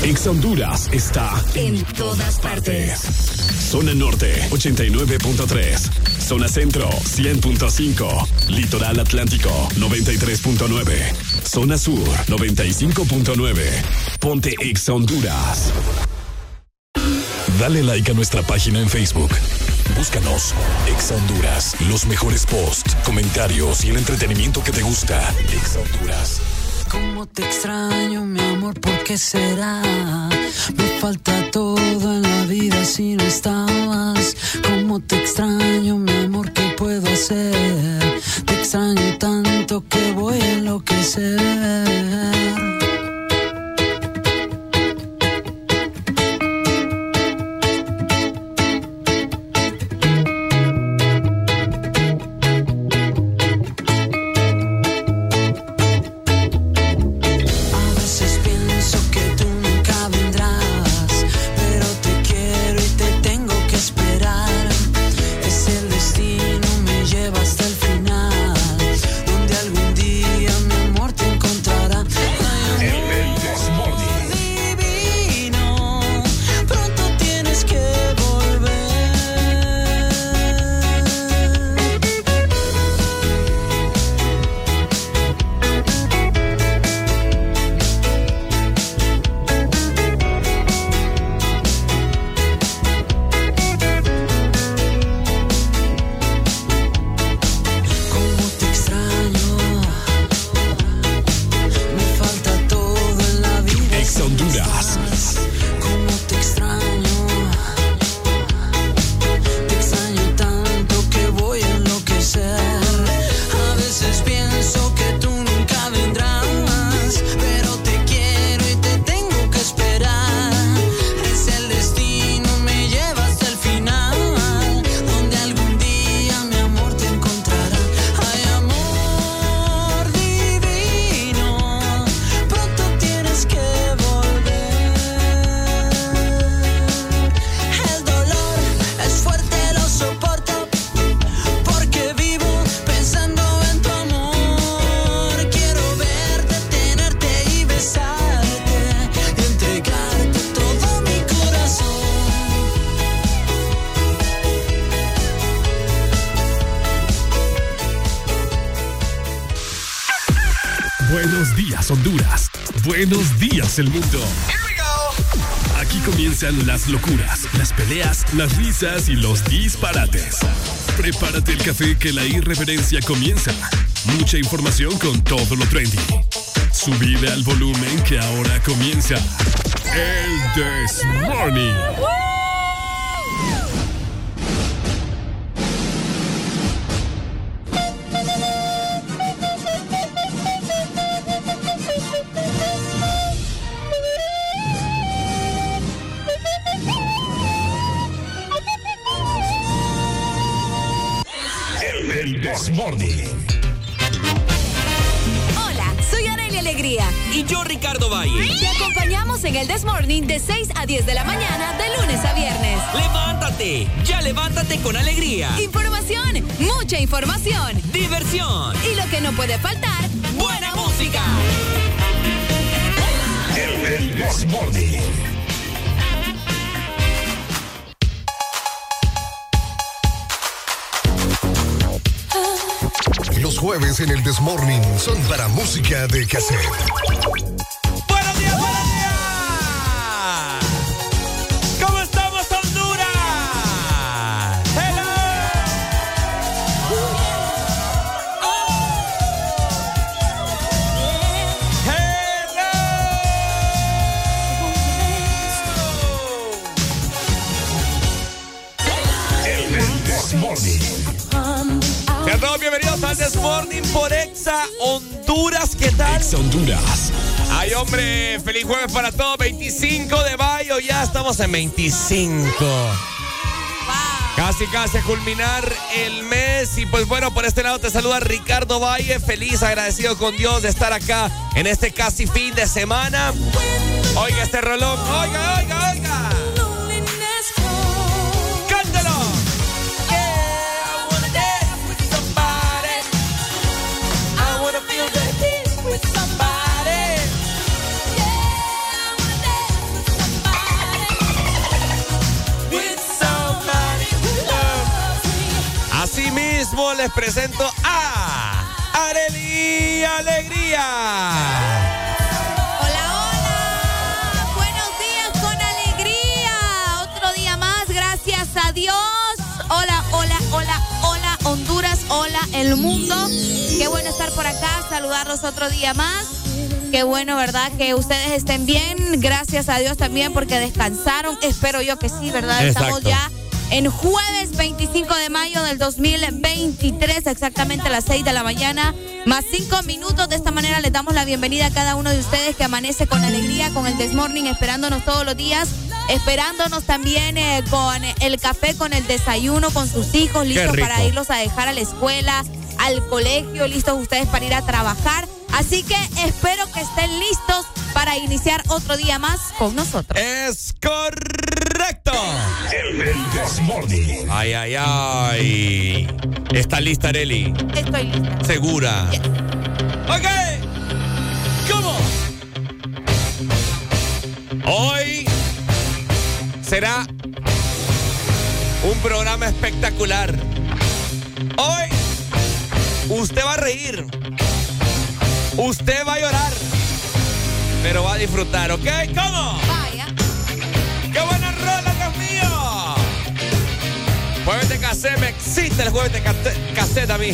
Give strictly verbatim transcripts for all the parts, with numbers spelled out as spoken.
Ex Honduras está en todas partes. Zona Norte, ochenta y nueve punto tres. Zona Centro, cien punto cinco. Litoral Atlántico, noventa y tres punto nueve. Zona Sur, noventa y cinco punto nueve. Ponte Ex Honduras. Dale like a nuestra página en Facebook. Búscanos, Ex Honduras. Los mejores posts, comentarios y el entretenimiento que te gusta. Ex Honduras. Cómo te extraño, mi amor, ¿por qué será? Me falta todo en la vida si no estabas. Cómo te extraño, mi amor, ¿qué puedo hacer? Te extraño tanto que voy a enloquecer. Honduras. Buenos días, el mundo. Aquí comienzan las locuras, las peleas, las risas y los disparates. Prepárate el café que la irreverencia comienza. Mucha información con todo lo trendy. Subile al volumen que ahora comienza el This Morning. Hola, soy Arely Alegría. Y yo, Ricardo Valle. Te acompañamos en el This Morning de seis a diez de la mañana, de lunes a viernes. ¡Levántate! ¡Ya levántate con alegría! Información, mucha información. ¡Diversión! Y lo que no puede faltar, ¡buena música! El, el This Morning. Los jueves en el This Morning son para música de cassette. ¡Buenos días, buenos días! ¿Cómo estamos, Honduras? ¡Hello! ¡Hello! El This Morning. Sean todos bienvenidos al This Morning por Exa Honduras. ¿Qué tal? Exa Honduras. Ay, hombre, feliz jueves para todos. veinticinco de mayo, ya estamos en veinticinco. Wow. Casi, casi a culminar el mes. Y pues bueno, por este lado te saluda Ricardo Valle. Feliz, agradecido con Dios de estar acá en este casi fin de semana. Oiga este rolón, oiga, oiga, oiga. les presento a Arely Alegría. Hola, hola. Buenos días con alegría. Otro día más, gracias a Dios. Hola, hola, hola, hola, Honduras, hola, el mundo. Qué bueno estar por acá, saludarlos otro día más. Qué bueno, ¿verdad? Que ustedes estén bien. Gracias a Dios también porque descansaron. Espero yo que sí, ¿verdad? Exacto. Estamos ya en jueves veinticinco de mayo del dos mil veintitrés, exactamente a las seis de la mañana, más cinco minutos. De esta manera les damos la bienvenida a cada uno de ustedes que amanece con alegría, con el This Morning, esperándonos todos los días, esperándonos también eh, con el café, con el desayuno, con sus hijos, listos para irlos a dejar a la escuela, al colegio, listos ustedes para ir a trabajar. Así que espero que estén listos para iniciar otro día más con nosotros. Es correcto. El, el This Morning. Ay, ay, ay. ¿Está lista, Arely? Estoy lista. ¿Segura? Yes. Ok. ¿Cómo? Hoy será un programa espectacular. Hoy usted va a reír. Usted va a llorar, pero va a disfrutar, ¿ok? ¿Cómo? Vaya. ¡Qué buena rola, Dios mío! Jueves de cassette, me existe el jueves de cassette a mí.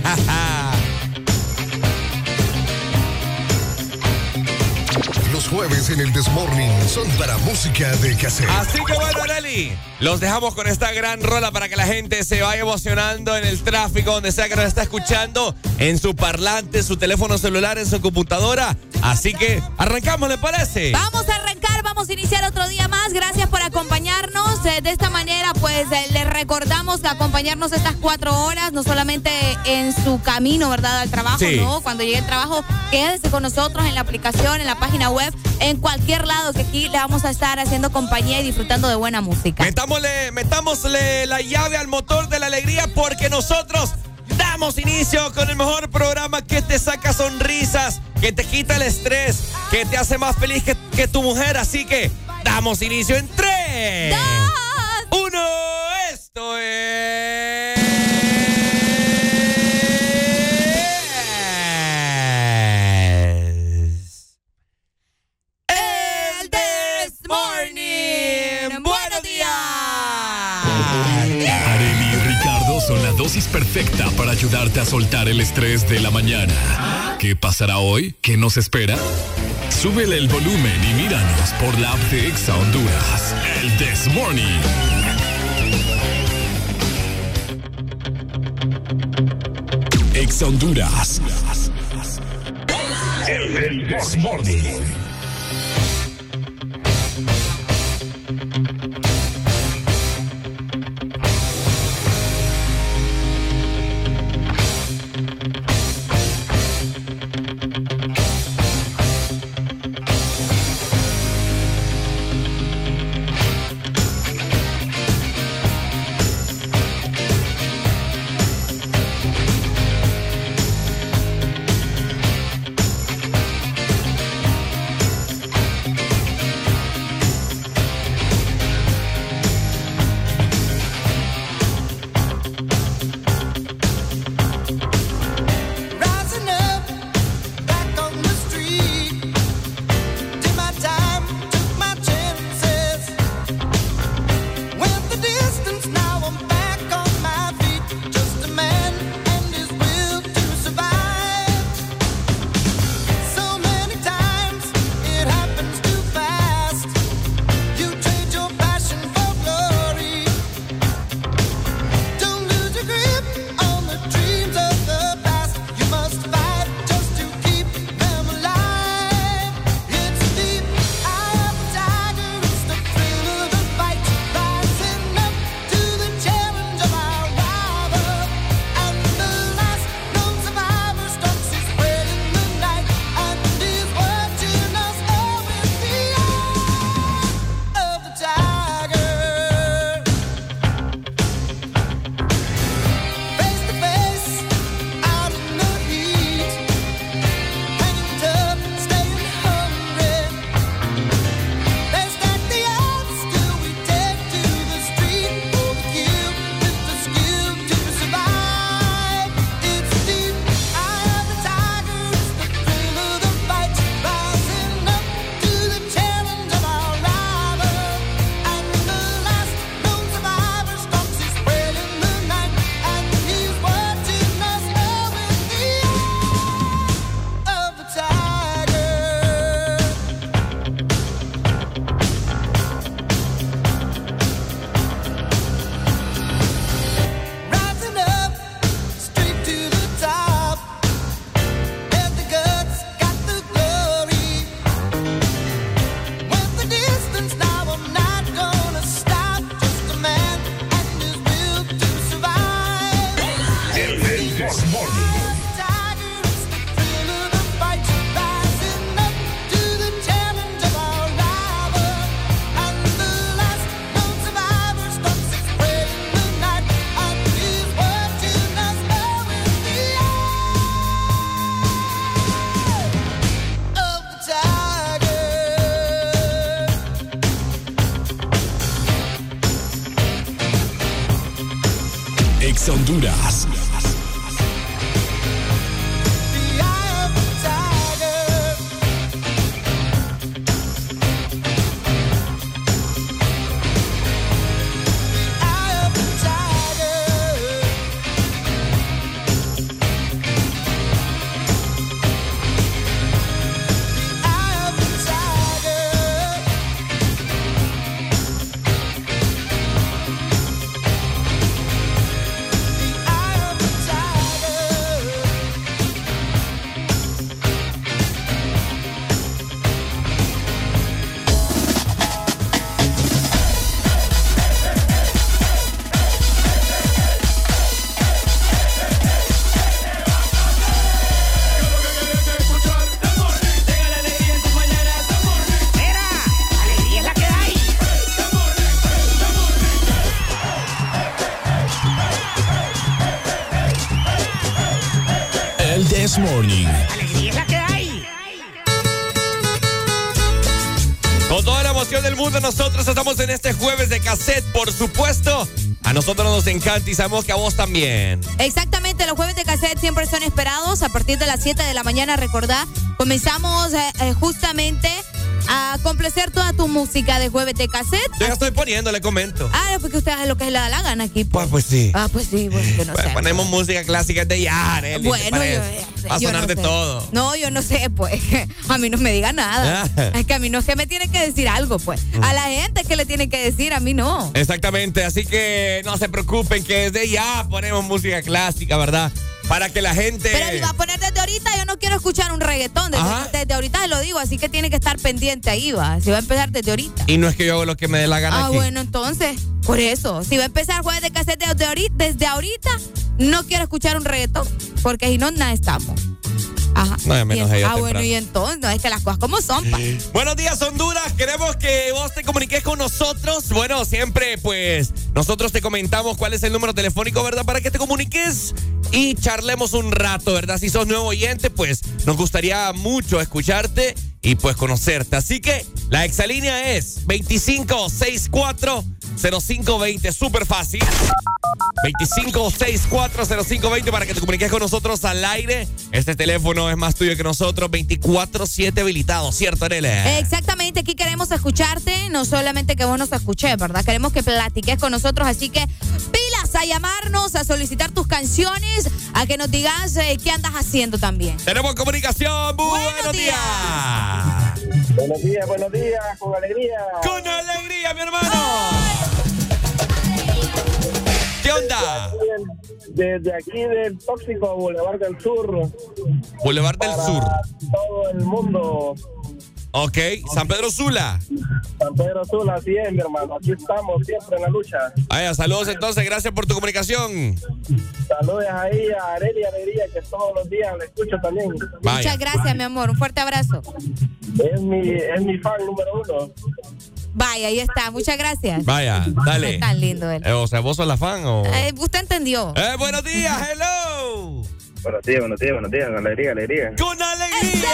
Los jueves en el This Morning son para música de cassette. Así que bueno, Arely, los dejamos con esta gran rola para que la gente se vaya emocionando en el tráfico, donde sea que nos está escuchando, en su parlante, en su teléfono celular, en su computadora. Así que arrancamos, ¿le parece? Vamos a arrancar, vamos a iniciar otro día más. Gracias por acompañarnos. Eh, de esta manera, pues, eh, les recordamos acompañarnos estas cuatro horas, no solamente en su camino, ¿verdad?, al trabajo, sí. ¿no? Cuando llegue el trabajo, quédese con nosotros en la aplicación, en la página web, en cualquier lado, que aquí le vamos a estar haciendo compañía y disfrutando de buena música. Metámosle, metámosle la llave al motor de la alegría, porque nosotros damos inicio con el mejor programa que te saca sonrisas, que te quita el estrés, que te hace más feliz que, que tu mujer. Así que damos inicio en tres, ¡Dos! uno. Esto es el This Morning. ¡Buenos días! Arely y Ricardo son la dosis perfecta para ayudarte a soltar el estrés de la mañana. ¿Qué pasará hoy? ¿Qué nos espera? Súbele el volumen y míranos por la app de Exa Honduras. El This Morning. Exa Honduras. El, el This Morning. Ex Honduras. This Morning. Alegría es la que hay. Con toda la emoción del mundo, nosotros estamos en este jueves de cassette, por supuesto. A nosotros nos encanta y sabemos que a vos también. Exactamente, los jueves de cassette siempre son esperados. A partir de las siete de la mañana, recordá, comenzamos eh, eh, justamente a complacer toda tu música de jueves de cassette. Yo ya estoy poniendo, le comento. Ah, porque usted hace lo que le da la gana aquí. Pues, pues sí. Ah, pues sí, bueno, yo no pues sé. Ponemos música clásica de Yarel. Bueno, yo, Va a yo sonar no de sé. todo. No, yo no sé, pues. A mí no me diga nada. Es que a mí no es que me tiene que decir algo, pues. A la gente es que le tiene que decir, a mí no. Exactamente, así que no se preocupen que desde ya ponemos música clásica, ¿verdad? Para que la gente... Pero si va a poner desde ahorita, yo no quiero escuchar un reggaetón. Desde, desde ahorita se lo digo, así que tiene que estar pendiente ahí, va. Si va a empezar desde ahorita. Y no es que yo hago lo que me dé la gana Ah, aquí. bueno, entonces, por eso. Si va a empezar jueves de cassette desde ahorita, desde ahorita, no quiero escuchar un reggaetón. Porque si no, nada estamos. Ajá. No, ya menos Y- ella Ah, bueno, temprano. y entonces, no, es que las cosas como son, pa. Buenos días, Honduras. Queremos que vos te comuniques con nosotros. Bueno, siempre, pues, nosotros te comentamos cuál es el número telefónico, ¿verdad? Para que te comuniques y charlemos un rato, ¿verdad? Si sos nuevo oyente, pues, nos gustaría mucho escucharte y, pues, conocerte. Así que la exalínea es veinticinco sesenta y cuatro cero cinco veinte. Súper fácil. veinticinco sesenta y cuatro cero cinco veinte para que te comuniques con nosotros al aire. Este teléfono es más tuyo que nosotros, veinticuatro siete habilitado, ¿cierto, Arele? Exactamente, aquí queremos escucharte, no solamente que vos nos escuches, ¿verdad? Queremos que platiques con nosotros, así que pilas a llamarnos, a solicitar tus canciones, a que nos digas eh, qué andas haciendo también. Tenemos comunicación. Muy buenos, buenos días. días. Buenos días, buenos días, con alegría. Con alegría, mi hermano. ¡Ay! ¿Qué onda? Desde aquí del Tóxico, Boulevard del Sur. Boulevard del Sur. Todo el mundo. Ok, San Pedro Sula. San Pedro Sula, así es, mi hermano. Aquí estamos siempre en la lucha. Vaya, saludos entonces, gracias por tu comunicación. Saludos ahí a Arely y Alegría, que todos los días la escucho también. Vaya. Muchas gracias, mi amor, un fuerte abrazo. Es mi, es mi fan número uno. Vaya, ahí está, muchas gracias. Vaya, dale. Es tan lindo él. Eh, o sea, ¿vos sos la fan o...? Eh, usted entendió. Eh, buenos días, hello. Buenos días, buenos días, buenos días, con alegría, alegría. ¡Con alegría!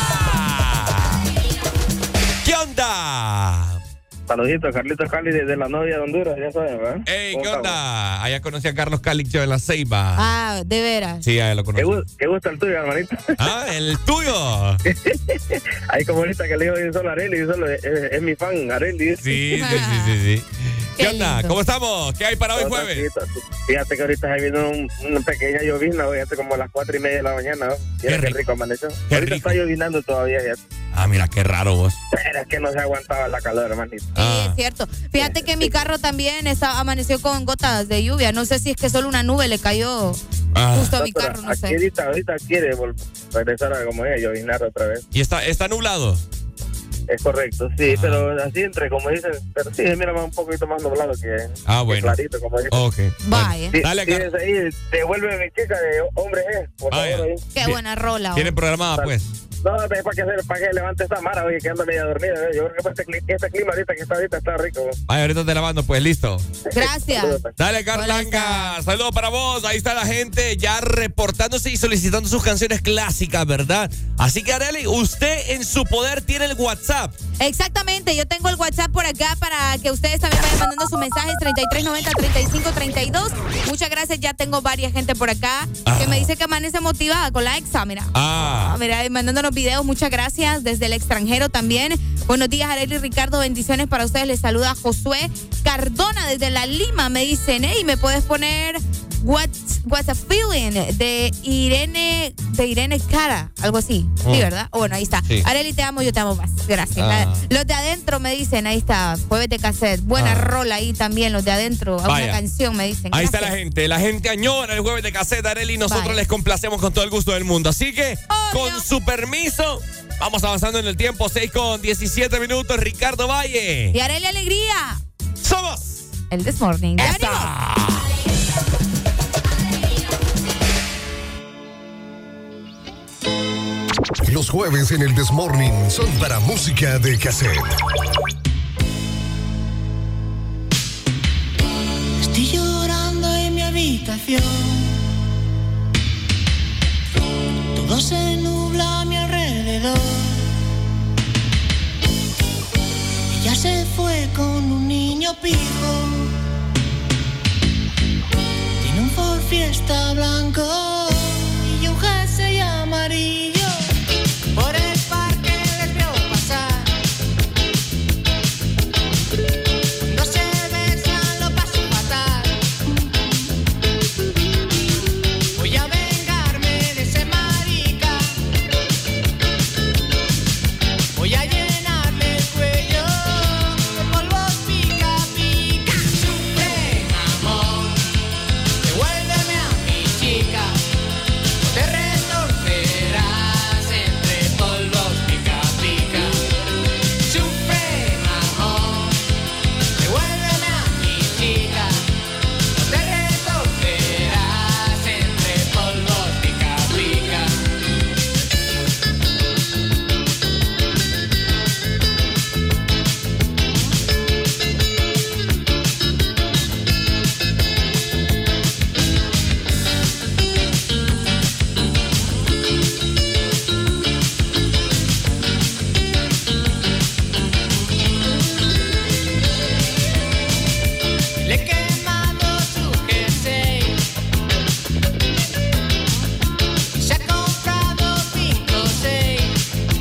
¿Qué onda? Saluditos, Carlitos Cali desde la novia de Honduras, ya saben, ¿verdad? Ey, ¿qué onda? Allá conocí a Carlos Calix yo en la Ceiba. Ah, de veras. Sí, allá lo ¿Qué, conocí. gu- qué gusta el tuyo, hermanito? Ah, el tuyo. Ahí como ahorita que le digo yo solo a Arely, solo es, es, es mi fan, Arely. Sí, sí, sí, sí, sí. ¿Qué, Qué onda? lindo. ¿Cómo estamos? ¿Qué hay para hoy Todo jueves? tranquilo. Fíjate que ahorita está viendo un, una pequeña llovizna, fíjate como a las cuatro y media de la mañana, ¿no? Mira Qué qué rico. rico amaneció. Qué Ahorita rico. está llovinando todavía, ya. Ah, mira, qué raro vos. Pero es que no se aguantaba la calor, hermanito. Sí, Ah. es cierto. Fíjate que mi carro también está, amaneció con gotas de lluvia. No sé si es que solo una nube le cayó Ah. justo a No, mi pero carro, no aquí sé. ahorita, ahorita quiere vol- regresar a como ella, lloviznar otra vez. ¿Y está, está nublado? Es correcto, sí, Ah. pero así entre, como dicen, pero sí, mira, un poquito más nublado que, Ah, que bueno. clarito, como dicen. Ok. Vaya. Sí, Dale, Car- fíjense ahí, devuelve mi chica de hombre G, por Ah, favor, ya. ahí. Qué Bien. buena rola. ¿Tiene oh. programada, pues? No, no, es para que, se- para que levante esa mara, oye, que anda media dormida. ¿eh? Yo creo que pues, este, cli- este clima ahorita que está ahorita está rico. Vaya, ahorita te lavando, pues, listo. Gracias. Dale, Carlanga. Saludos para vos. Ahí está la gente ya reportándose y solicitando sus canciones clásicas, ¿verdad? Así que, Arely, usted en su poder tiene el WhatsApp. Exactamente, yo tengo el WhatsApp por acá para que ustedes también vayan mandando sus mensajes treinta y tres noventa, treinta y cinco treinta y dos. Muchas gracias, ya tengo varias gente por acá ah. que me dice que amanece motivada con la exa, mira. Ah. ah mira, mandándonos videos, muchas gracias desde el extranjero también. Buenos días, Arely y Ricardo, bendiciones para ustedes. Les saluda Josué Cardona desde La Lima. Me dicen, hey, ¿me puedes poner What's, what's a Feeling de Irene, de Irene Cara? Algo así, mm. sí, ¿verdad? Bueno, ahí está. Sí. Arely, te amo, yo te amo más. Gracias. Ah. Los de adentro me dicen, ahí está, Jueves de Cassette. Buena ah. rola ahí también, los de adentro. Vaya. Una canción me dicen. Ahí Gracias. está la gente. La gente añora el Jueves de Cassette, Arely, y nosotros Vaya. les complacemos con todo el gusto del mundo. Así que, Obvio. con su permiso, vamos avanzando en el tiempo. seis con diecisiete minutos. Ricardo Valle y Arely Alegría. Somos el This Morning. ¡Esta! Los jueves en el This Morning son para música de cassette. Estoy llorando en mi habitación. Todo se nubla a mi alrededor. Ella se fue con un niño pijo. Tiene un Ford Fiesta blanco y un jersey amarillo. Por el parque les veo pasar. Cuando se besan lo paso fatal. Voy a vengarme de ese marica. Voy a llenarle el cuello de polvos pica pica. Sufre, amor, devuélveme a mi chica. Te retorcerás entre polvos pica pica. Sufre, amor, devuélveme a mi chica. Te retorcerás entre polvos pica pica. Le he quemado su jersey y se ha comprado cinco o seis.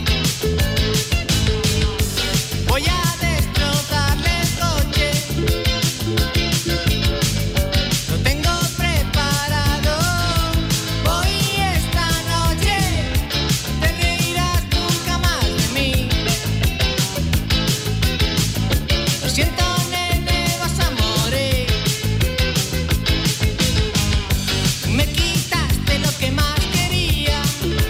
Voy a destrozarle el coche. Lo tengo preparado. Voy esta noche. Te reirás nunca más de mí. Lo siento, nene, vas a morir. Me quitaste lo que más quería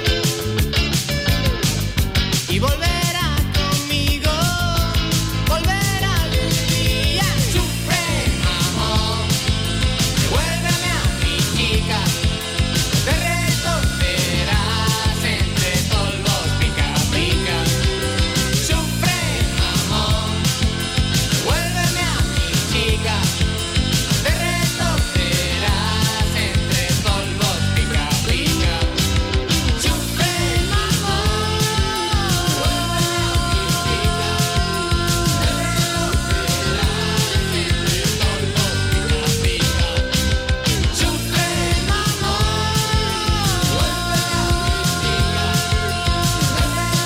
y volverá conmigo, volverá algún día. Sufre, amor, devuélveme a mi chica. Te retorcerás entre polvos pica pica. Sufre, amor, devuélveme a mi chica. Te retorcerás entre polvos pica pica. Sufre, amor, devuélveme a mi chica. Te retorcerás entre polvos pica pica. Sufre, amor, devuélveme a mi chica. Te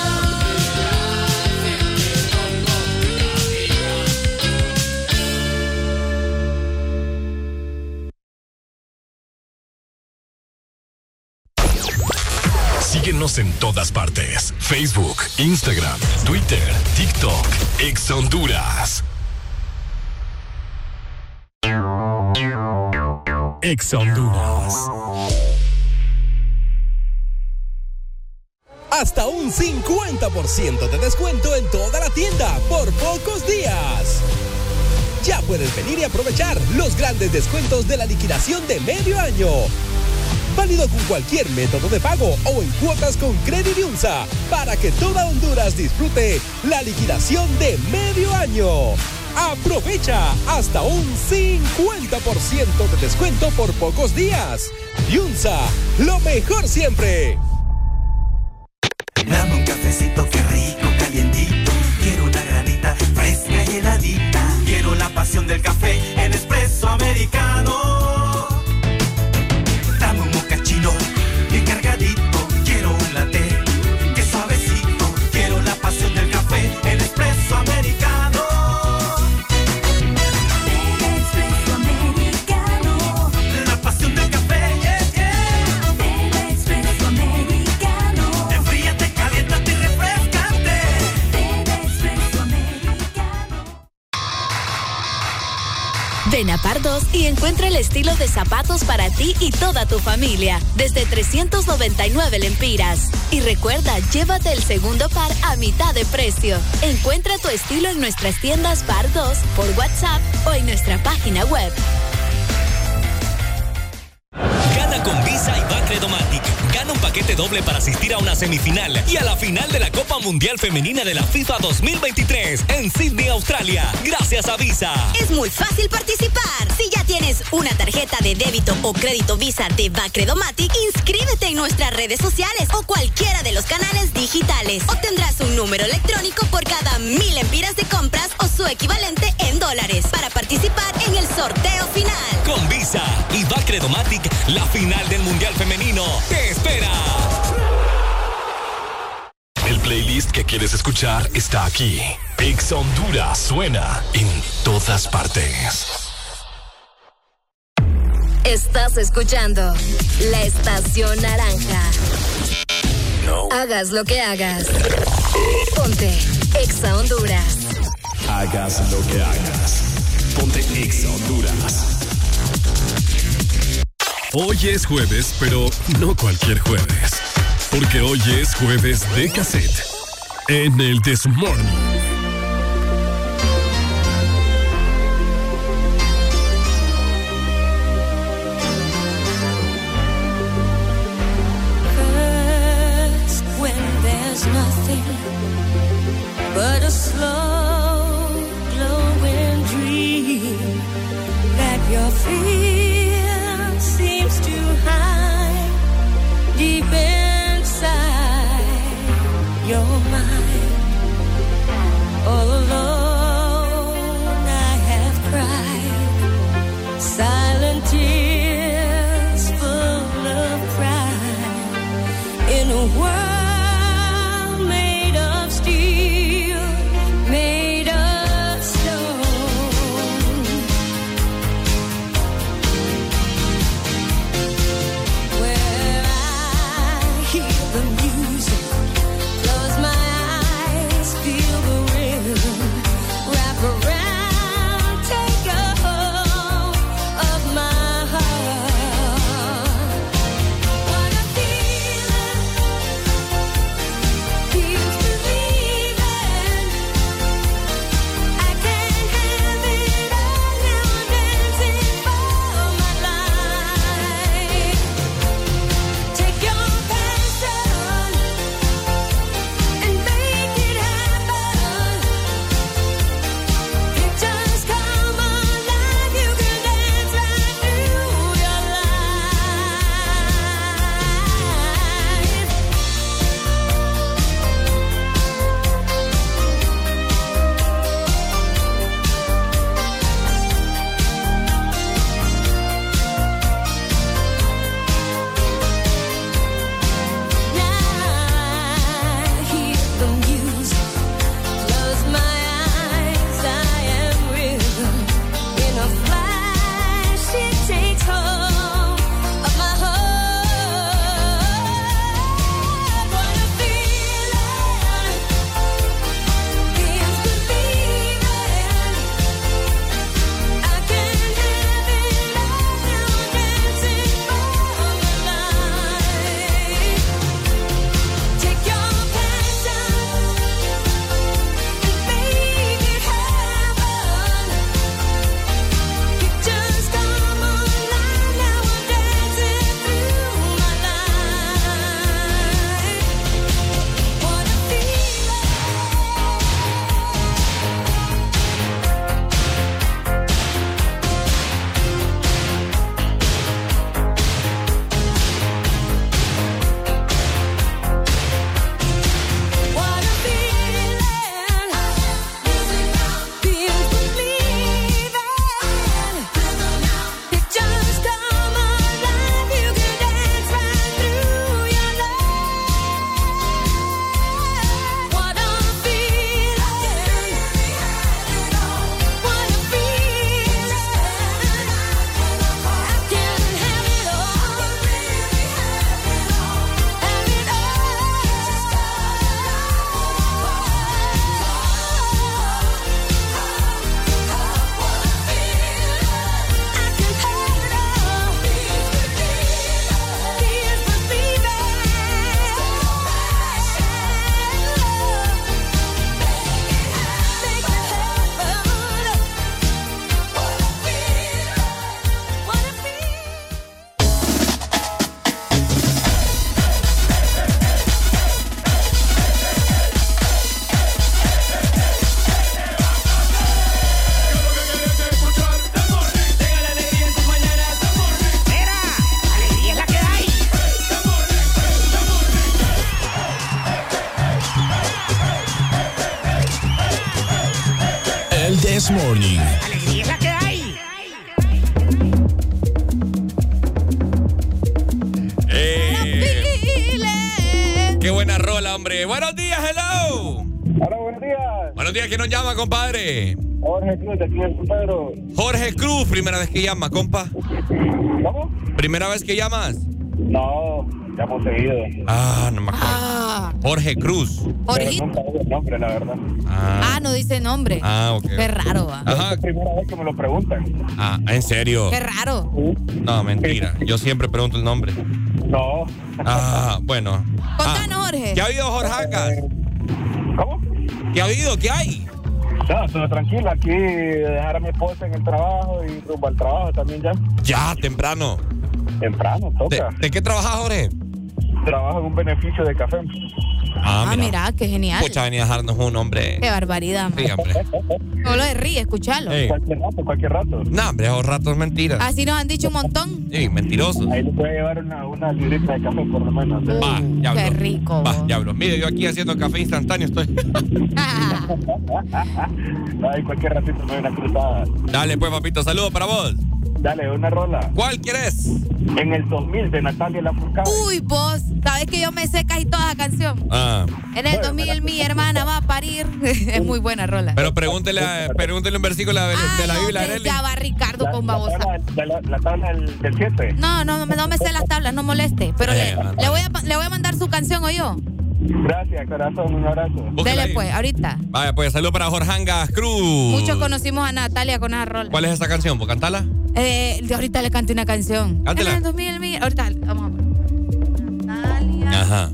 Síguenos en todas partes. Facebook, Instagram, Twitter, TikTok, Ex Honduras. Ex Honduras. Hasta un cincuenta por ciento de descuento en toda la tienda por pocos días. Ya puedes venir y aprovechar los grandes descuentos de la liquidación de medio año. Válido con cualquier método de pago o en cuotas con Credit Yunza para que toda Honduras disfrute la liquidación de medio año. Aprovecha hasta un cincuenta por ciento de descuento por pocos días. Yunza, lo mejor siempre. Dame un cafecito, qué rico, calientito. Quiero una Ven a Par dos y encuentra el estilo de zapatos para ti y toda tu familia, desde trescientos noventa y nueve lempiras. Y recuerda, llévate el segundo par a mitad de precio. Encuentra tu estilo en nuestras tiendas Par dos, por WhatsApp o en nuestra página web. Gana con Visa y Bacredomatic. Gana un paquete doble para asistir a una semifinal y a la final de la Copa Mundial Femenina de la FIFA dos mil veintitrés en Sydney, Australia. Gracias a Visa. Es muy fácil participar. Si ya tienes una tarjeta de débito o crédito Visa de Bacredomatic, inscríbete en nuestras redes sociales o cualquiera de los canales digitales. Obtendrás un número electrónico por cada mil lempiras de compras o su equivalente en dólares para participar en el sorteo final. Con Visa y Bacredomatic, la final del Mundial Femenino te espera. El playlist que quieres escuchar está aquí. Ex Honduras suena en todas partes. Estás escuchando la Estación Naranja. No. Hagas lo que hagas. Ponte Exa Honduras. Hagas lo que hagas. Ponte Exa Honduras. Hoy es jueves, pero no cualquier jueves. Porque hoy es jueves de cassette. En el This Morning. Nothing but a slow glowing dream that your fear seems to hide deep inside your mind. All alone I have cried silent tears full of pride in a world the music, close my eyes. This Morning. ¡Alegría es la que hay! Eh, ¡Qué buena rola, hombre! ¡Buenos días, hello! Hola, buenos días. Buenos días, ¿quién nos llama, compadre? Jorge Cruz, de aquí de San Pedro. Jorge Cruz, primera vez que llama, compa. ¿Cómo? ¿Primera vez que llamas? No, ya hemos seguido. Ah, no me acuerdo. Ah. Jorge Cruz. Jorge. Nunca digo el nombre, la verdad. Ah, Ah, no dice nombre. ah ok. Qué raro, va. Ajá. Es la primera vez que me lo preguntan. Ah, ¿en serio? Qué raro. No, mentira. Yo siempre pregunto el nombre. No. Ah, bueno. Contanos, Jorge. ¿Qué ha habido, Jorjacas? ¿Cómo? ¿Qué ha habido? ¿Qué hay? No, todo tranquilo. Aquí dejar a mi esposa en el trabajo y rumbo al trabajo también ya. Ya, temprano. Temprano, toca. ¿De, de qué trabajas, Jorge? Trabajo en un beneficio de café. Ah, Ah, mira, qué genial. Pucha, venía a dejarnos un hombre. Qué barbaridad, man. Sí, hombre. No lo de ríe, escuchalo. Ey. Cualquier rato, cualquier rato. No, hombre, esos ratos es mentira. Así nos han dicho un montón. Sí, mentirosos. Ahí le puede llevar una, una librita de café por lo menos. Va, diablo. Qué rico. Va, diablo. Mire, yo aquí haciendo café instantáneo estoy. Ay, cualquier ratito me doy una cruzada. Dale, pues, papito, saludos para vos. Dale, una rola. ¿Cuál quieres? En el dos mil de Natalia Lafourcade. Uy, vos, sabes que yo me sé casi toda la canción. Ah. En el dos mil mi hermana va a parir. Es muy buena rola. Pero pregúntele, a- pregúntele un versículo de la, de la Ay, Biblia, hombre, Arely. ya va Ricardo con babosa. La, la, la tabla del, del siete. No, no, no, no me sé las tablas, no moleste. Pero Eh, le, anda. le voy a, le voy a mandar su canción o yo. Gracias, corazón, un abrazo. Búsquela Dele ahí. pues, ahorita. Vaya, pues, saludos para Jorjangas Cruz. Muchos conocimos a Natalia con esa rola. ¿Cuál es esa canción? ¿Pues cantala? Eh, yo ahorita le canté una canción. Cántela. En el dos mil, mi- ahorita, vamos a ver. Natalia. Ajá.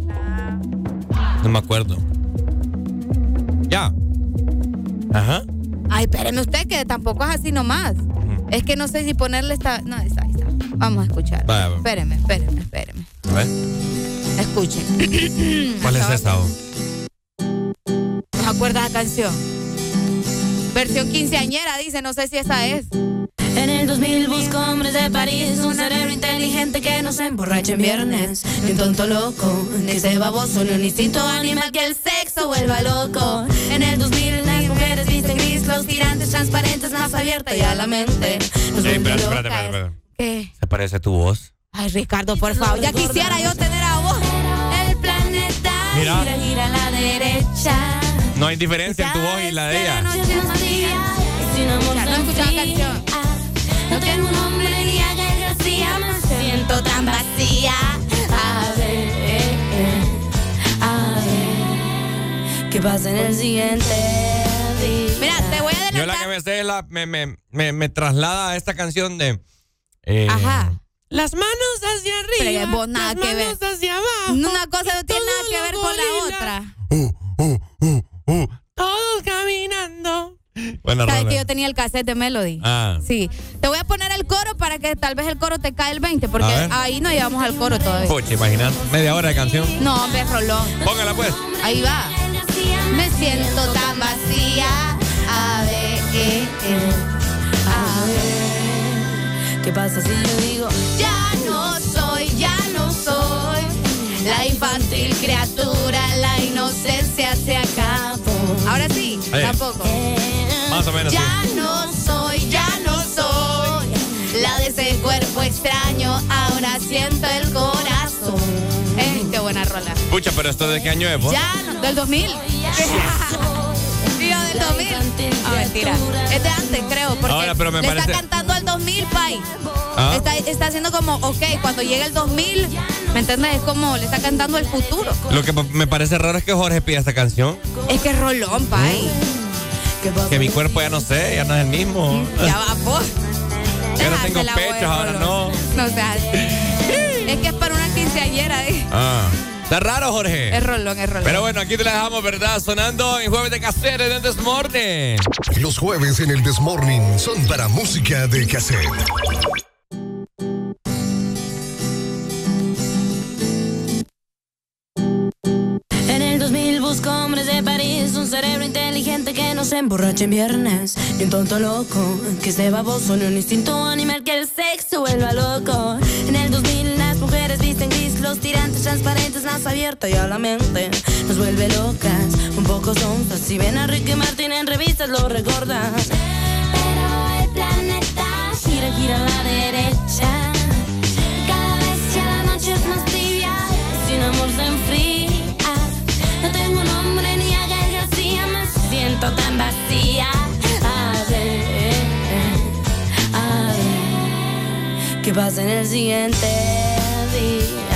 No me acuerdo. Ya. Ajá. Ay, espéreme usted, que tampoco es así nomás. Es que no sé si ponerle esta. No, ahí está, ahí está. Vamos a escuchar. Vaya, va. Espéreme, espéreme, espéreme. A ver. Escuchen. ¿Cuál es esa? oh? ¿No se acuerda la canción? Versión quinceañera, dice, no sé si esa es. En el dos mil busco hombres de París, un cerebro inteligente que no se emborrache en viernes, ni un tonto loco, ni ese baboso, ni un instinto animal que el sexo vuelva loco. En el dos mil las mujeres visten gris, los tirantes transparentes, más abierta ya la mente. Nos Ey, vuelve espérate, locas. espérate, espérate, espérate. ¿Qué? ¿Se parece a tu voz? Ay, Ricardo, por favor. Ya quisiera yo tener a vos. El planeta Mira. gira, gira a la derecha. No hay diferencia en tu voz y la de ella. Noche más día, y sin amor Ya, no he escuchado la sencilla. canción. No tengo un nombre ni desgracia, me siento tan vacía. A ver, a ver, ¿qué pasa en el siguiente día? Mira, te voy a Yo la adelantar. que me sé es la. Me, me, me, me traslada a esta canción de. eh, Ajá. Las manos hacia Pero arriba, vos nada las que ver. manos hacia abajo. Una cosa no tiene Todo nada que lo ver con la gorila. otra. Uh, uh, uh. Todos caminando. Buena ¿Sabes rola. que yo tenía el cassette de Melody? Ah. Sí. Te voy a poner el coro para que tal vez el coro te cae el veinte, porque A ver. ahí no llevamos al coro todavía. Pucha, imagínate. Media hora de canción. No, hombre, Rolón. Póngala pues. Ahí va. Me siento tan vacía. A ver, eh, eh. A ver. ¿Qué pasa si yo digo? Ya no soy, ya no soy la infantil criatura, la inocencia se acabó. Ahora sí, Ahí. tampoco. Más o menos. Ya sí. no soy, ya no soy la de ese cuerpo extraño, ahora siento el corazón. Eh, qué buena rola. Pucha, pero esto de qué año es, vos? Ya no, del dos mil. Tío, del dos mil. Ah, mentira. Es de antes, creo, porque Ahora, pero me le parece- está cantando al dos mil, Pai. Ah. Está, está haciendo como, ok, cuando llegue el dos mil, ¿me entiendes? Es como le está cantando el futuro. Lo que pa- me parece raro es que Jorge pida esta canción. Es que es rolón, Pai. Que mi cuerpo ya no sé, ya no es el mismo. Ya va, vos. Ya no tengo Déjasela, pechos, güey, ahora no. Rolón. No seas. Es que es para una quinceañera, ¿eh? Ah. Está raro, Jorge. Es rolón, es rolón. Pero bueno, aquí te la dejamos, ¿verdad? Sonando en Jueves de Cassette en el This Morning. Los jueves en el This Morning son para música de cassette. En el dos mil busco hombres de París, un cerebro inteligente que no se emborrache en viernes, ni un tonto loco, que esté baboso, ni un instinto animal que el sexo vuelva loco. En el dos mil las mujeres visten gris, los tirantes transparentes, más abierta ya la mente nos vuelve locas, un poco sonzas. Si ven a Ricky Martin en revistas lo recordas. gira a la derecha. Cada vez que la noche es más tibia, sin amor se enfría. No tengo nombre ni a Gael García, me siento tan vacía. A ver, a ver, ¿qué pasa en el siguiente día?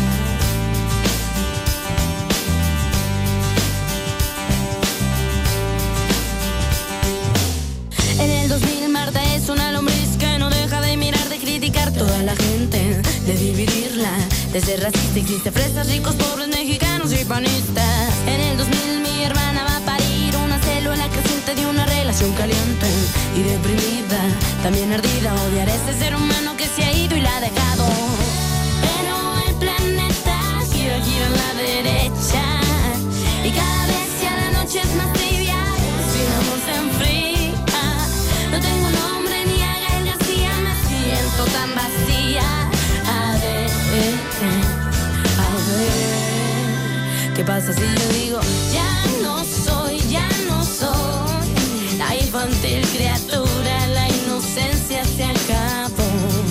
En el dos mil Marta es una lombriz que no deja de mirar, de criticar toda la gente, de dividirla, de ser racista. Existe fresas, ricos, pobres, mexicanos y panistas. En el dos mil mi hermana va a parir una célula creciente de una relación caliente y deprimida, también ardida. Odiar a ese ser humano que se ha ido y la ha dejado. Pero el planeta gira, gira a la derecha, y cada vez que a la noche es más tibia, sin amor se enfría. No tengo nombre ni a Gael García, me siento tan vacía. A ver, a ver, ¿qué pasa si yo digo ya no soy, ya no soy la infantil criatura, la inocencia se acabó?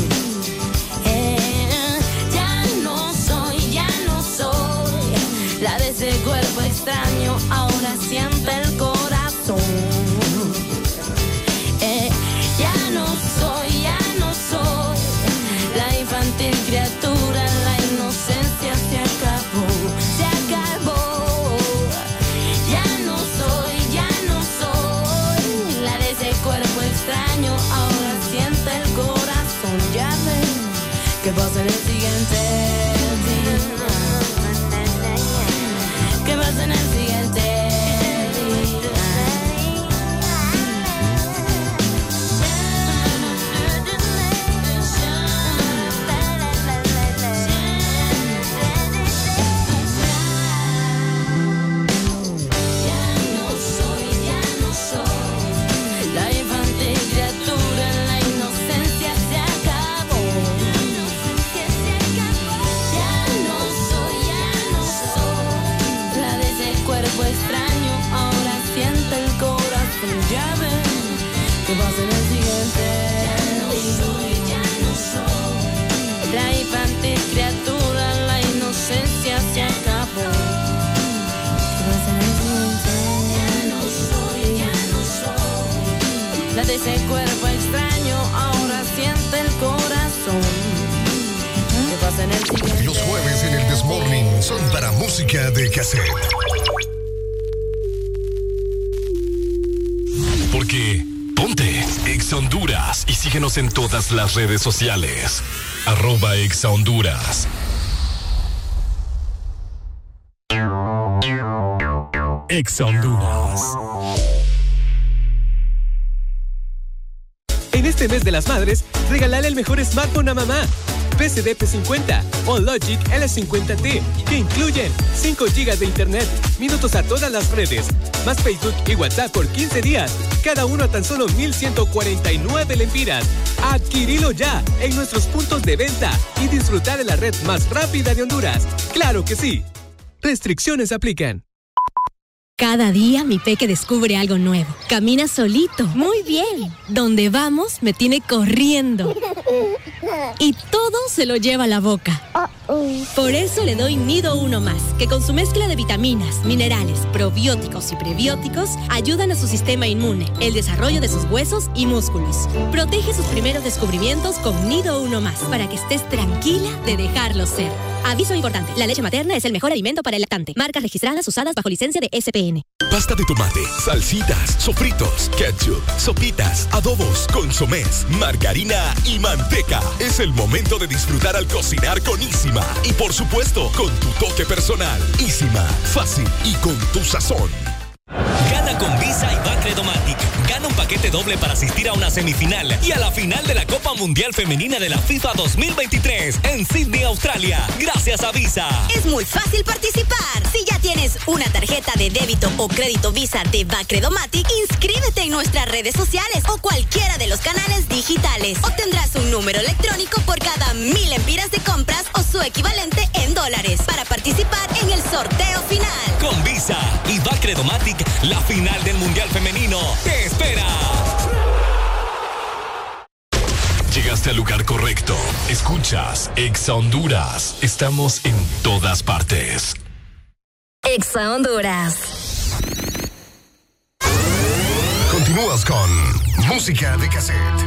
Eh, ya no soy, ya no soy la de ese cuerpo extraño, ahora siente el corazón. Eh, ya no soy, ya no soy la infantil criatura, la inocencia se acabó, se acabó. Ya no soy, ya no soy la de ese cuerpo extraño, ahora siente el corazón. Ya ven, ¿qué pasa en el siguiente día? ¿Qué pasa en el siguiente día? Extraño, ahora siente el corazón. Ya ven, ¿qué pasa en el siguiente? Ya no soy, ya no soy la infantil criatura, la inocencia se acabó. ¿Qué pasa en el siguiente? Ya no soy, ya no soy la de ese cuerpo extraño, ahora siente el corazón. ¿Qué pasa en el siguiente? Los jueves en el This Morning son para música de cassette. Porque ponte Exa Honduras y síguenos en todas las redes sociales. Arroba Exa Honduras. Exa Honduras. En este mes de las madres, regálale el mejor smartphone a mamá. P C D P cincuenta o Logic L cincuenta T, que incluyen cinco gigas de internet, minutos a todas las redes, más Facebook y WhatsApp por quince días, cada uno a tan solo mil ciento cuarenta y nueve lempiras. Adquirilo ya en nuestros puntos de venta y disfrutar de la red más rápida de Honduras. ¡Claro que sí! Restricciones aplican. Cada día mi peque descubre algo nuevo. Camina solito. Muy bien. Donde vamos me tiene corriendo. Y todo se lo lleva a la boca. Por eso le doy Nido Uno Más, que con su mezcla de vitaminas, minerales, probióticos y prebióticos ayudan a su sistema inmune, el desarrollo de sus huesos y músculos. Protege sus primeros descubrimientos con Nido Uno Más, para que estés tranquila de dejarlo ser. Aviso importante, la leche materna es el mejor alimento para el lactante. Marcas registradas usadas bajo licencia de S P N. Pasta de tomate, salsitas, sofritos, ketchup, sopitas, adobos, consomés, margarina y manteca. Es el momento de disfrutar al cocinar con Isima. Y por supuesto, con tu toque personal. Isima, fácil y con tu sazón. Gana con Visa y Bacredomatic. Gana un paquete doble para asistir a una semifinal y a la final de la Copa Mundial Femenina de la FIFA dos mil veintitrés en Sydney, Australia. Gracias a Visa. Es muy fácil participar. Si ya tienes una tarjeta de débito o crédito Visa de Bacredomatic, inscríbete en nuestras redes sociales o cualquiera de los canales digitales. Obtendrás un número electrónico por cada mil empiras de compras o su equivalente en dólares para participar en el sorteo final. Con Visa y Bacredomatic, la final del Mundial Femenino te espera. Llegaste al lugar correcto. Escuchas Exa Honduras. Estamos en todas partes. Exa Honduras. Continúas con música de cassette.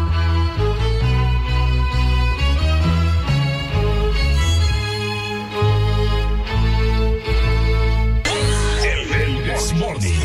El This Morning.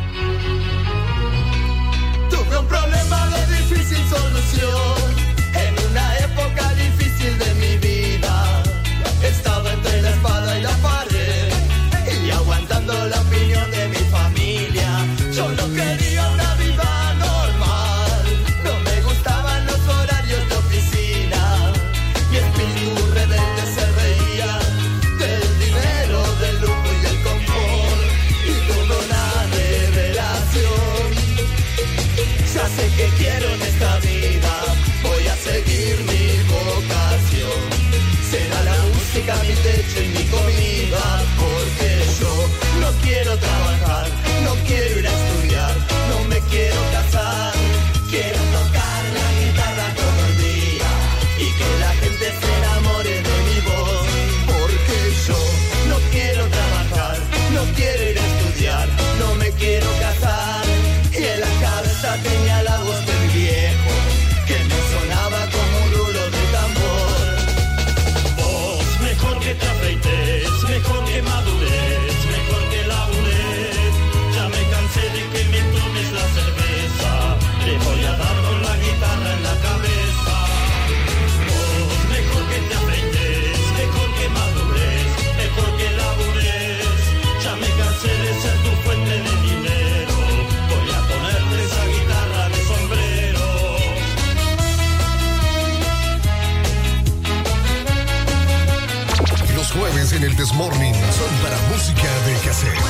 Tuve un problema de difícil solución en una época difícil de mi vida. Estaba entre la espada y la pared y aguantando la opinión de mi familia. Yo no quería una vida normal, no me gustaban los horarios de oficina. Mi espíritu rebelde se reía del dinero, del lujo y del confort. Y tuve una revelación. Ya sé que quiero en esta vida, voy a seguir mi vocación. Será la música mi techo y mi comida, porque yo no quiero trabajar, no quiero ir a estudiar, no me quiero casar. Quiero tocar la guitarra todo el día y que la gente se enamore de mi voz, porque yo no quiero trabajar, no quiero ir a estudiar, no me quiero casar. Y en la cabeza tenía la voz del viejo que me sonaba como un rulo de tambor. Vos, mejor que te afeites, mejor que madures, mejor que labures. Ya me cansé de que me tomes la cerveza, te voy a dar con la guitarra en la cabeza. Vos, mejor que te afeites, mejor que madures, mejor que labures. Ya me cansé de ser tu fuente de dinero, voy a ponerte esa guitarra de sombrero. Los jueves en el This Morning son para música de cassette.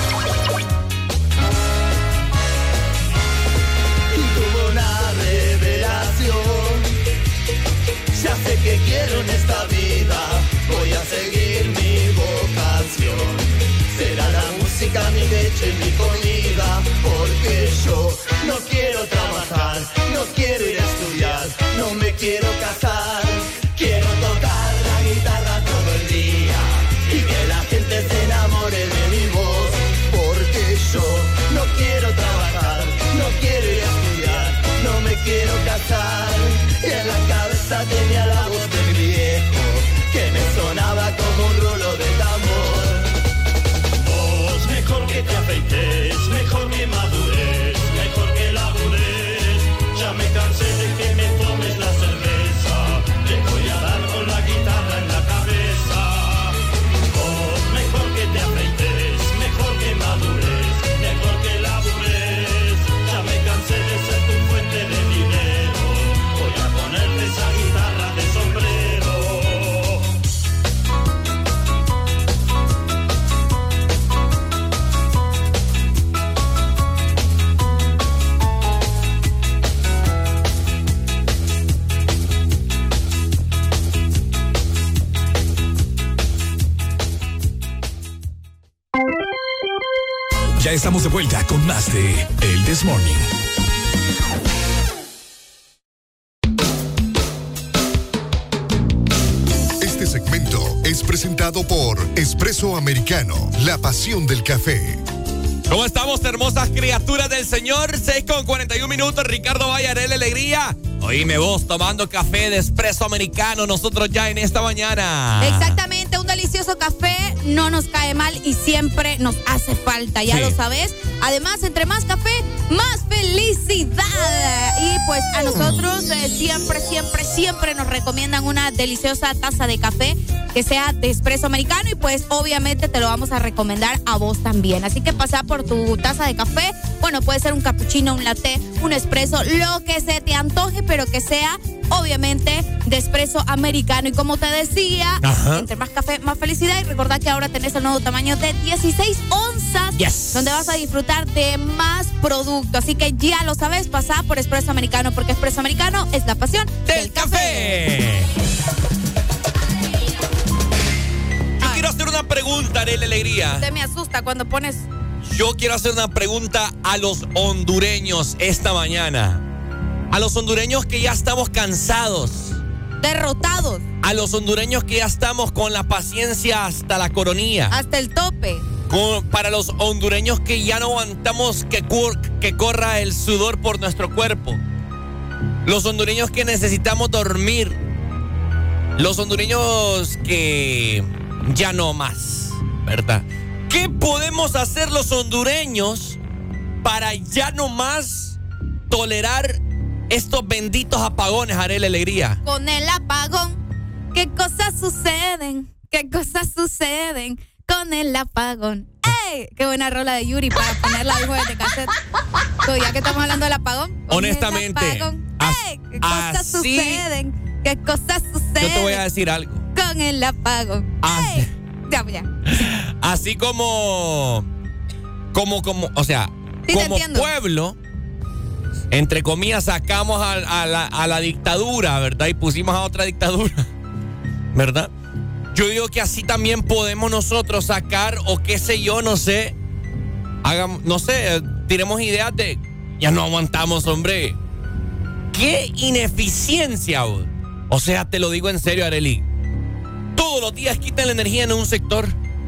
Y tuve una revelación. Ya sé que quiero en esta vida, voy a seguir mi vocación. Será la música mi leche y mi comida, porque yo no quiero trabajar, no quiero ir a estudiar, no me quiero casar. Quiero tocar la guitarra todo el día y que la gente se enamore de mi voz, porque yo no quiero trabajar, no quiero ir a estudiar, no me quiero casar. Y en la cabeza tenía la voz del viejo que me sonaba como un rulo de tambor. Vos, mejor que te afeites, mejor que madures, mejor que labures. Ya me cansé de que me tomes la cerveza, te voy a dar con la guitarra en la cabeza. Vos, mejor que te afeites, mejor que madures, mejor que labures. Ya me cansé de ser tu fuente de dinero, voy a ponerte esa guitarra de sombrero. Ya estamos de vuelta con más de El This Morning. Este segmento es presentado por Espresso Americano, la pasión del café. ¿Cómo estamos, hermosas criaturas del Señor? seis con cuarenta y un minutos, Ricardo Vallarel, alegría. Oíme vos, tomando café de Espresso Americano, nosotros ya en esta mañana. Exactamente, un delicioso café no nos cae mal y siempre nos hace falta, ya sí. Lo sabes. Además, entre más café, más felicidad. Y pues a nosotros eh, siempre, siempre, siempre nos recomiendan una deliciosa taza de café que sea de Espresso Americano y pues obviamente te lo vamos a recomendar a vos también. Así que pasa por tu taza de café. Bueno, puede ser un cappuccino, un latte, un espresso, lo que se te antoje, pero que sea obviamente de Espresso Americano. Y como te decía, ajá, entre más café, más felicidad. Y recordad que ahora tenés el nuevo tamaño de dieciséis onzas, yes, donde vas a disfrutar de más producto. Así que ya lo sabes, pasá por Espresso Americano, porque Espresso Americano es la pasión del, del café. café. Yo Ay. quiero hacer una pregunta, Arely Alegría. Usted me asusta cuando pones... Yo quiero hacer una pregunta a los hondureños esta mañana. A los hondureños que ya estamos cansados Derrotados. A los hondureños que ya estamos con la paciencia hasta la coronilla. Hasta el tope. Con, para los hondureños que ya no aguantamos que, cur, que corra el sudor por nuestro cuerpo. Los hondureños que necesitamos dormir. Los hondureños que ya no más, ¿verdad? ¿Qué podemos hacer los hondureños para ya no más tolerar estos benditos apagones, Arely Alegría? Con el apagón, ¿qué cosas suceden? ¿Qué cosas suceden con el apagón? ¡Ey! Qué buena rola de Yuri para ponerla de jueves de cassette. So, ya que estamos hablando del apagón. Honestamente. Apagón, ¡ey! ¿Qué cosas así, suceden? ¿Qué cosas suceden? Yo te voy a decir algo. Con el apagón. Así, ¡Ey! Ya, ya. así como, como, como, o sea, Sí, como pueblo, entre comillas, sacamos a, a, la, a la dictadura, ¿verdad? Y pusimos a otra dictadura, ¿verdad? Yo digo que así también podemos nosotros sacar, o qué sé yo, no sé, hagamos, no sé, tiremos ideas de, ya no aguantamos, hombre. ¡Qué ineficiencia, bro! O sea, te lo digo en serio, Arely. Todos los días quitan la energía en un sector.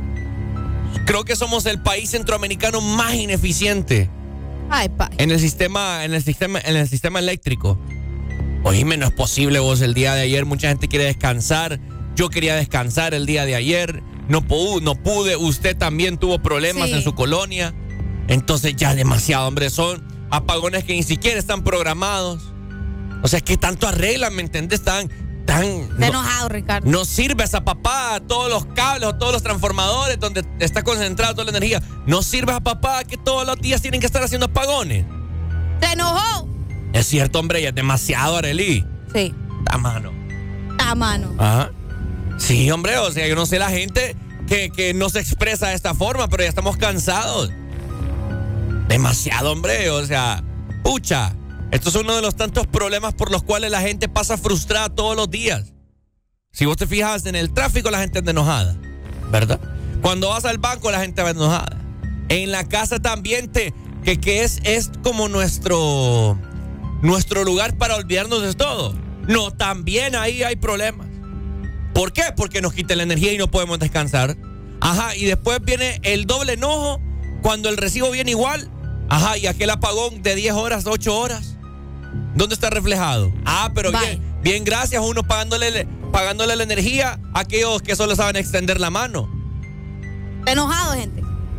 Creo que somos el país centroamericano más ineficiente. Ay, pa. En el sistema, en el sistema, en el sistema eléctrico. Oíme, no es posible, vos. El día de ayer mucha gente quiere descansar. Yo quería descansar el día de ayer. No pude, no pude. Usted también tuvo problemas sí. en su colonia. Entonces ya demasiado, hombre. Son apagones que ni siquiera están programados. O sea, ¿qué tanto arreglan? ¿Me entiendes? Tan, tan... Está no, enojado, Ricardo. No sirve esa papada, todos los cables o todos los transformadores donde está concentrada toda la energía. No sirve esa papada que todos los días tienen que estar haciendo apagones. ¡Se enojó! Es cierto, hombre, ya es demasiado, Arely. Sí. A mano. A mano. Ajá. Sí, hombre, o sea, yo no sé la gente que, que no se expresa de esta forma, pero ya estamos cansados. Demasiado, hombre, o sea, pucha. Esto es uno de los tantos problemas por los cuales la gente pasa frustrada todos los días. Si vos te fijas en el tráfico, la gente anda enojada, ¿verdad? Cuando vas al banco, la gente va enojada. En la casa también, te, que, que es, es como nuestro, nuestro lugar para olvidarnos de todo. No, también ahí hay problemas. ¿Por qué? Porque nos quita la energía y no podemos descansar. Ajá, y después viene el doble enojo cuando el recibo viene igual. Ajá, y aquel apagón de diez horas, ocho horas. ¿Dónde está reflejado? Ah, pero Bye. bien, bien, gracias, uno pagándole, pagándole la energía a aquellos que solo saben extender la mano. Enojado, gente.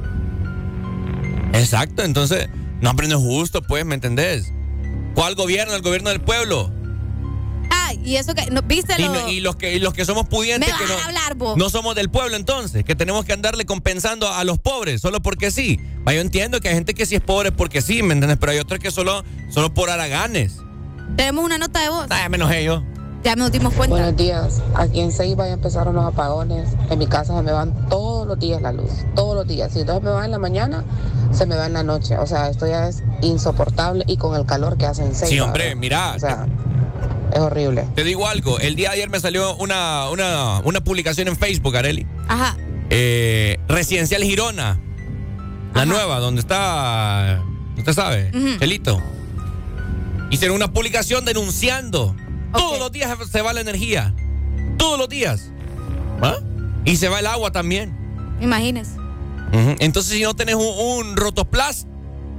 Exacto, entonces, no, pero no es justo, pues, ¿me entendés? ¿Cuál gobierno? El gobierno del pueblo. Ay, y eso que, no, ¿viste? Y, lo... no, y, los que, y los que somos pudientes, Me que vas no, a hablar, vos. no somos del pueblo, entonces, que tenemos que andarle compensando a los pobres, solo porque sí. Va, yo entiendo que hay gente que sí es pobre porque sí, ¿me entiendes? Pero hay otros que solo, solo por haraganes. Tenemos una nota de voz. Ah, menos ellos. Ya nos dimos cuenta. Buenos días. Aquí en Ceiba ya empezaron los apagones. En mi casa se me van todos los días la luz. Todos los días. Si no se me va en la mañana, se me va en la noche. O sea, esto ya es insoportable y con el calor que hace en Ceiba. Sí, hombre, ¿verdad? Mira. O sea, es horrible. Te digo algo. El día de ayer me salió una, una, una publicación en Facebook, Arely. Ajá. Eh, Residencial Girona. La Ajá. nueva, donde está... ¿Usted sabe? Uh-huh. Chelito. Hicieron una publicación denunciando. Okay. Todos los días se va la energía. Todos los días. ¿Ah? Y se va el agua también. Imagínese. Uh-huh. Entonces, si no tenés un, un rotoplas,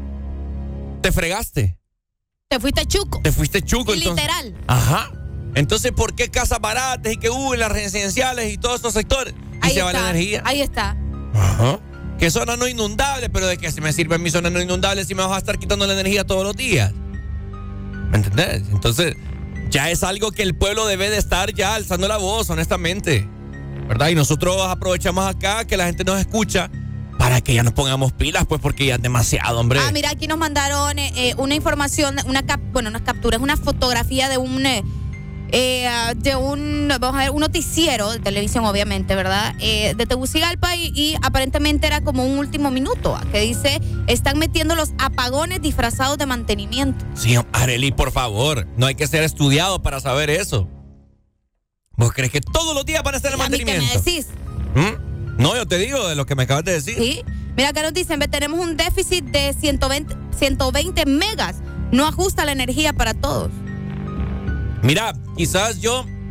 te fregaste. Te fuiste chuco. Te fuiste chuco. Y entonces, literal. Ajá. Entonces, ¿por qué casas baratas y que hubo en las residenciales y todos estos sectores? Y Ahí se está. va la energía. Ahí está. Ajá. Que zona no inundable, pero de que si me sirve en mi zona no inundable si me vas a estar quitando la energía todos los días. ¿Me entendés? Entonces, ya es algo que el pueblo debe de estar ya alzando la voz, honestamente. ¿Verdad? Y nosotros aprovechamos acá que la gente nos escucha para que ya nos pongamos pilas, pues, porque ya es demasiado, hombre. Ah, mira, aquí nos mandaron eh, una información, una cap bueno, unas capturas, una fotografía de un... Eh, Eh, de un, vamos a ver, un noticiero de televisión, obviamente, ¿verdad? Eh, de Tegucigalpa y, y aparentemente era como un último minuto, ¿va? Que dice, están metiendo los apagones disfrazados de mantenimiento. Sí, Arely, por favor, no hay que ser estudiado para saber eso. ¿Vos crees que todos los días van a estar en mantenimiento? ¿A mí qué me decís? ¿Mm? No, yo te digo de lo que me acabas de decir. Sí, mira acá nos dicen, tenemos un déficit de ciento veinte megas, no ajusta la energía para todos. Mira, quizás yo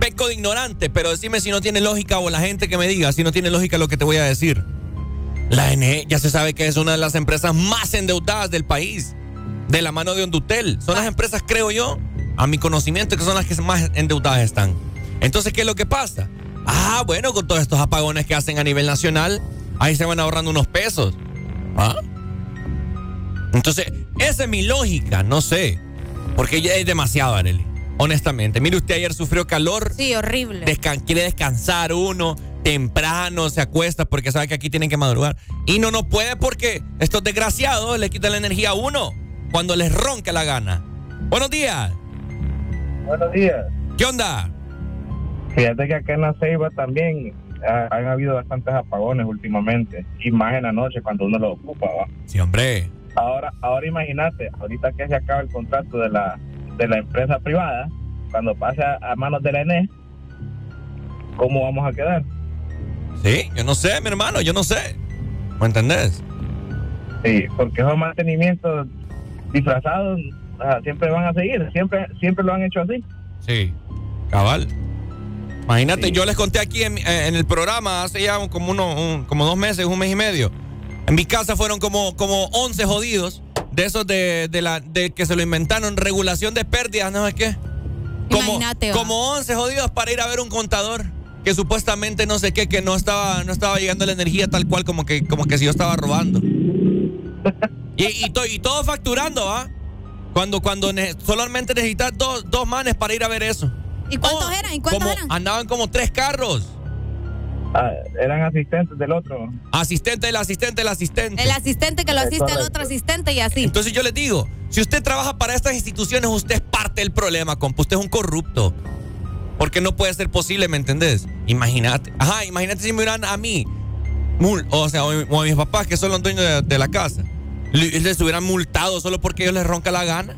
peco de ignorante, pero decime si no tiene lógica, o la gente que me diga si no tiene lógica lo que te voy a decir. La N E ya se sabe que es una de las empresas más endeudadas del país, de la mano de Hondutel. Son las empresas, creo yo, a mi conocimiento, que son las que más endeudadas están. Entonces, ¿qué es lo que pasa? Ah, bueno, con todos estos apagones que hacen a nivel nacional, ahí se van ahorrando unos pesos. ¿Ah? Entonces, esa es mi lógica, no sé. Porque ya es demasiado, Arely. Honestamente. Mire, usted ayer sufrió calor. Sí, horrible. Descan- quiere descansar uno. Temprano se acuesta porque sabe que aquí tienen que madrugar. Y no, no puede porque estos desgraciados le quitan la energía a uno cuando les ronca la gana. Buenos días. Buenos días. ¿Qué onda? Fíjate que acá en La Ceiba también ha, han habido bastantes apagones últimamente. Y más en la noche cuando uno lo ocupa, ¿va? Sí, hombre. Ahora, ahora imagínate, ahorita que se acaba el contrato de la, de la empresa privada, cuando pase a, a manos de la N E, ¿cómo vamos a quedar? Sí, yo no sé, mi hermano, yo no sé. ¿Me entendés? Sí, porque esos mantenimientos disfrazados ah, siempre van a seguir, siempre, siempre lo han hecho así. Sí, cabal. Imagínate, sí. Yo les conté aquí en, en el programa hace ya como, uno, un, como dos meses, un mes y medio. En mi casa fueron como, como once jodidos de esos de, de, la, de que se lo inventaron, regulación de pérdidas, no sé qué. Como, Imagínate. Como once jodidos para ir a ver un contador que supuestamente no sé qué, que no estaba, no estaba llegando la energía tal cual como que, como que si yo estaba robando. Y, y, to, y todo facturando, ¿ah? Cuando, cuando ne solamente necesitas dos, dos manes para ir a ver eso. ¿Y cuántos oh, eran? ¿Y cuántos como, eran? Andaban como tres carros. Ah, eran asistentes del otro. Asistente del asistente del asistente. El asistente que lo asiste al otro asistente y así. Entonces yo les digo, si usted trabaja para estas instituciones, usted es parte del problema, compa. Usted es un corrupto. Porque no puede ser posible, ¿me entendés? Imagínate. Ajá, imagínate si me hubieran a mí, mul, o sea, o a mis papás, que son los dueños de, de la casa, les, les hubieran multado solo porque ellos les ronca la gana.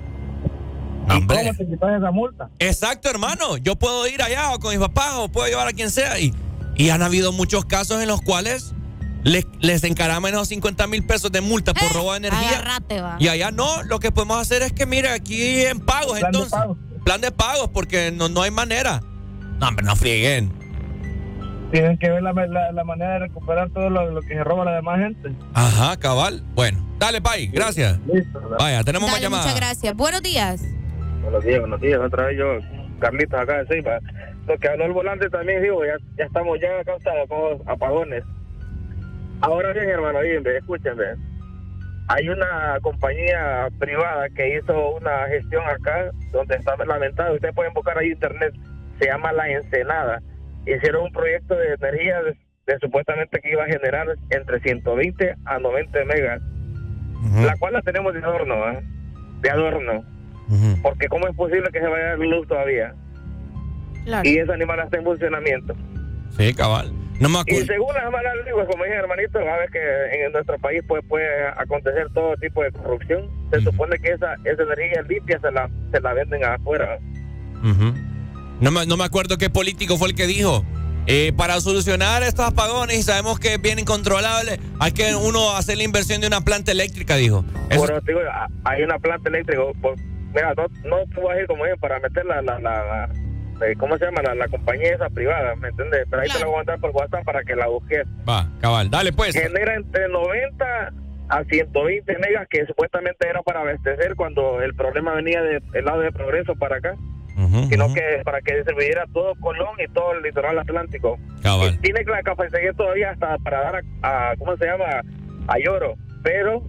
¿Y cómo te quitas esa multa? Exacto, hermano. Yo puedo ir allá o con mis papás o puedo llevar a quien sea. Y, y han habido muchos casos en los cuales les, les encaraman esos cincuenta mil pesos de multa por eh, robo de energía. Agarrate, va. Y allá no, lo que podemos hacer es que, mire, aquí en pagos, plan entonces. De pagos. Plan de pagos, porque no, no hay manera. No, hombre, no frieguen. Tienen que ver la, la, la manera de recuperar todo lo, lo que se roba la demás gente. Ajá, cabal. Bueno, dale, Pai, gracias. Listo, dale. Vaya, tenemos Dale, más llamadas. Muchas gracias. Buenos días. Buenos días, buenos días. Otra vez yo, Carlitos, acá de Ceiba. Lo que habló el volante también, digo, ya, ya estamos ya causados con apagones. Ahora bien, hermano, bien, escúchenme. Hay una compañía privada que hizo una gestión acá donde está lamentado. Ustedes pueden buscar ahí internet. Se llama La Ensenada. Hicieron un proyecto de energía de, de supuestamente que iba a generar entre ciento veinte a noventa megas. Uh-huh. La cual la tenemos de adorno, ¿eh? De adorno. Uh-huh. Porque ¿cómo es posible que se vaya a dar luz todavía? Claro. Y ese animal está en funcionamiento. Sí, cabal. No me acuerdo. Y según las malas lenguas, como dije, hermanito, a ver que en nuestro país pues, puede acontecer todo tipo de corrupción. Se uh-huh. supone que esa, esa energía limpia se la, se la venden afuera. Uh-huh. no, me, no me acuerdo qué político fue el que dijo. Eh, para solucionar estos apagones, y sabemos que es bien incontrolable, hay que uno hacer la inversión de una planta eléctrica, dijo. Eso... Bueno, digo, hay una planta eléctrica. Por, mira, no, no tú vas a ir como es para meter la... la, la, la ¿cómo se llama? La, la compañía esa privada, ¿me entiendes? Pero ahí claro. Te la voy a mandar por WhatsApp para que la busques. Va, cabal, dale pues. Genera entre noventa a ciento veinte megas, que supuestamente era para abastecer cuando el problema venía del de, lado de Progreso para acá. Uh-huh, sino uh-huh. que para que distribuyera todo Colón y todo el litoral atlántico. Cabal. Y tiene la capacidad todavía hasta para dar a, a ¿cómo se llama? A Lloro, pero...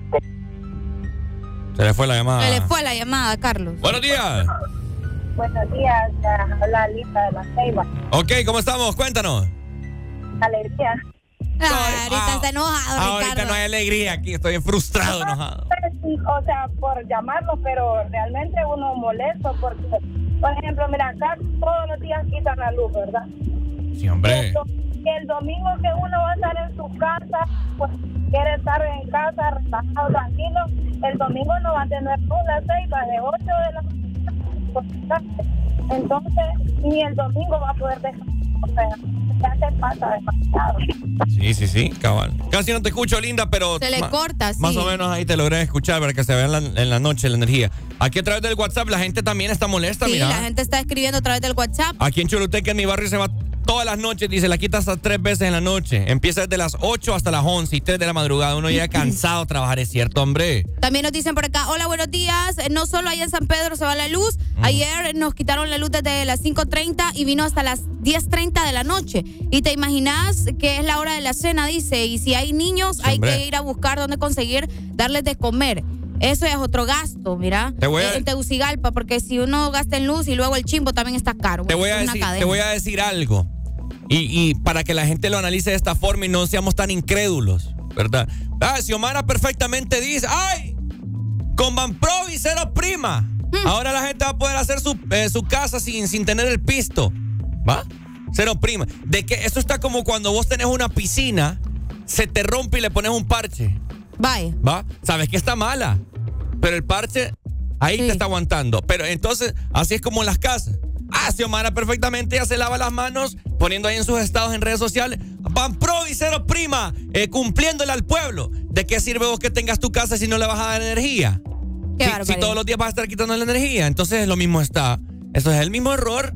Se le fue la llamada. Se le fue la llamada, Carlos. Buenos días. Buenos días, habla Lisa de La Ceiba. Ok, ¿cómo estamos? Cuéntanos. Alegría. Ay, ahorita ah, está enojado, ahorita Ricardo. No hay alegría aquí, estoy frustrado, no, enojado. O sea, por llamarlo, pero realmente uno molesto porque, por ejemplo, mira, acá todos los días quitan la luz, ¿verdad? Sí, hombre. El, do el domingo que uno va a estar en su casa, pues quiere estar en casa, relajado, tranquilo, el domingo no va a tener luz, las seis, de ocho de la mañana. Entonces, ni el domingo va a poder dejar. O sea, ya se pasa demasiado. Sí, sí, sí, cabal. Casi no te escucho, linda, pero... Se le ma- corta, sí. Más o menos ahí te logré escuchar para que se vea en la, en la noche la energía. Aquí a través del WhatsApp la gente también está molesta, Sí, mira. la gente está escribiendo a través del WhatsApp. Aquí en Choluteca, en mi barrio, se va todas las noches, dice, la quita hasta tres veces en la noche. Empieza desde las ocho hasta las once y tres de la madrugada. Uno llega cansado a trabajar, es cierto, hombre. También nos dicen por acá, hola, buenos días. No solo allá en San Pedro se va la luz. Ayer nos quitaron la luz desde las cinco treinta y vino hasta las diez treinta de la noche. Y te imaginas que es la hora de la cena, dice. Y si hay niños, Sí, hay hombre. que ir a buscar dónde conseguir darles de comer. Eso es otro gasto, mira. Te voy a- En Tegucigalpa, porque si uno gasta en luz y luego el chimbo también está caro. Te voy a Es una decir, cadena. te voy a decir algo. Y, y para que la gente lo analice de esta forma y no seamos tan incrédulos, ¿verdad? Ah, Xiomara perfectamente dice, ¡ay! Con Banprovi cero prima. Ahora la gente va a poder hacer su, eh, su casa sin, sin tener el pisto. ¿Va? Cero prima. De que eso está como cuando vos tenés una piscina, se te rompe y le pones un parche. Vaya. ¿Va? Sabes que está mala, pero el parche ahí te está aguantando. Pero entonces, así es como en las casas. Ah, Xiomara perfectamente ya se lava las manos poniendo ahí en sus estados en redes sociales. Banprovi cero prima, eh, cumpliéndole al pueblo. ¿De qué sirve vos que tengas tu casa si no le vas a dar energía? Qué Si, barbaridad. si todos los días vas a estar quitando la energía, entonces lo mismo está. Eso es el mismo error.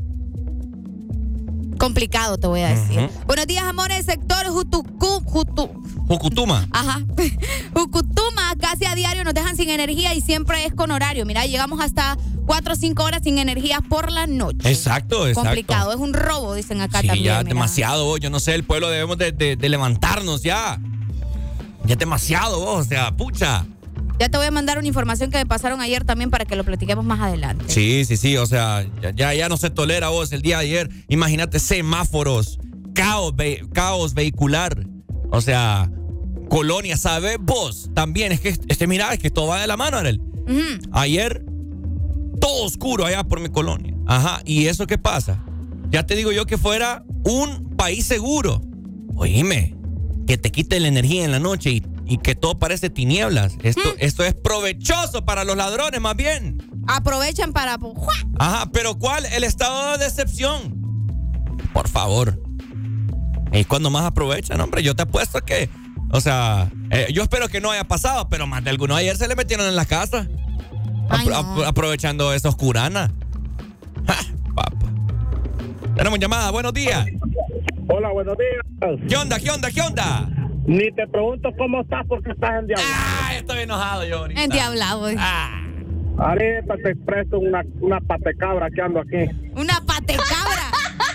Complicado, te voy a decir. Ujú. Buenos días, amores. Sector Jutucu, Jutu, Jucutuma. Ajá. Jucutuma, casi a diario nos dejan sin energía y siempre es con horario. Mira, llegamos hasta cuatro o cinco horas sin energía por la noche. Exacto, exacto. Complicado, es un robo, dicen acá Sí, también. ya mira. demasiado, vos. Yo no sé, el pueblo debemos de, de- de levantarnos ya. Ya es demasiado, vos. O sea, pucha. Ya te voy a mandar una información que me pasaron ayer también para que lo platiquemos más adelante. Sí, sí, sí. O sea, ya, ya, ya no se tolera, vos. El día de ayer, imagínate semáforos, caos, ve- caos vehicular. O sea, colonia, ¿sabes vos? También es que, este, mira, es que todo va de la mano, Arel. Ujú. Ayer, todo oscuro allá por mi colonia. Ajá, ¿y eso qué pasa? Ya te digo yo que fuera un país seguro. Oíme, que te quite la energía en la noche y, y que todo parece tinieblas. Esto, esto es provechoso para los ladrones, más bien. Aprovechan para... ¡Jua! Ajá, pero ¿cuál? El estado de excepción. Por favor. Es cuando más aprovechan, hombre. Yo te apuesto que... O sea, eh, yo espero que no haya pasado, pero más de algunos ayer se le metieron en la casa. Ay, Apro- no. ap- aprovechando esa oscurana. Ja, papa. Tenemos llamada, buenos días. Hola, buenos días. ¿Qué onda, qué onda, qué onda? Ni te pregunto cómo estás porque estás en diablo. Ay, estoy enojado yo ahorita. Endiablado. Ah. Ahorita te expreso una, una patecabra que ando aquí. Una patecabra.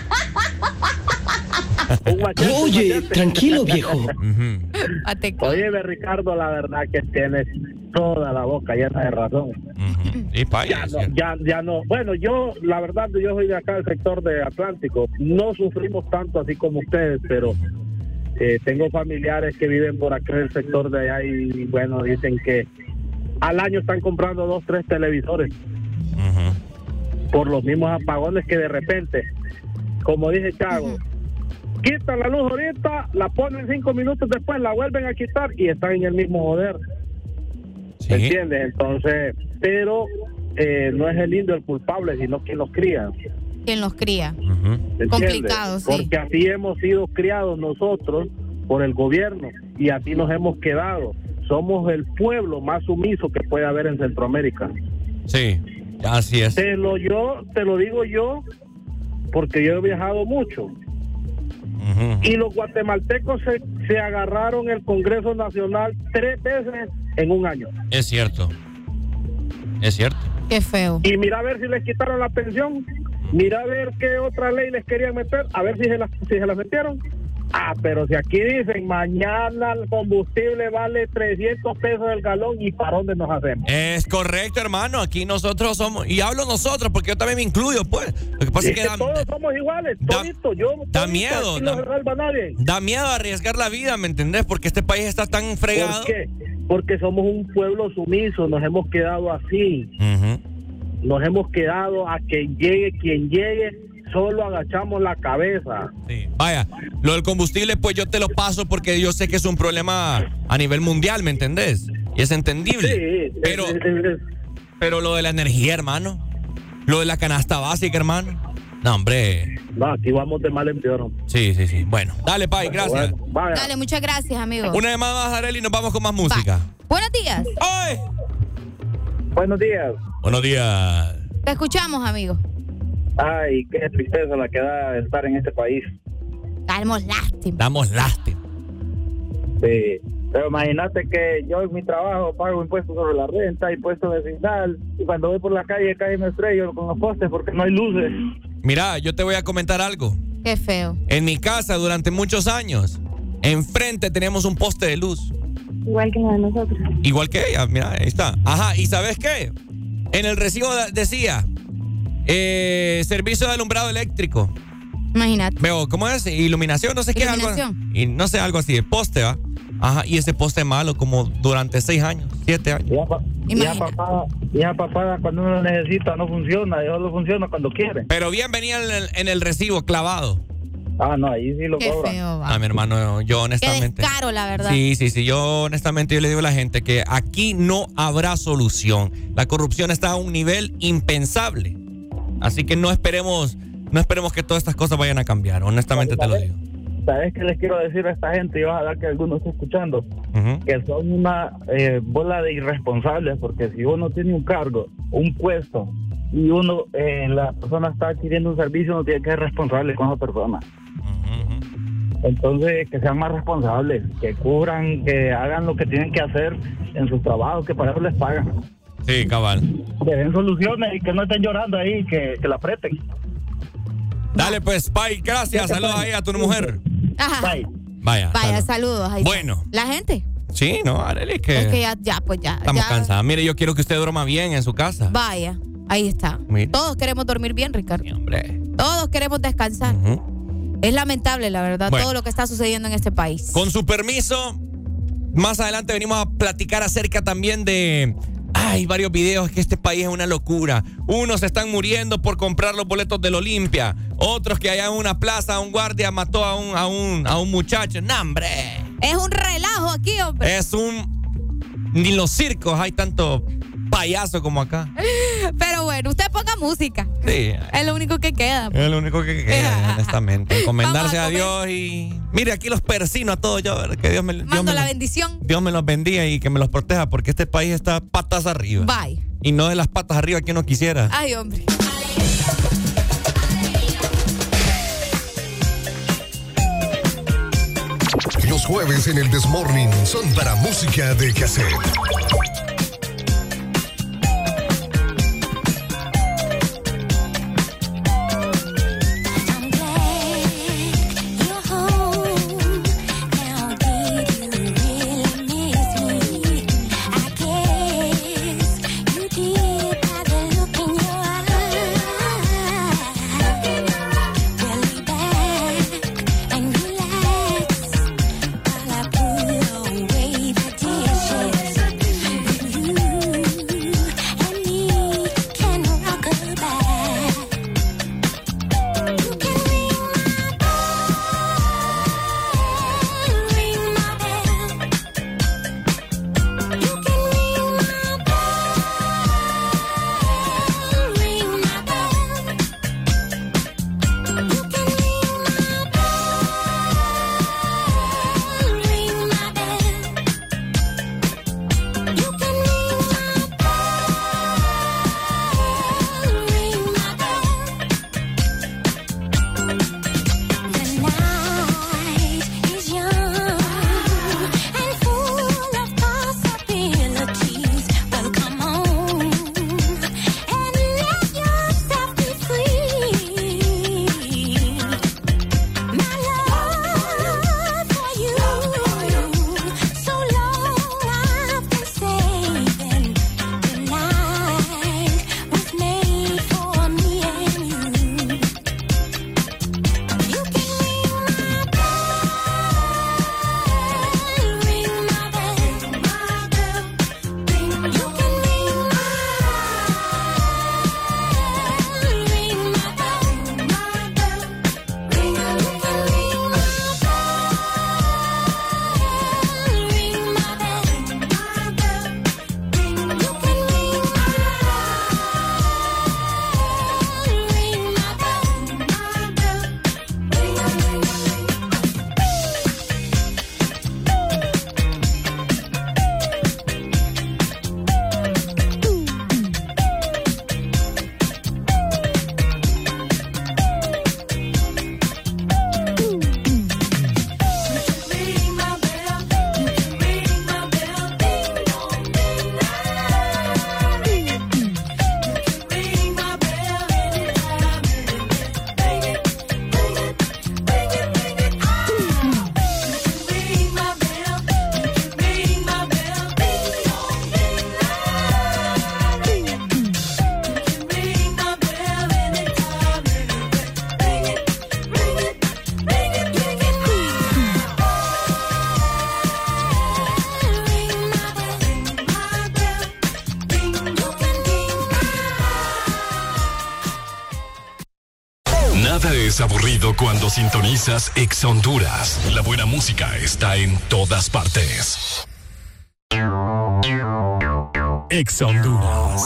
Un machete, un Oye, machete. tranquilo, viejo. Ujú. Patecabra. Oye, Ricardo, la verdad que tienes toda la boca llena de razón. Ujú. Y pa' Ya allá, no, ¿cierto? ya, ya no. Bueno, yo, la verdad, yo soy de acá del sector de Atlántico. No sufrimos tanto así como ustedes, pero eh, tengo familiares que viven por acá en el sector de allá y, bueno, dicen que al año están comprando dos, tres televisores Ujú. por los mismos apagones que de repente, como dije Chago, quitan la luz ahorita, la ponen cinco minutos después, la vuelven a quitar y están en el mismo joder. Sí. ¿Me entiendes? Entonces, pero eh, no es el indio el culpable, sino quien los cría. ¿Quién los cría? Ujú. ¿Me entiendes? Complicado, sí. Porque así hemos sido criados nosotros por el gobierno y así nos hemos quedado. Somos el pueblo más sumiso que puede haber en Centroamérica. Sí, así es. Te lo yo, te lo digo yo, porque yo he viajado mucho. Ujú. Y los guatemaltecos se, se agarraron el Congreso Nacional tres veces en un año. Es cierto. Es cierto. Qué feo. Y mira a ver si les quitaron la pensión. Mira a ver qué otra ley les querían meter. A ver si se la, si se la metieron. Ah, pero si aquí dicen mañana el combustible vale trescientos pesos el galón, ¿y para dónde nos hacemos? Es correcto, hermano. Aquí nosotros somos, y hablo nosotros porque yo también me incluyo, pues. Lo que pasa Es es que que da, todos somos iguales, da- todito, yo da todito, miedo, aquí da- no se salva nadie. da miedo arriesgar la vida, ¿me entendés? Porque este país está tan fregado. ¿Por qué? Porque somos un pueblo sumiso, nos hemos quedado así. Ujú. Nos hemos quedado a que llegue quien llegue, solo agachamos la cabeza. Sí. Vaya, lo del combustible, pues yo te lo paso porque yo sé que es un problema a nivel mundial, ¿me entendés? Y es entendible. Sí, pero, es- es- es- pero lo de la energía, hermano. Lo de la canasta básica, hermano. No, hombre. Va, aquí vamos de mal en peor. Sí, sí, sí. Bueno, dale, Pai, gracias. Bueno, Dale, muchas gracias, amigo. Una llamada más, Arely, y nos vamos con más música. Bye. Buenos días. ¡Ay! Buenos días. Buenos días. Te escuchamos, amigo. Ay, qué tristeza la que da estar en este país. Damos lástima. Damos lástima. Sí. Pero imagínate que yo en mi trabajo pago impuestos sobre la renta, impuestos vecinal, y cuando voy por la calle casi me estrello con los postes porque no hay luces. Mira, yo te voy a comentar algo. Qué feo. En mi casa durante muchos años, enfrente tenemos un poste de luz. Igual que la de nosotros. Igual que ella, mira, ahí está. Ajá, ¿y sabes qué? En el recibo decía, eh, servicio de alumbrado eléctrico. Imagínate. Veo, ¿cómo es? Iluminación, no sé qué. Algo, y no sé, algo así, el poste, ¿va? Ajá, y ese poste malo como durante seis años, siete años. Y esa papada, y esa papada cuando uno lo necesita no funciona, solo funciona cuando quiere. Pero bien venía en el, en el recibo clavado. Ah, no, ahí sí lo Qué cobran. feo, va. Ah, mi hermano, yo honestamente. Qué descaro, la verdad. Sí, sí, sí, yo honestamente yo le digo a la gente que aquí no habrá solución. La corrupción está a un nivel impensable. Así que no esperemos, no esperemos que todas estas cosas vayan a cambiar, honestamente te lo digo. ¿Sabes qué les quiero decir a esta gente? Y ojalá que algunos esté escuchando. Uh-huh. Que son una eh, bola de irresponsables, porque si uno tiene un cargo, un puesto, y uno, eh, la persona está adquiriendo un servicio, uno tiene que ser responsable con esa persona. Uh-huh. Entonces, que sean más responsables, que cubran, que hagan lo que tienen que hacer en sus trabajos, que para eso les pagan. Sí, cabal. Que den soluciones y que no estén llorando ahí, que, que la aprieten. Dale pues, Pai, gracias, saludos ahí a tu mujer. Ajá. Bye. Vaya. Vaya, saludos. saludos ahí bueno. La gente. Sí, no, Arely, que... Es que ya, ya, pues ya. Estamos ya. cansados. Mire, yo quiero que usted duerma bien en su casa. Vaya, ahí está. Mira. Todos queremos dormir bien, Ricardo. Sí, hombre. Todos queremos descansar. Uh-huh. Es lamentable, la verdad, bueno, todo lo que está sucediendo en este país. Con su permiso, más adelante venimos a platicar acerca también de... Hay varios videos que este país es una locura. Unos se están muriendo por comprar los boletos del Olimpia. Otros que allá en una plaza un guardia mató a un, a un, a un muchacho. ¡No, hombre! Es un relajo aquí, hombre. Es un... Ni en los circos hay tanto payaso como acá. Pero bueno, usted ponga música. Sí. Es lo único que queda. Es lo único que queda, honestamente. Encomendarse a, a Dios y... Mire, aquí los persino a todos yo. Que Dios me, Mando Dios me la los, bendición. Dios me los bendiga y que me los proteja porque este país está patas arriba. Bye. Y no de las patas arriba que uno quisiera. Ay, hombre. Los jueves en el This Morning son para música de cassette. Nada es aburrido cuando sintonizas Exa Honduras. La buena música está en todas partes. Exa Honduras.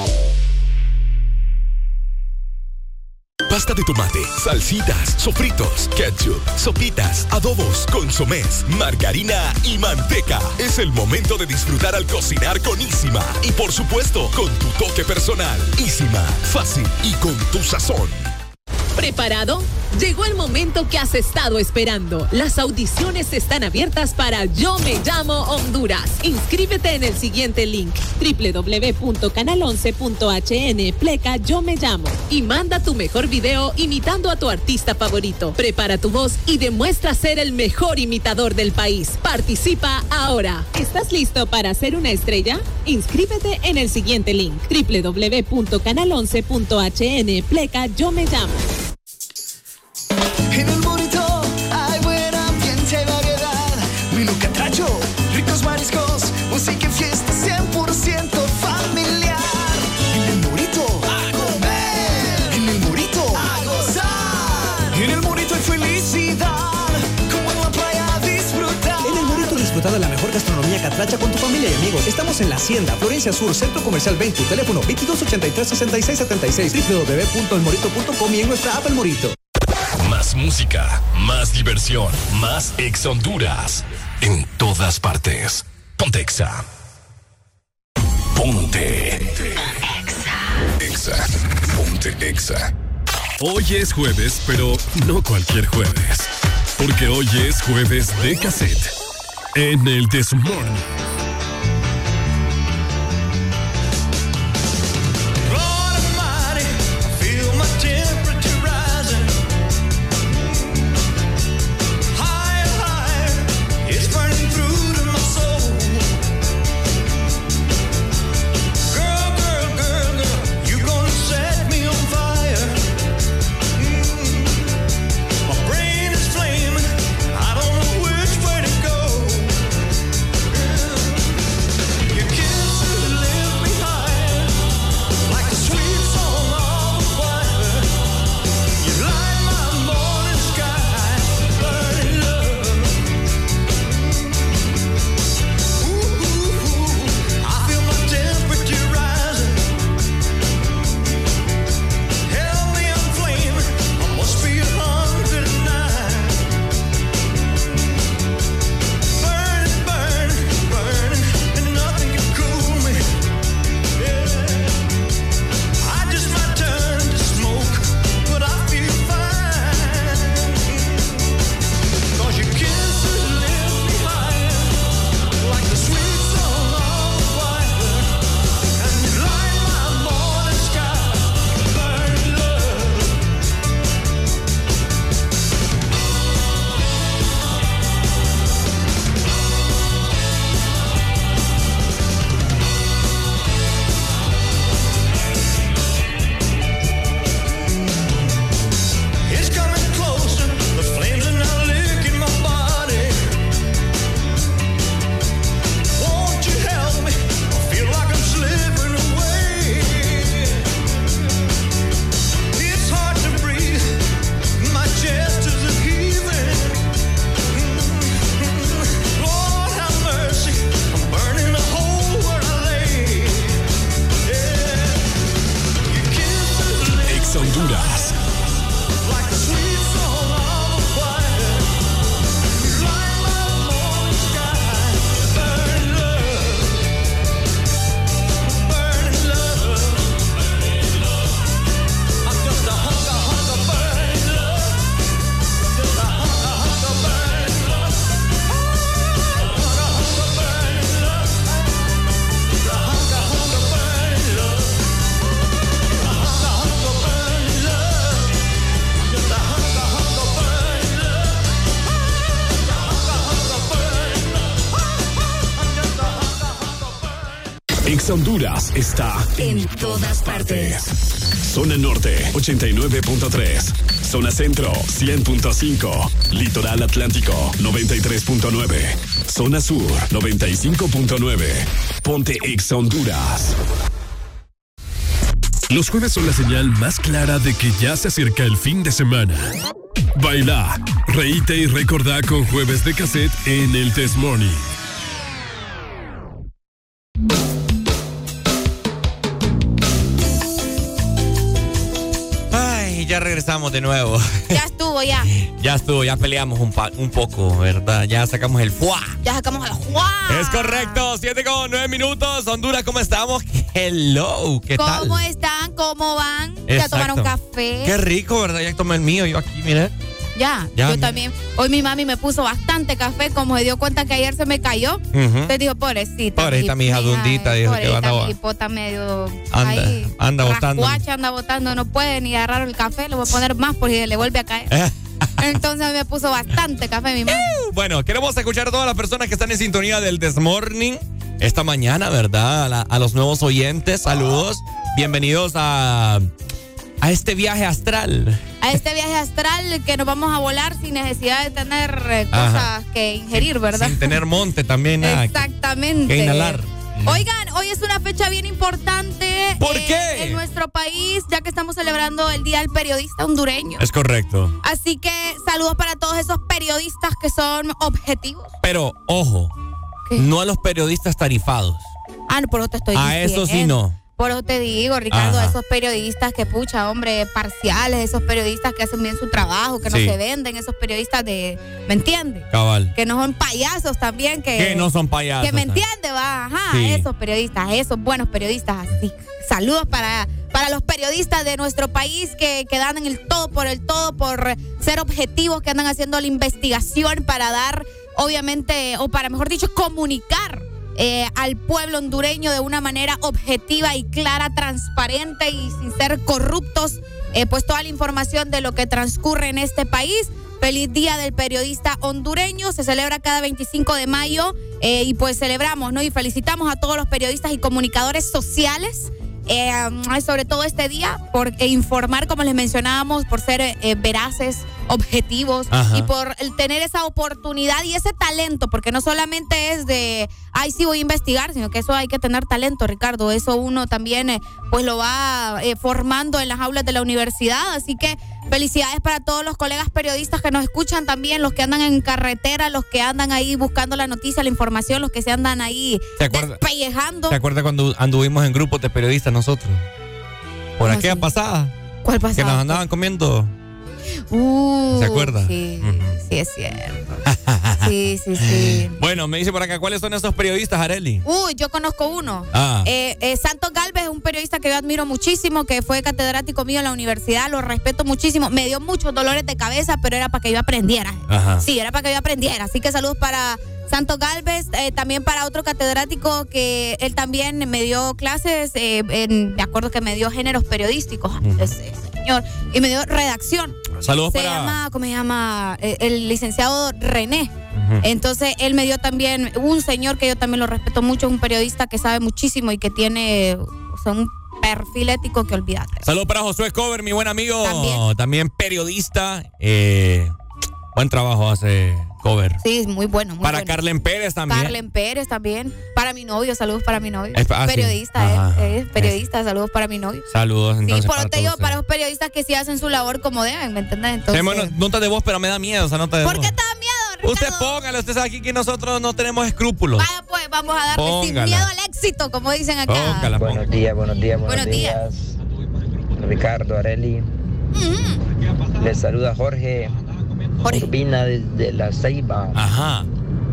Pasta de tomate, salsitas, sofritos, ketchup, sopitas, adobos, consomés, margarina y manteca. Es el momento de disfrutar al cocinar con Isima. Y por supuesto, con tu toque personal. Isima, fácil y con tu sazón. ¿Preparado? Llegó el momento que has estado esperando. Las audiciones están abiertas para Yo Me Llamo Honduras. Inscríbete en el siguiente link: doble u doble u doble u punto canal once punto h n pleca Yo Me Llamo y manda tu mejor video imitando a tu artista favorito. Prepara tu voz y demuestra ser el mejor imitador del país. Participa ahora. ¿Estás listo para ser una estrella? Inscríbete en el siguiente link: doble u doble u doble u punto canal once punto h n pleca Yo Me Llamo. En el burrito hay buen ambiente y variedad. Vino catracho, ricos mariscos, música y fiesta cien por ciento familiar. En el burrito a comer, en el burrito a gozar. En el burrito hay felicidad, como en la playa a disfrutar. En el burrito disfruta de la mejor gastronomía catracha con tu familia y amigos. Estamos en La Hacienda, Florencia Sur, Centro Comercial veinte, teléfono veintidós ochenta y tres sesenta y seis setenta y seis, doble u doble u doble u punto el morito punto com y en nuestra app El Morito. Más música, más diversión, más Exa Honduras. En todas partes. Ponte Exa. Ponte Exa. Exa. Ponte Exa. Hoy es jueves, pero no cualquier jueves. Porque hoy es jueves de cassette. En el This Morning. Exa Honduras está en todas partes. Zona Norte, ochenta y nueve punto tres. Zona Centro, cien punto cinco. Litoral Atlántico, noventa y tres punto nueve. Zona Sur, noventa y cinco punto nueve. Ponte Exa Honduras. Los jueves son la señal más clara de que ya se acerca el fin de semana. Baila, reíte y recordá con Jueves de Cassette en el This Morning. Ay, ya regresamos de nuevo. Ya estuvo, ya. Ya estuvo, ya peleamos un, pa- un poco, ¿verdad? Ya sacamos el fuá. Ya sacamos el fuá. Es correcto, siete con nueve minutos. Honduras, ¿cómo estamos? Hello, ¿qué ¿Cómo tal? ¿Cómo están? ¿Cómo van? ¿Ya Exacto. tomaron café? Qué rico, ¿verdad? Ya tomé el mío, yo aquí, mire. Ya, Ya, yo mira. también. Hoy mi mami me puso bastante café, como se dio cuenta que ayer se me cayó. Ujú. Entonces dijo, pobrecita. Pobrecita, mi hija Dundita, dijo que pobrecita, anda- mi hipota medio Anda, ahí, anda botando. rascuacha, anda botando, no puede ni agarrar el café, le voy a poner más porque le vuelve a caer. Entonces me puso bastante café mi mami. Bueno, queremos escuchar a todas las personas que están en sintonía del This Morning esta mañana, ¿verdad? A, la- a los nuevos oyentes, saludos. Bienvenidos a, a este viaje astral. A este viaje astral que nos vamos a volar sin necesidad de tener eh, cosas Ajá. que ingerir, ¿verdad? Sin tener monte también. nada que- Exactamente. Que inhalar. Oigan, hoy es una fecha bien importante. ¿Por eh, qué? En nuestro país, ya que estamos celebrando el Día del Periodista Hondureño. Es correcto. Así que saludos para todos esos periodistas que son objetivos. Pero, ojo, no a los periodistas tarifados. Ah, no, por eso te estoy A diciendo. eso sí no. Por eso te digo, Ricardo, Ajá. esos periodistas que, pucha, hombre, parciales, esos periodistas que hacen bien su trabajo, que no Sí. se venden, esos periodistas de... ¿Me entiendes? Cabal. Que no son payasos también, que... Que no son payasos. Que me entiende, va, ajá, Sí. esos periodistas, esos buenos periodistas, así. Saludos para, para los periodistas de nuestro país que, que dan en el todo por el todo, por ser objetivos, que andan haciendo la investigación para dar, obviamente, o para, mejor dicho, comunicar eh, al pueblo hondureño de una manera objetiva y clara, transparente y sin ser corruptos, eh, pues toda la información de lo que transcurre en este país. Feliz Día del Periodista Hondureño, se celebra cada veinticinco de mayo eh, y pues celebramos, ¿no? Y felicitamos a todos los periodistas y comunicadores sociales, eh, sobre todo este día, por eh, informar, como les mencionábamos, por ser eh, veraces, objetivos. Ajá. Y por el tener esa oportunidad y ese talento, porque no solamente es de, ay, sí voy a investigar, sino que eso hay que tener talento, Ricardo. Eso uno también, eh, pues lo va eh, formando en las aulas de la universidad. Así que felicidades para todos los colegas periodistas que nos escuchan también, los que andan en carretera, los que andan ahí buscando la noticia, la información, los que se andan ahí ¿Se acuerda? despellejando. ¿Te acuerdas cuando anduvimos en grupos de periodistas nosotros? Por ¿Cómo aquella así? pasada. ¿Cuál Que nos pasaba? andaban comiendo. Uh, ¿Se acuerda? Sí, sí es cierto. Sí, sí, sí. Bueno, me dice por acá, ¿cuáles son esos periodistas, Areli? Uy, yo conozco uno. Ah. Eh, eh, Santos Galvez es un periodista que yo admiro muchísimo, que fue catedrático mío en la universidad, lo respeto muchísimo. Me dio muchos dolores de cabeza, pero era para que yo aprendiera. Ajá. Sí, era para que yo aprendiera. Así que saludos para Santos Galvez, eh, también para otro catedrático que él también me dio clases, eh, en, me acuerdo que me dio géneros periodísticos, ese señor, y me dio redacción. Saludos Se para... llama, ¿cómo se llama? Eh, El licenciado René. Ujú. Entonces, él me dio también un señor que yo también lo respeto mucho, un periodista que sabe muchísimo y que tiene, o sea, un perfil ético que olvídate. Saludos para Josué Cover, mi buen amigo. También. También periodista. Eh, buen trabajo hace Cover. Sí, muy bueno, muy para bueno. Carlen Pérez también. Carlen Pérez también. Para mi novio, saludos para mi novio. Es- ah, sí. periodista, Ajá. él, es periodista, saludos para mi novio. Saludos entonces Sí, por para eso te digo, todos para los periodistas que sí hacen su labor como deben, ¿me entiendes? ustedes. Entonces, Tenemos notas de voz, pero me da miedo esa nota de voz. ¿por qué te da miedo, Ricardo? Usted póngale, usted sabe aquí que nosotros no tenemos escrúpulos. Vaya pues, vamos a darle sin Póngala. miedo al éxito, como dicen acá. Póngala, Buenos días, buenos días, buenos, Buenos días. días. Ricardo, Areli. Ujú. Les saluda Jorge, Jorge. Urbina desde La Ceiba. Ajá.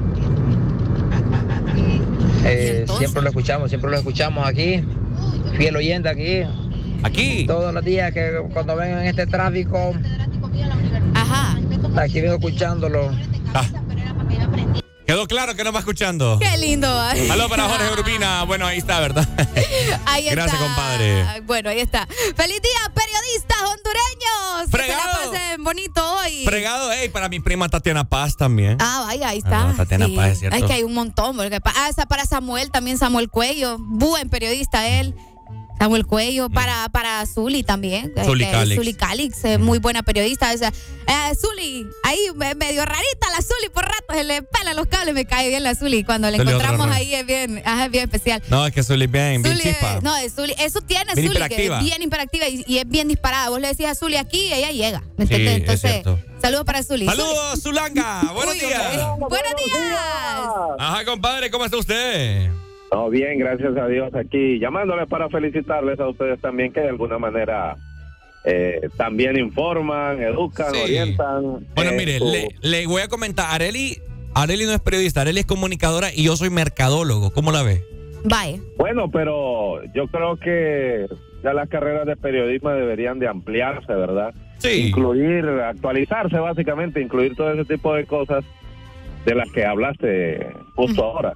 Eh, entonces? siempre lo escuchamos, siempre lo escuchamos aquí. Fiel oyente aquí. Aquí. Todos los días que cuando ven en este tráfico, Ajá. aquí vengo escuchándolo. Ah. Quedó claro que no va escuchando. Qué lindo. ay. Saludos para Jorge Urbina. Bueno, ahí está, ¿verdad? Ahí está. Gracias, compadre. Bueno, ahí está. ¡Feliz día, periodistas hondureños! Fregado. Que se la pasen bonito hoy. Fregado, ey, para mi prima Tatiana Paz también. Ah, vaya, ahí está. Ah, Tatiana Sí. Páez, ¿cierto? Es que hay un montón. Porque pa- ah, esa para Samuel, también Samuel Cuello. Buen periodista él. Samuel Cuello, para, para Zuli también. Zuli eh, Calix. Zuli Calix, eh, muy buena periodista. O sea, eh, Zuli, ahí me- medio rarita la Zuli, por rato se le pelan los cables, me cae bien la Zuli. Cuando la Zuli encontramos otra ahí es bien, ajá, es bien especial. No, es que Zuli es bien, bien Zuli, chispa. eh, no, es Zuli, eso tiene Bien Zuli, que es hiperactiva. bien hiperactiva y, y es bien disparada. Vos le decís a Zuli aquí y ella llega. ¿Me Sí, entendés? es Entonces, cierto. saludos para Zuli. Saludos, Zulanga. Buenos Uy, días. hombre. Buenos días. Ajá, compadre, ¿cómo está usted? No, bien, gracias a Dios aquí, llamándoles para felicitarles a ustedes también, que de alguna manera eh, también informan, educan, Sí. orientan. Bueno, eh, mire, su- le, le voy a comentar. Areli, Areli no es periodista, Areli es comunicadora y yo soy mercadólogo. ¿Cómo la ve? Vaya. Bueno, pero yo creo que ya las carreras de periodismo deberían de ampliarse, ¿verdad? Sí. Incluir, actualizarse básicamente, incluir todo ese tipo de cosas de las que hablaste justo ahora.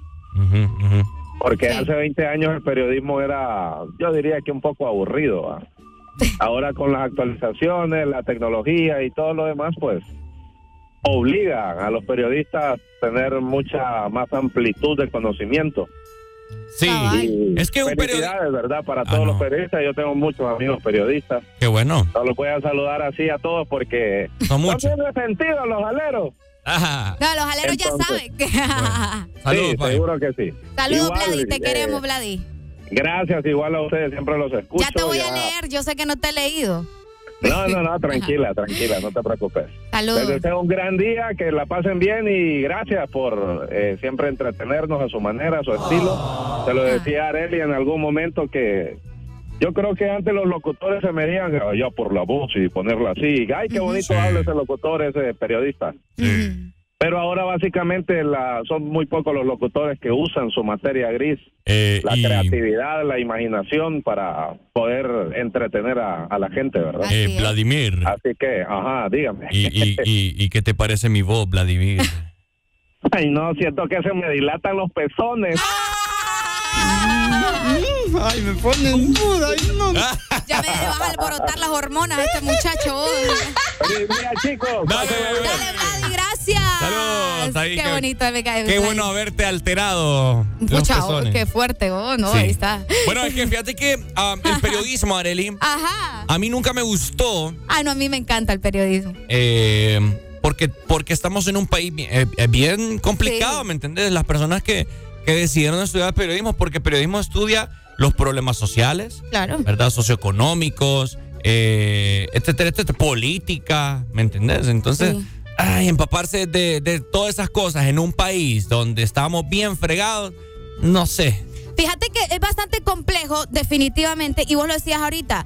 Porque hace veinte años el periodismo era, yo diría que un poco aburrido. ¿va? Ahora con las actualizaciones, la tecnología y todo lo demás, pues obliga a los periodistas a tener mucha más amplitud de conocimiento. Sí, Y es que un felicidades, ¿verdad? Para todos los periodistas, yo tengo muchos amigos periodistas. Qué bueno. No los voy a saludar así a todos porque son muchos. No tiene sentido los aleros. Ajá. No, los aleros ya Entonces, saben. que- Saludos, sí, seguro que sí. Saludos, Igual, Vladi, te eh, queremos, Vladi. Gracias, igual a ustedes, siempre los escucho. Ya te voy a ya- leer, yo sé que no te he leído. No, no, no, tranquila, tranquila, no te preocupes. Saludos. Les deseo un gran día, que la pasen bien y gracias por eh, siempre entretenernos a su manera, a su estilo. Se lo decía a Areli en algún momento que yo creo que antes los locutores se medían allá por la voz y ponerla así. Ay, qué bonito habla ese locutor, ese periodista. Pero ahora básicamente la, son muy pocos los locutores que usan su materia gris, Eh, la y- creatividad, la imaginación para poder entretener a, a la gente, ¿verdad? Eh, Vladimir. Así que, ajá, dígame. ¿Y, y, y, ¿Y qué te parece mi voz, Vladimir? Ay, no, siento que se me dilatan los pezones. Ay, me ponen duda. Ay, no. Ya me vas a alborotar las hormonas a este muchacho. Mira, chicos. Dale, Dale, Vladi, gracias. Saludos, ahí, Qué qué- bonito, me cae. Qué Vladi. bueno haberte alterado. los Pucha, oh, pezones. qué fuerte, oh, no, Sí. ahí está. Bueno, es que fíjate que um, el periodismo, Arely, Ajá. a mí nunca me gustó Ah, no, a mí me encanta el periodismo. eh, porque, porque estamos en un país bien, eh, eh, bien complicado, Sí. ¿me entiendes? Las personas que, que decidieron estudiar periodismo, porque periodismo estudia los problemas sociales, Claro. ¿verdad? Socioeconómicos, eh, etcétera, etcétera, política, ¿me entendés? Entonces, Sí. ay, empaparse de, de todas esas cosas en un país donde estamos bien fregados, no sé. Fíjate que es bastante complejo, definitivamente, y vos lo decías ahorita.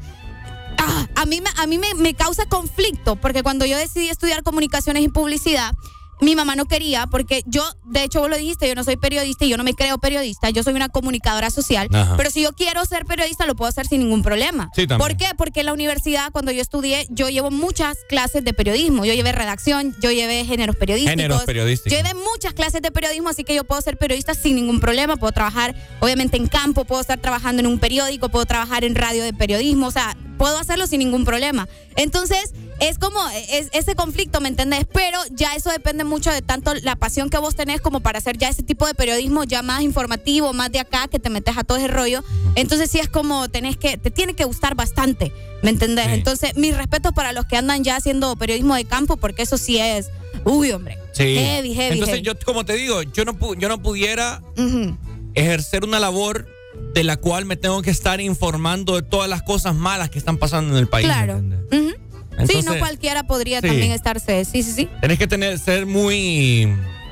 Ah, a mí, me, a mí me, me causa conflicto, porque cuando yo decidí estudiar comunicaciones y publicidad, mi mamá no quería, porque yo, de hecho vos lo dijiste, yo no soy periodista y yo no me creo periodista, yo soy una comunicadora social, Ajá. pero si yo quiero ser periodista lo puedo hacer sin ningún problema. Sí, también. ¿Por qué? Porque en la universidad, cuando yo estudié, yo llevo muchas clases de periodismo, yo llevé redacción, yo llevé géneros periodísticos. Géneros periodísticos. Yo llevé muchas clases de periodismo, así que yo puedo ser periodista sin ningún problema, puedo trabajar obviamente en campo, puedo estar trabajando en un periódico, puedo trabajar en radio de periodismo, o sea, puedo hacerlo sin ningún problema. Entonces, es como es, ese conflicto, ¿me entendés? Pero ya eso depende mucho de tanto la pasión que vos tenés como para hacer ya ese tipo de periodismo ya más informativo, más de acá, que te metes a todo ese rollo. Entonces sí es como tenés que, te tiene que gustar bastante, ¿me entendés? Sí. Entonces, mis respetos para los que andan ya haciendo periodismo de campo, porque eso sí es, uy, hombre, Sí. heavy, heavy, Entonces, heavy. yo, como te digo, yo no, pu- yo no pudiera Ujú. ejercer una labor de la cual me tengo que estar informando de todas las cosas malas que están pasando en el país. Claro. ¿me entiendes? Ujú. Sí, Entonces, no cualquiera podría sí. también estarse, sí, sí, sí. Tenés que tener, ser muy,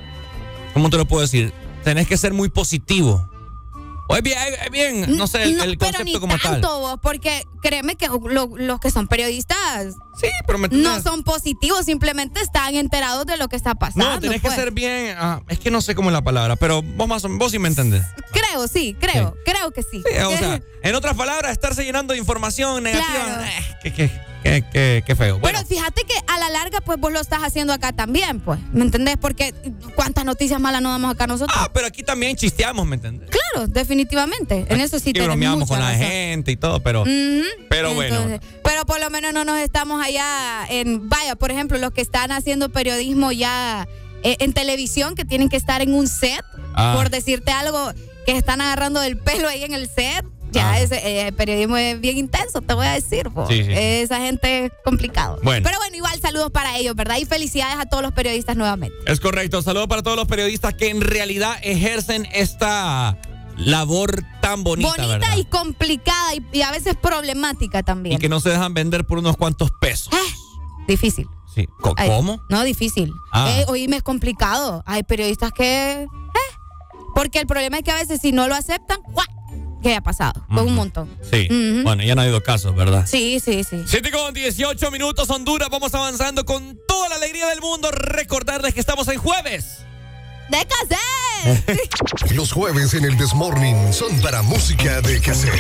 ¿cómo te lo puedo decir? Tenés que ser muy positivo. O es bien, es bien, no sé, el, No, el pero concepto ni como tanto tal. vos, porque créeme que lo- los que son periodistas Sí, pero me no son positivos, simplemente están enterados de lo que está pasando. No, tenés pues. que ser bien, ah, es que no sé cómo es la palabra, pero vos más o menos, vos sí me entendés. Creo, sí, creo, creo que sí. Sí, o sea, en otras palabras, estarse llenando de información negativa, Claro. eh, qué, qué, qué, qué, qué feo. Bueno, Bueno, fíjate que a la larga, pues vos lo estás haciendo acá también, pues, ¿me entendés? Porque cuántas noticias malas no damos acá nosotros. ah, pero aquí también chisteamos, ¿me entendés? Claro, definitivamente, en eso sí Y tenés bromeamos mucha con la razón. gente y todo, pero, Ujú. pero bueno. Entonces, pero por lo menos no nos estamos allá en, vaya, por ejemplo, los que están haciendo periodismo ya eh, en televisión, que tienen que estar en un set, Ah. por decirte algo, que están agarrando del pelo ahí en el set. Ya Ah. ese eh, periodismo es bien intenso, te voy a decir. Po. Sí, sí. Esa gente es complicado. Bueno. Pero bueno, igual saludos para ellos, ¿verdad? Y felicidades a todos los periodistas nuevamente. Es correcto. Saludos para todos los periodistas que en realidad ejercen esta labor tan bonita, Bonita ¿verdad? y complicada y, y a veces problemática también. Y que no se dejan vender por unos cuantos pesos. Difícil. Sí. Co- Ay, ¿Cómo? no, difícil. Ah. Eh, oíme, es complicado. Hay periodistas que... eh, porque el problema es que a veces si no lo aceptan, ¡guau! ¿Qué ha pasado? Con un montón. Sí. Ujú. Bueno, ya no ha habido casos, ¿verdad? Sí, sí, sí. siete con dieciocho minutos, Honduras. Vamos avanzando con toda la alegría del mundo. Recordarles que estamos en jueves. ¡De cassette! Los jueves en el This Morning son para música de cassette.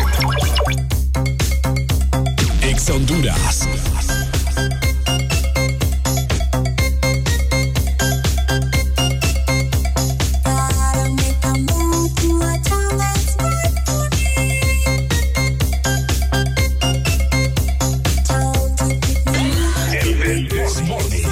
Ex Honduras. El This Morning.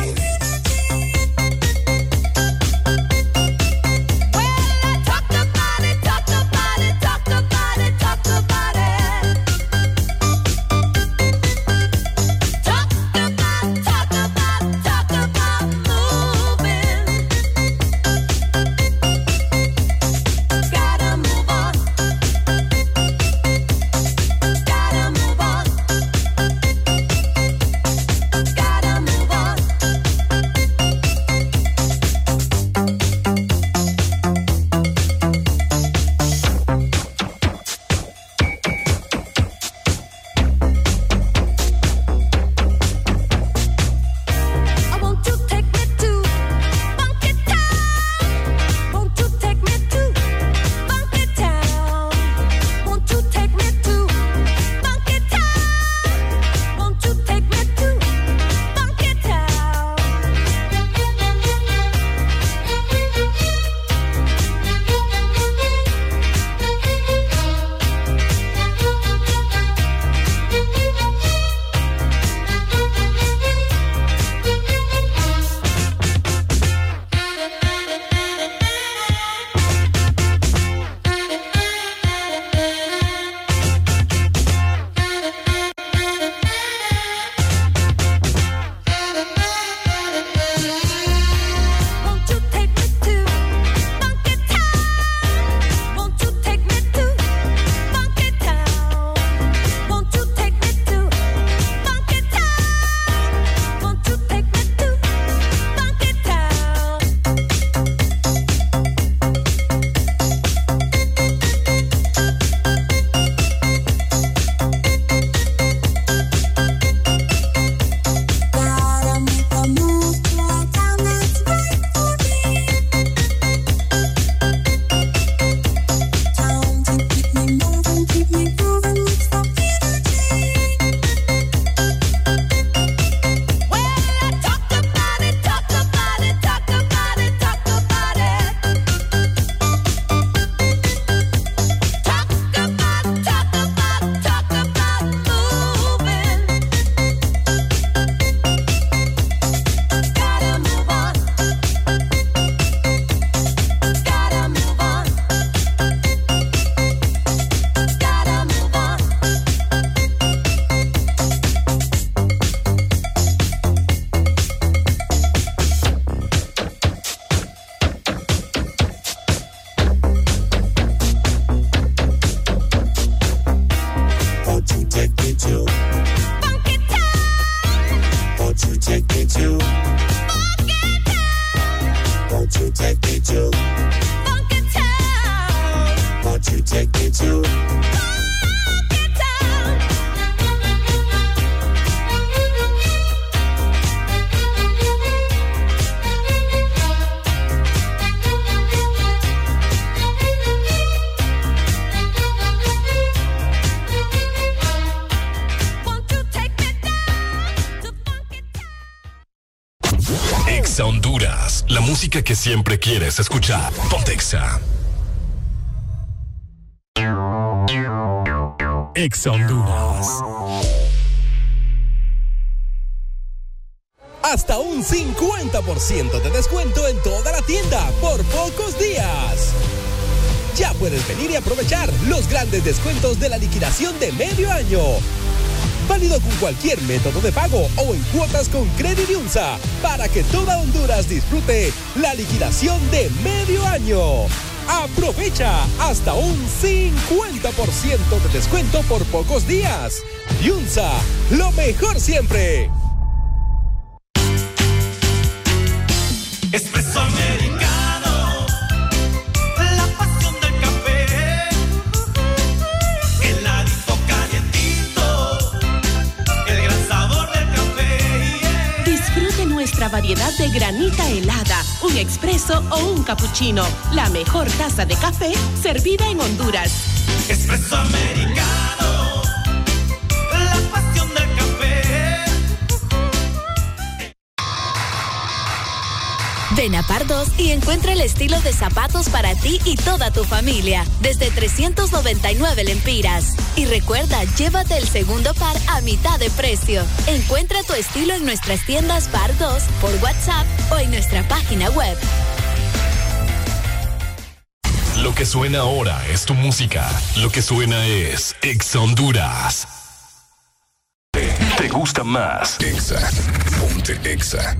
Exa Honduras, la música que siempre quieres escuchar. Ponte Exa. Exa Honduras. Hasta un cincuenta por ciento de descuento en toda la tienda por pocos días. ya puedes venir y aprovechar los grandes descuentos de la liquidación de medio año. Válido con cualquier método de pago o en cuotas con Credit Yunza, para que toda Honduras disfrute la liquidación de medio año. Aprovecha hasta un cincuenta por ciento de descuento por pocos días. Yunza, lo mejor siempre. Espresso americano, la pasión del café, heladito calientito, el gran sabor del café. Yeah. Disfrute nuestra variedad de granita helada, un expreso o un cappuccino. La mejor taza de café servida en Honduras. Espresso americano, la pasión del café. Ven a Pardos y encuentra el estilo de zapatos para ti y toda tu familia, desde trescientos noventa y nueve lempiras. Y recuerda, llévate el segundo par a mitad de precio. Encuentra tu estilo en nuestras tiendas Pardos, por WhatsApp o en nuestra página web. Lo que suena ahora es tu música. Lo que suena es Exa Honduras. ¿Te gusta más? Exa. Ponte Exa.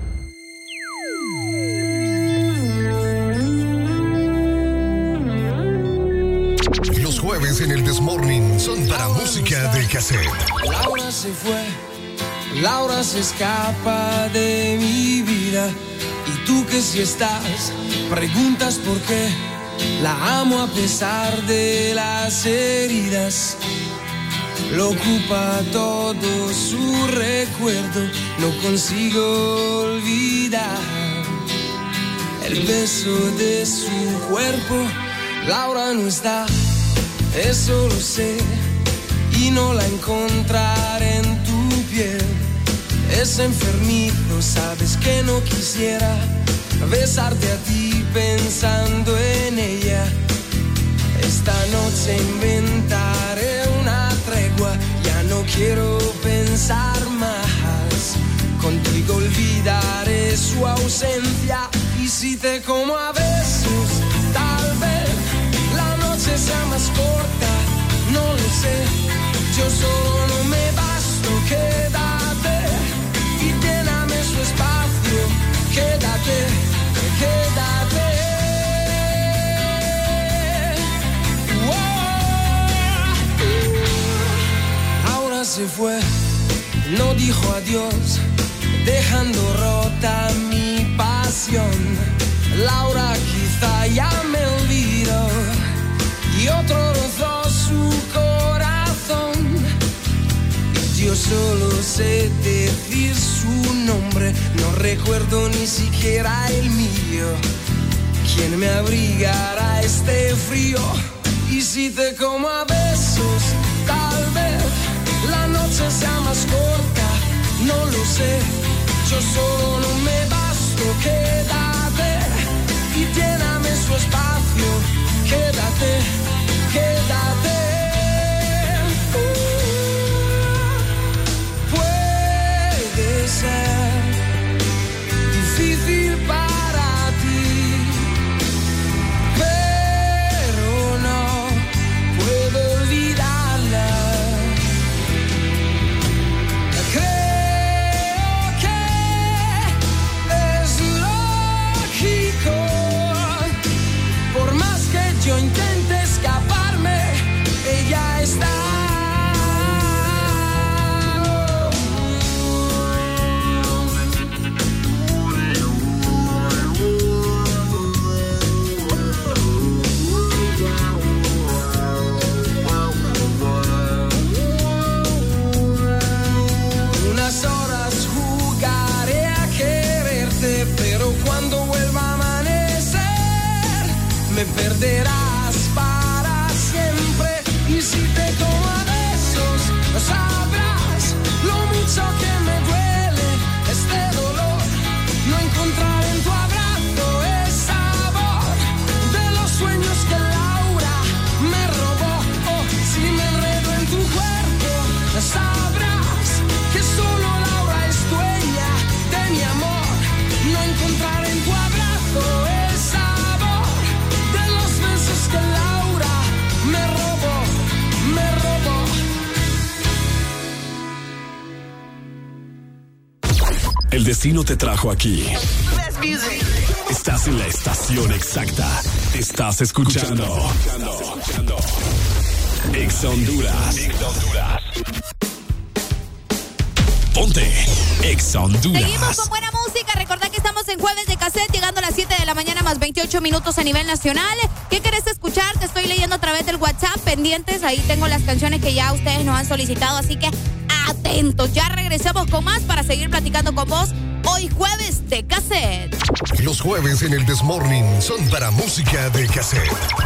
Los jueves en el Desmorning son para música de cassette. Laura se fue, Laura se escapa de mi vida. Y tú que si estás, preguntas por qué. La amo a pesar de las heridas. Lo ocupa todo su recuerdo. No consigo olvidar el beso de su cuerpo. Laura no está, eso lo sé, y no la encontraré en tu piel. Es enfermito, sabes que no quisiera besarte a ti pensando en ella. Esta noche inventaré una tregua, ya no quiero pensar más. Contigo olvidaré su ausencia, y si te como a besos, tal vez la noche sea más corta, no lo sé. Yo solo no me basto, quédate y lléname su espacio. Quédate, quédate. Oh. Ahora se fue, no dijo adiós, dejando rota mi pasión. Laura quizá ya me olvidó y otro rozó su corazón. Y yo solo sé decir su nombre, no recuerdo ni siquiera el mío. ¿Quién me abrigará este frío? Y si te como a besos, tal vez la noche sea más corta, no lo sé. Yo solo no me basto, quédate y lléname su espacio. Quédate, quédate. Uh, puede ser difícil para ti, pero no puedo olvidarla. Creo que es lógico, por más que yo intente escapar, El destino te trajo aquí. Estás en la estación exacta. Estás escuchando. escuchando. Exa Honduras. Ponte Exa Honduras. Seguimos con buena música. Recordad que estamos en jueves de cassette, llegando a las siete de la mañana más veintiocho minutos a nivel nacional. ¿Qué querés escuchar? Te estoy leyendo a través del WhatsApp. Pendientes, ahí tengo las canciones que ya ustedes nos han solicitado, así que atentos. Ya regresamos con más para seguir platicando con vos. Hoy jueves de cassette. Los jueves en el This Morning son para música de cassette.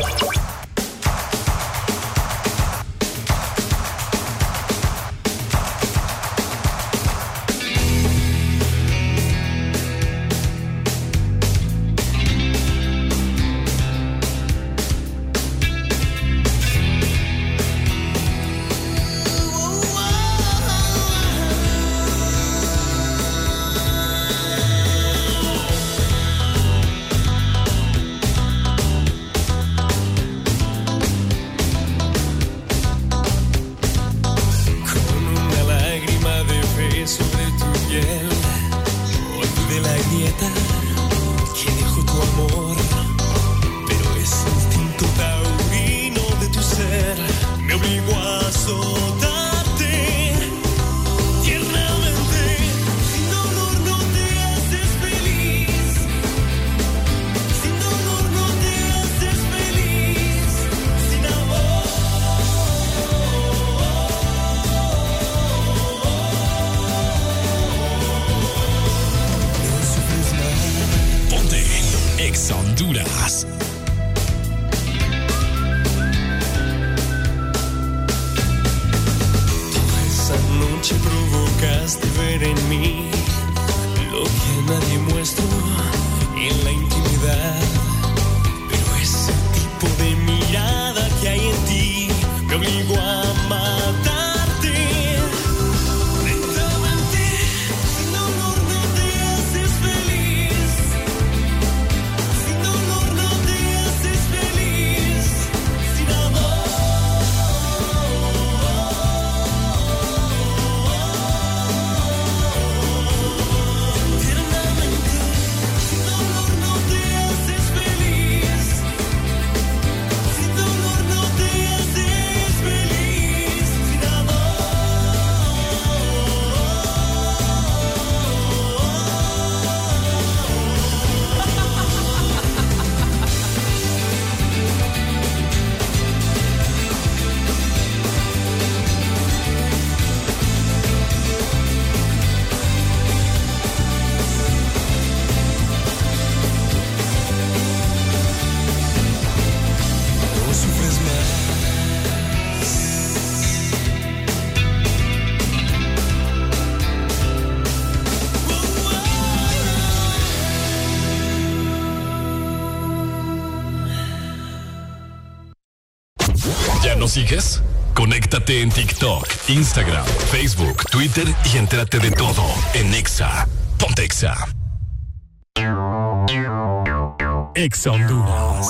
¿Sigues? Conéctate en TikTok, Instagram, Facebook, Twitter y entérate de todo en Exa. Ponte Exa. Exa Honduras.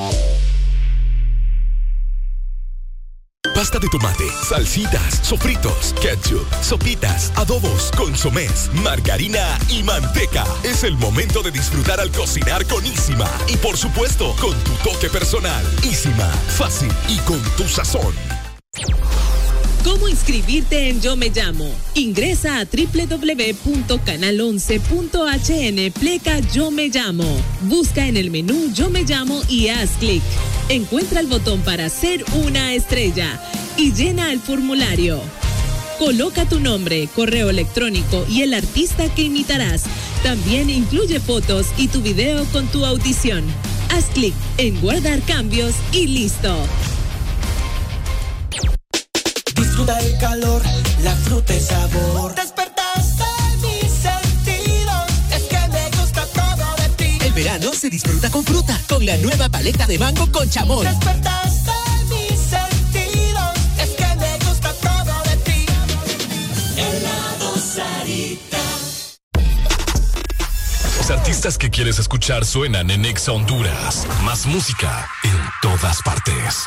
Pasta de tomate, salsitas, sofritos, ketchup, sopitas, adobos, consomés, margarina y manteca. Es el momento de disfrutar al cocinar con Isima. Y por supuesto, con tu toque personal. Isima, fácil y con tu sazón. ¿Cómo inscribirte en Yo Me Llamo? Ingresa a doble u doble u doble u punto canal once punto h n pleca Yo Me Llamo. Busca en el menú Yo Me Llamo y haz clic. Encuentra el botón para ser una estrella y llena el formulario. Coloca tu nombre, correo electrónico y el artista que imitarás. También incluye fotos y tu video con tu audición. Haz clic en guardar cambios y listo. Disfruta el calor, la fruta y sabor. Despertaste mis sentidos, es que me gusta todo de ti. El verano se disfruta con fruta, con la nueva paleta de mango con chamoy. Despertaste mis sentidos, es que me gusta todo de ti. Helado Sarita. Los artistas que quieres escuchar suenan en Exa Honduras. Más música en todas partes.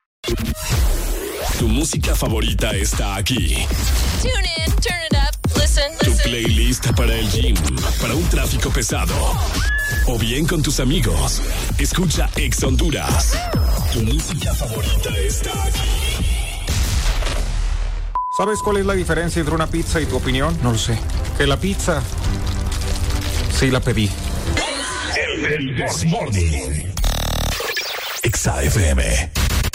Tu música favorita está aquí. Tune in, turn it up, listen Tu playlist para el gym, para un tráfico pesado. O bien con tus amigos. Escucha Ex Honduras. Tu música favorita está aquí. ¿Sabes cuál es la diferencia entre una pizza y tu opinión? No lo sé. Que la pizza sí la pedí. El Desmorning. Exa F M.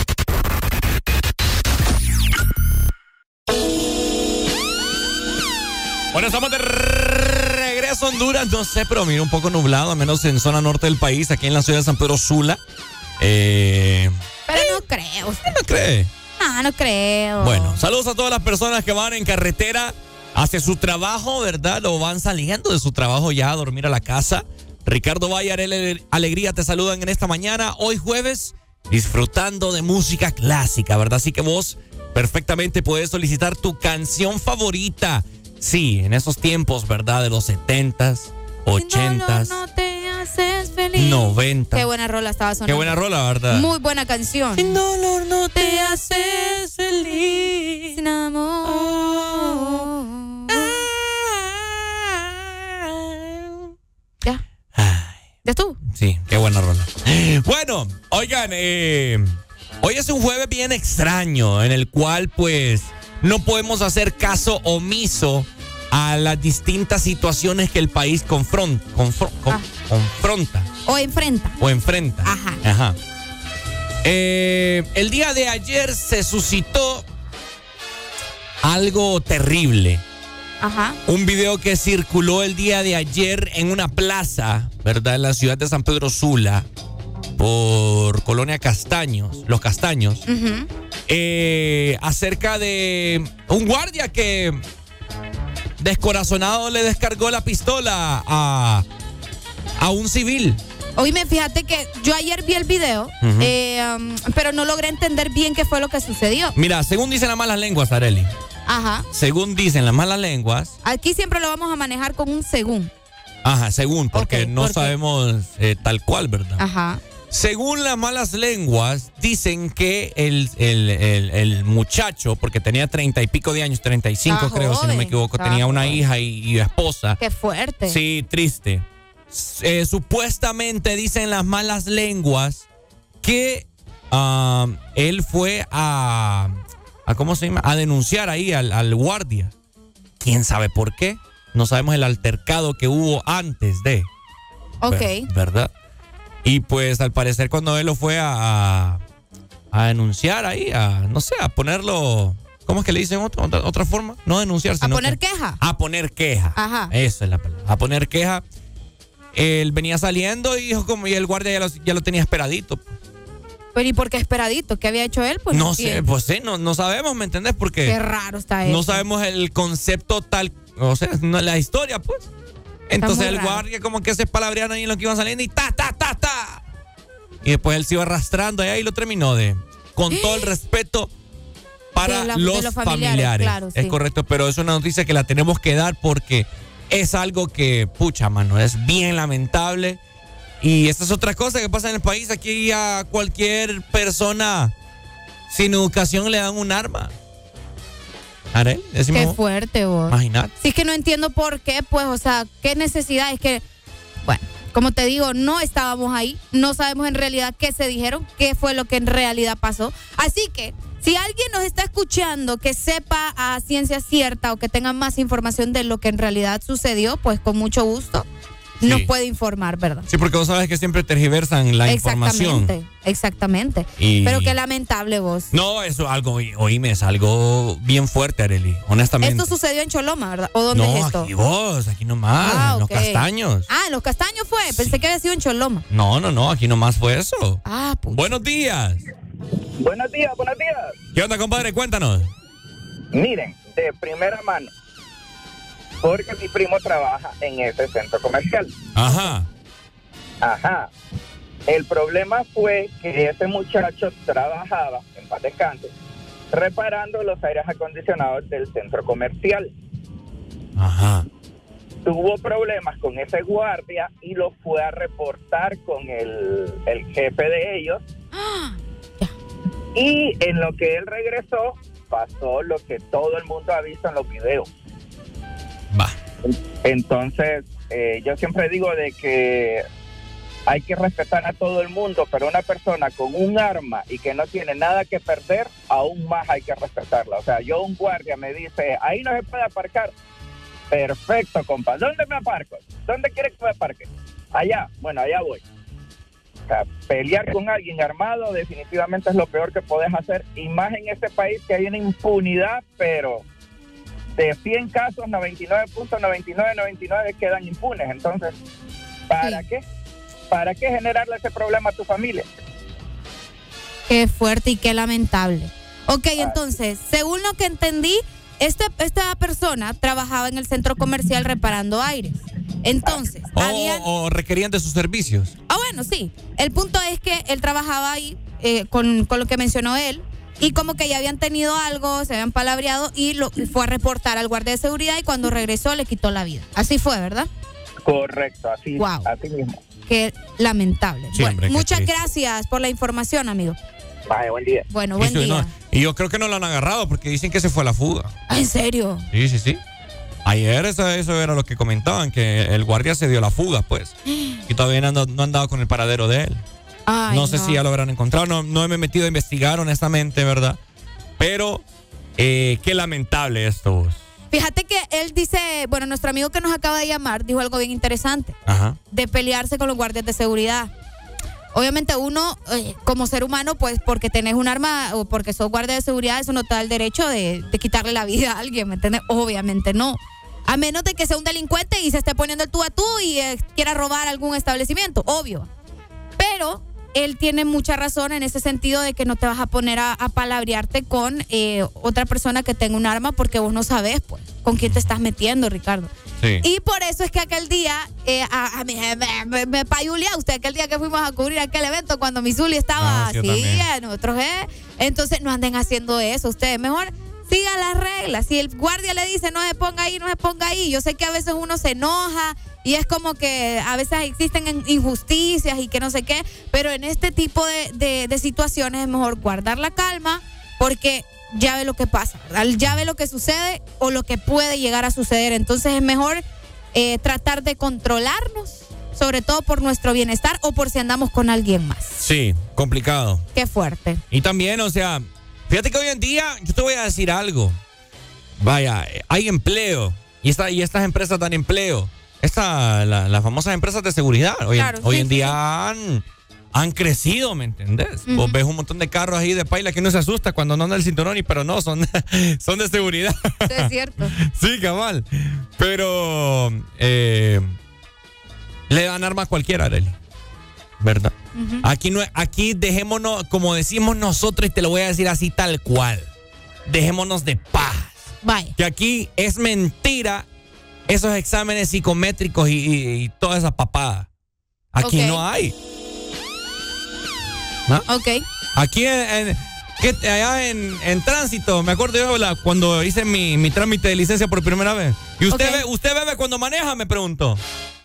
Bueno, estamos de regreso a Honduras. No sé, pero mira, un poco nublado, al menos en zona norte del país, aquí en la ciudad de San Pedro Sula. Eh... Pero no creo. ¿Usted no cree? Ah, no creo. Bueno, saludos a todas las personas que van en carretera hacia su trabajo, ¿verdad? O van saliendo de su trabajo ya a dormir a la casa. Ricardo Valle, Arely Alegría te saludan en esta mañana, hoy jueves, disfrutando de música clásica, ¿verdad? Así que vos perfectamente puedes solicitar tu canción favorita. Sí, en esos tiempos, ¿verdad? De los setentas, ochentas. No, no te haces feliz. Noventa. Qué buena rola estaba sonando. Qué buena rola, ¿verdad? Muy buena canción. Sin dolor no te haces feliz. Sin amor. Oh. Ya. ¿Ya estuvo? Sí, qué buena rola. Bueno, oigan, eh, hoy es un jueves bien extraño en el cual, pues, no podemos hacer caso omiso a las distintas situaciones que el país confronta. Confro con, ah. confronta. O enfrenta. O enfrenta. Ajá. Ajá. Eh, el día de ayer se suscitó algo terrible. Ajá. Un video que circuló el día de ayer en una plaza, ¿verdad? En la ciudad de San Pedro Sula, por Colonia Castaños, Los Castaños, uh-huh. eh, acerca de un guardia que descorazonado le descargó la pistola a, a un civil. Oíme, fíjate que yo ayer vi el video, uh-huh. eh, um, pero no logré entender bien qué fue lo que sucedió. Mira, según dicen las malas lenguas, Arely. Ajá. Según dicen las malas lenguas. Aquí siempre lo vamos a manejar con un según. Ajá, según, porque okay, no ¿por sabemos eh, tal cual, ¿verdad? Ajá. Según las malas lenguas, dicen que el, el, el, el muchacho, porque tenía treinta y pico de años, treinta y cinco creo, joven, si no me equivoco, tenía una hija y, y esposa. Qué fuerte. Sí, triste. Eh, supuestamente dicen las malas lenguas que uh, él fue a, a, ¿cómo se llama? A denunciar ahí al, al guardia. ¿Quién sabe por qué? No sabemos el altercado que hubo antes de. Ok. ¿Verdad? Y pues al parecer cuando él lo fue a, a, a denunciar ahí, a, no sé, a ponerlo, ¿cómo es que le dicen otra, otra, otra forma? No denunciar, sino a poner que, queja. A poner queja. Ajá. Esa es la palabra. A poner queja. Él venía saliendo y dijo como y el guardia ya lo, ya lo tenía esperadito. Pero ¿y por qué esperadito? ¿Qué había hecho él? Pues no, no sé, pues sí, no, no sabemos, ¿me entendés? Porque qué raro está eso. No sabemos el concepto tal, o sea, no la historia, pues. Entonces el raro. guardia como que se palabrearon ahí en lo que iban saliendo y ta, ta, ta, ta. Y después él se iba arrastrando allá y lo terminó de, con todo el respeto para de la, los, de los familiares. familiares claro, es sí. correcto, pero es una noticia que la tenemos que dar porque es algo que, pucha, mano, es bien lamentable. Y esta es otra cosa que pasa en el país. Aquí a cualquier persona sin educación le dan un arma. ¿Arely? Qué fuerte, vos. Imagínate. Sí, es que no entiendo por qué, pues, o sea, qué necesidad. Es que, bueno, como te digo, no estábamos ahí. No sabemos en realidad qué se dijeron, qué fue lo que en realidad pasó. Así que, si alguien nos está escuchando que sepa a ciencia cierta o que tenga más información de lo que en realidad sucedió, pues con mucho gusto sí. nos puede informar, ¿verdad? Sí, porque vos sabes que siempre tergiversan la información. Exactamente, exactamente. Y... Pero qué lamentable vos. No, eso algo, oíme, es algo bien fuerte, Arely, honestamente. Esto sucedió en Choloma, ¿verdad? ¿O dónde no, es esto? No, aquí vos, aquí nomás, ah, en okay. Los Castaños. Ah, en Los Castaños fue, pensé sí. que había sido en Choloma. No, no, no, aquí nomás fue eso. Ah, pucha. Buenos días. Buenos días, buenos días. ¿Qué onda, compadre? Cuéntanos. Miren, de primera mano, porque mi primo trabaja en ese centro comercial. Ajá. Ajá. El problema fue que ese muchacho trabajaba, en paz descanse, reparando los aires acondicionados del centro comercial. Ajá. Tuvo problemas con ese guardia y lo fue a reportar con el, el jefe de ellos. ¡Ah! Y en lo que él regresó, pasó lo que todo el mundo ha visto en los videos. Entonces, eh, yo siempre digo de que hay que respetar a todo el mundo, pero una persona con un arma y que no tiene nada que perder, aún más hay que respetarla. O sea, yo un guardia me dice, ahí no se puede aparcar. Perfecto, compa. ¿Dónde me aparco? ¿Dónde quiere que me aparque? Allá. Bueno, allá voy. O sea, pelear con alguien armado definitivamente es lo peor que podés hacer. Y más en este país que hay una impunidad, pero de cien casos, noventa y nueve punto noventa y nueve noventa y nueve quedan impunes. Entonces, ¿para sí. qué? ¿Para qué generarle ese problema a tu familia? Qué fuerte y qué lamentable. Ok, ah, entonces, según lo que entendí, esta, esta persona trabajaba en el centro comercial reparando aires. Entonces, o, habían... o requerían de sus servicios. Ah, bueno, sí. El punto es que él trabajaba ahí eh, con, con lo que mencionó él, y como que ya habían tenido algo, se habían palabreado, y lo fue a reportar al guardia de seguridad, y cuando regresó le quitó la vida. Así fue, ¿verdad? Correcto, así, wow. así mismo. Qué lamentable. Sí, bueno, hombre, muchas triste. gracias por la información, amigo. Vaya, buen día. Bueno, buen y, día. No, y yo creo que no lo han agarrado porque dicen que se fue a la fuga. ¿Ah, en serio? Sí, sí, sí. Ayer eso, eso era lo que comentaban, que el guardia se dio la fuga, pues. Y todavía no, no han dado con el paradero de él. Ay, no sé no. si ya lo habrán encontrado. No, no me he metido a investigar, honestamente, ¿verdad? Pero eh, qué lamentable esto. Fíjate que él dice, bueno, nuestro amigo que nos acaba de llamar dijo algo bien interesante. Ajá. De pelearse con los guardias de seguridad. Obviamente uno, eh, como ser humano, pues porque tenés un arma o porque sos guardia de seguridad, eso no te da el derecho de, de quitarle la vida a alguien, ¿me entiendes? Obviamente no. A menos de que sea un delincuente y se esté poniendo el tú a tú y eh, quiera robar algún establecimiento, obvio. Pero él tiene mucha razón en ese sentido de que no te vas a poner a, a palabrearte con eh, otra persona que tenga un arma porque vos no sabés, pues, con quién te estás metiendo, Ricardo. Sí. Y por eso es que aquel día, eh, a, a mí me, me, me payulea usted, aquel día que fuimos a cubrir aquel evento cuando mi Zuli estaba no, así, eh, nosotros, eh. Entonces no anden haciendo eso ustedes, mejor sigan las reglas. Si el guardia le dice no se ponga ahí, no se ponga ahí. Yo sé que a veces uno se enoja y es como que a veces existen injusticias y que no sé qué, pero en este tipo de, de, de situaciones es mejor guardar la calma porque ya ve lo que pasa, ¿verdad? Ya ve lo que sucede o lo que puede llegar a suceder. Entonces es mejor eh, tratar de controlarnos, sobre todo por nuestro bienestar o por si andamos con alguien más. Sí, complicado. Qué fuerte. Y también, o sea, fíjate que hoy en día, yo te voy a decir algo. Vaya, hay empleo y, esta, y estas empresas dan empleo. Esta, la, las famosas empresas de seguridad hoy, claro, hoy sí, en día sí. han, han crecido, ¿me entendés? Uh-huh. Vos ves un montón de carros ahí de paila que uno se asusta cuando no anda el cinturón, y pero no, son, son de seguridad. Eso es cierto. Sí, cabal. Pero eh, le dan armas a cualquiera, Arely. ¿Verdad? Uh-huh. Aquí, no, aquí dejémonos, como decimos nosotros, y te lo voy a decir así tal cual, dejémonos de paz. Vaya. Que aquí es mentira esos exámenes psicométricos y, y, y toda esa papada. Aquí okay. no hay. ¿No? Ok. Aquí en, en, que, allá en, en tránsito, me acuerdo yo la, cuando hice mi, mi trámite de licencia por primera vez. ¿Y usted, okay. ve, usted bebe cuando maneja? Me preguntó.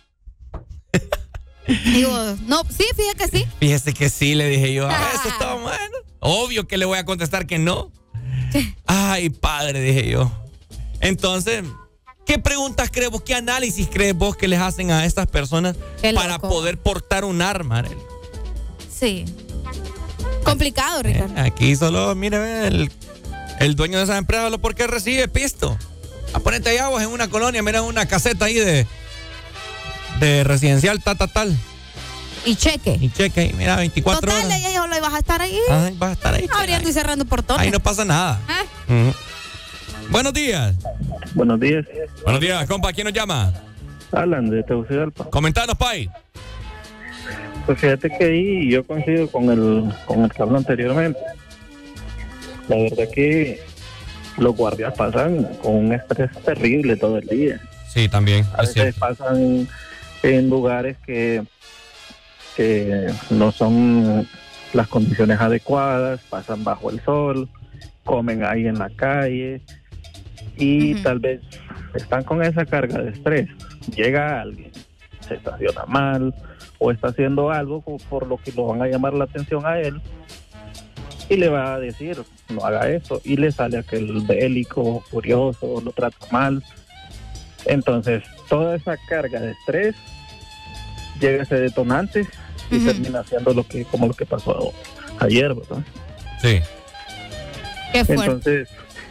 Digo, no, sí, fíjate que sí. Fíjese que sí, le dije yo. Ah, eso está bueno. Obvio que le voy a contestar que no. Ay, padre, dije yo. Entonces, ¿qué preguntas crees vos, qué análisis crees vos que les hacen a estas personas para poder portar un arma, Arely? Sí. Complicado, Ricardo. Eh, aquí solo, mire, el, el dueño de esa empresa, lo porque recibe pisto. A ponerte allá vos en una colonia, mira una caseta ahí de, de residencial, tal, tal, tal. Y cheque. Y cheque, mira, veinticuatro Total, horas. Total, ya vas a estar ahí. Ay, vas a estar ahí. Abriendo y cerrando portones. Ahí no pasa nada. ¿Eh? Uh-huh. Buenos días. Buenos días. Buenos días, compa. ¿Quién nos llama? Alan, de Tegucigalpa. Comentanos, Pai. Pues fíjate que ahí yo coincido con el, con el que habló anteriormente. La verdad que los guardias pasan con un estrés terrible todo el día. Sí, también. A veces pasan en lugares que, que no son las condiciones adecuadas, pasan bajo el sol, comen ahí en la calle y uh-huh. tal vez están con esa carga de estrés. Llega alguien, se estaciona mal o está haciendo algo por lo que lo van a llamar la atención a él y le va a decir no haga eso, y le sale aquel bélico, furioso, lo trata mal Entonces, toda esa carga de estrés llega a ese detonante y uh-huh. termina siendo lo que, como lo que pasó ayer, ¿verdad? Sí. Qué fuerte. Entonces,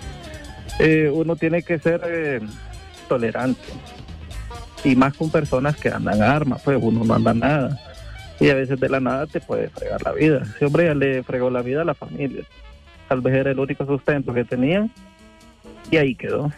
eh, uno tiene que ser eh, tolerante. Y más con personas que andan armas, pues uno no anda nada. Y a veces de la nada te puede fregar la vida. Ese hombre ya le fregó la vida a la familia. Tal vez era el único sustento que tenían y ahí quedó.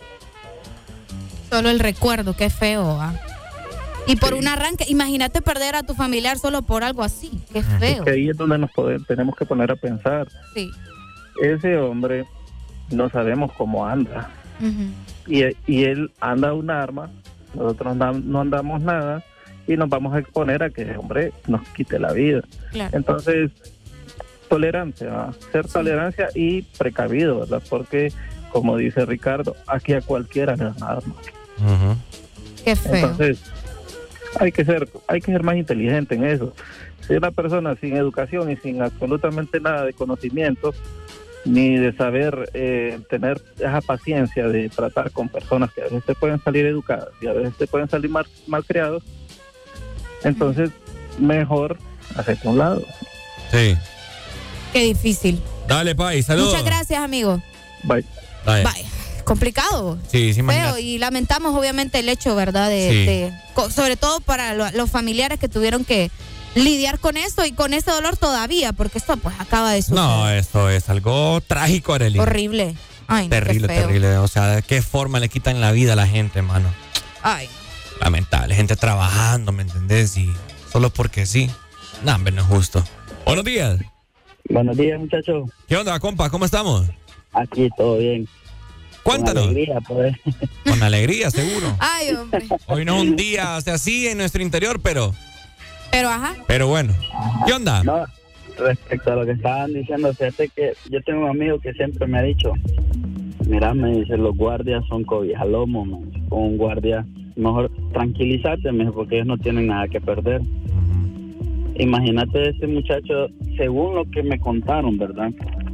Solo el recuerdo, qué feo. ¿Ah? Y por sí. un arranque, imagínate perder a tu familiar solo por algo así, qué feo. Es que ahí es donde nos podemos, tenemos que poner a pensar. Sí. Ese hombre no sabemos cómo anda. Uh-huh. Y, y él anda un arma, nosotros no, no andamos nada y nos vamos a exponer a que ese hombre nos quite la vida. Claro. Entonces, tolerancia, ¿verdad? Ser sí. tolerancia y precavido, ¿verdad? Porque, como dice Ricardo, aquí a cualquiera le dan armas. Uh-huh. Qué feo. Entonces, hay que ser, hay que ser más inteligente en eso. Si una persona sin educación y sin absolutamente nada de conocimiento, ni de saber eh, tener esa paciencia de tratar con personas que a veces te pueden salir educadas y a veces te pueden salir mal, mal criados, entonces mejor hacerte a un lado. Sí. Qué difícil. Dale, Pai, saludos. Muchas gracias, amigo. Bye. Bye. Bye. Complicado. Sí, sí, feo, y lamentamos obviamente el hecho, ¿verdad? De, sí. de sobre todo para lo, los familiares que tuvieron que lidiar con esto y con ese dolor todavía, porque esto pues acaba de suceder. No, esto es algo trágico, Arely. Horrible. Ay, terrible, no, qué feo. terrible. O sea, ¿de qué forma le quitan la vida a la gente, mano? Ay. Lamentable, gente trabajando, ¿me entendés? Y solo porque sí. No, hombre, no es justo. Buenos días. Buenos días, muchachos. ¿Qué onda, compa? ¿Cómo estamos? Aquí todo bien. Cuéntanos. Con alegría, pues. Con alegría, seguro. Ay, hombre. Hoy no es un día, o sea, sí en nuestro interior, pero... Pero, ajá. Pero bueno. ¿Qué onda? No, respecto a lo que estaban diciendo, fíjate que yo tengo un amigo que siempre me ha dicho, mira, me dice, los guardias son cobijalomos, con un guardia, mejor tranquilízate, mejor, porque ellos no tienen nada que perder. Uh-huh. Imagínate ese muchacho, según lo que me contaron, ¿verdad?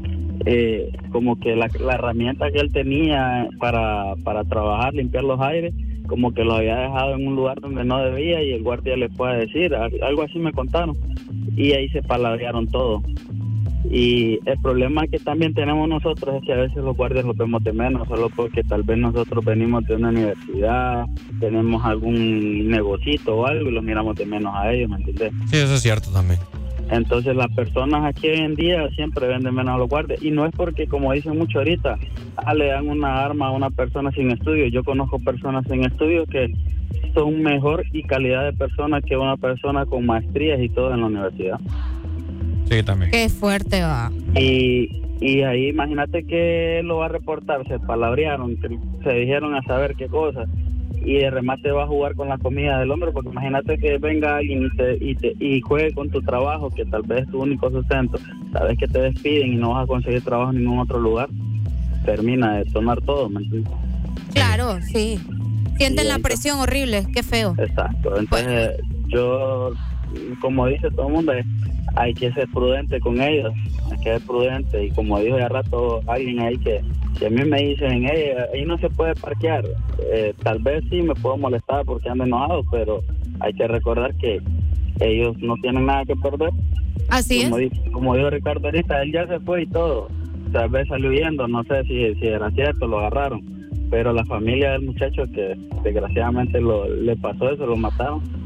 Eh, como que la, la herramienta que él tenía para, para trabajar, limpiar los aires, como que lo había dejado en un lugar donde no debía y el guardia le fue a decir, algo así me contaron, y ahí se palabrearon todo. Y el problema que también tenemos nosotros es que a veces los guardias los vemos de menos, solo porque tal vez nosotros venimos de una universidad, tenemos algún negocito o algo y los miramos de menos a ellos, ¿me entiendes? Sí, eso es cierto también. Entonces las personas aquí hoy en día siempre venden menos a los guardias, y no es porque, como dicen mucho ahorita, ah, le dan una arma a una persona sin estudios. Yo conozco personas sin estudios que son mejor y calidad de personas que una persona con maestrías y todo en la universidad. Sí, también. Qué fuerte va. Y, y ahí imagínate que lo va a reportar, se palabrearon, se dijeron a saber qué cosas, y de remate va a jugar con la comida del hombre, porque imagínate que venga alguien y, te, y, te, y juegue con tu trabajo, que tal vez es tu único sustento, sabes que te despiden y no vas a conseguir trabajo en ningún otro lugar, termina de tomar todo, ¿me entiendes? Claro, sí. Sienten y la presión está. Horrible, qué feo. Exacto, entonces bueno. yo, como dice todo el mundo, hay que ser prudente con ellos, hay que ser prudente, y como dijo ya rato alguien ahí que si a mí me dicen, hey, ahí no se puede parquear, eh, tal vez sí me puedo molestar porque ando enojado, pero hay que recordar que ellos no tienen nada que perder. Así como es. Dijo, como dijo Ricardo ahorita, él ya se fue y todo, tal vez salió huyendo, no sé si, si era cierto, lo agarraron, pero la familia del muchacho que desgraciadamente lo, le pasó eso, lo mataron.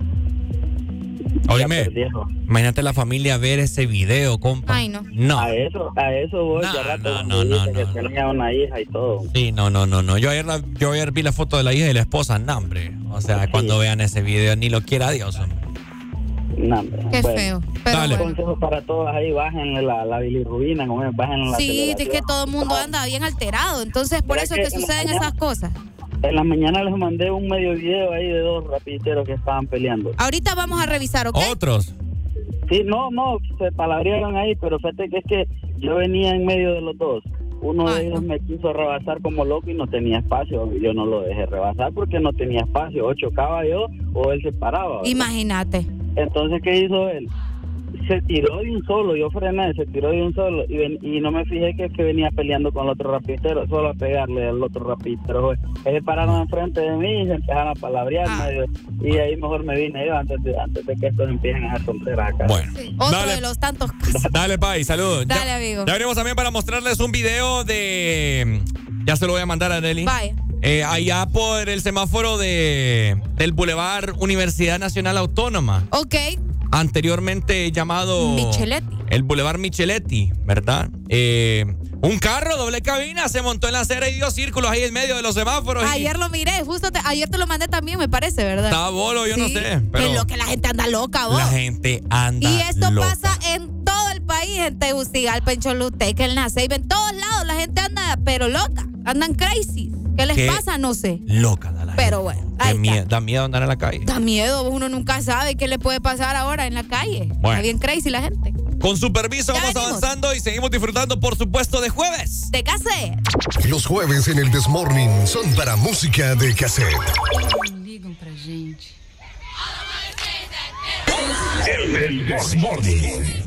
Oíme, imagínate la familia ver ese video, compa. Ay, no. No. A eso, a eso voy. No, ya rato no, no, no, que no. tenía una hija y todo. Sí, no, no, no, no. Yo ayer, la, yo ayer vi la foto de la hija y la esposa, no, hombre. O sea, sí. Cuando vean ese video, ni lo quiera Dios, hombre. No, hombre. Qué bueno, feo. Pero dale. bueno. Consejo para todos ahí, bájenle la, la bilirrubina, ¿no? Bájenle la Sí, es que todo el mundo anda bien alterado, entonces por eso es que suceden mañana, esas cosas. En la mañana les mandé un medio video ahí de dos rapiditeros que estaban peleando. Ahorita vamos a revisar, ¿ok? ¿Otros? Sí, no, no, se palabrearon ahí, pero fíjate que es que yo venía en medio de los dos. Uno Ay, de ellos no. me quiso rebasar como loco y no tenía espacio. Yo no lo dejé rebasar porque no tenía espacio. O chocaba yo o él se paraba. ¿Verdad? Imagínate. Entonces, ¿qué hizo él? se tiró de un solo, yo frené, se tiró de un solo y, ven, y no me fijé que, que venía peleando con el otro rapitero, solo a pegarle al otro rapitero. Ellos se pararon enfrente de mí y se empezaron a palabrear ah. medio, y ahí mejor me vine yo antes de, antes de que estos empiecen a hacer tonteras acá. Bueno, sí. Otro dale, de los tantos. Dale, Pai, saludos. Dale, ya, amigo. Ya venimos también para mostrarles un video de... Ya se lo voy a mandar a Nelly. Bye. Eh, allá por el semáforo de del Boulevard Universidad Nacional Autónoma. Ok. Anteriormente llamado... Micheletti. El Boulevard Micheletti, ¿verdad? Eh, un carro, doble cabina, se montó en la acera y dio círculos ahí en medio de los semáforos. Ayer y... lo miré, justo te, ayer te lo mandé también, me parece, ¿verdad? Estaba bolo, yo sí. no sé. Pero es lo que la gente anda loca, vos. La gente anda loca. Y esto loca. pasa en todo el país, en Tegucigalpa, en Choluteca, en Naceiba, en todos lados. La gente anda, pero loca. Andan crazy. ¿Qué les Qué pasa? No sé. Loca da la Pero bueno. Ahí miedo, da miedo andar en la calle. Da miedo, uno nunca sabe qué le puede pasar ahora en la calle. Bueno. Está bien crazy la gente. Con su permiso ya vamos venimos. avanzando y seguimos disfrutando, por supuesto, de jueves. De cassette. Los jueves en el This Morning son para música de cassette. Ligam pra gente. El, el This Morning.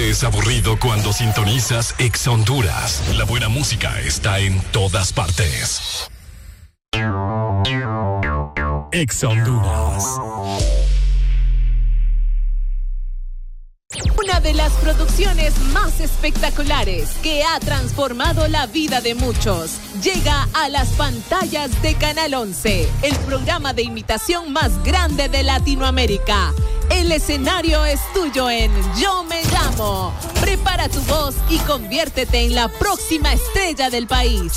es aburrido cuando sintonizas Ex Honduras. La buena música está en todas partes. Ex Honduras. Una de las producciones más espectaculares que ha transformado la vida de muchos llega a las pantallas de Canal once, el programa de imitación más grande de Latinoamérica. El escenario es tuyo en Yo Me Llamo. Prepara tu voz y conviértete en la próxima estrella del país.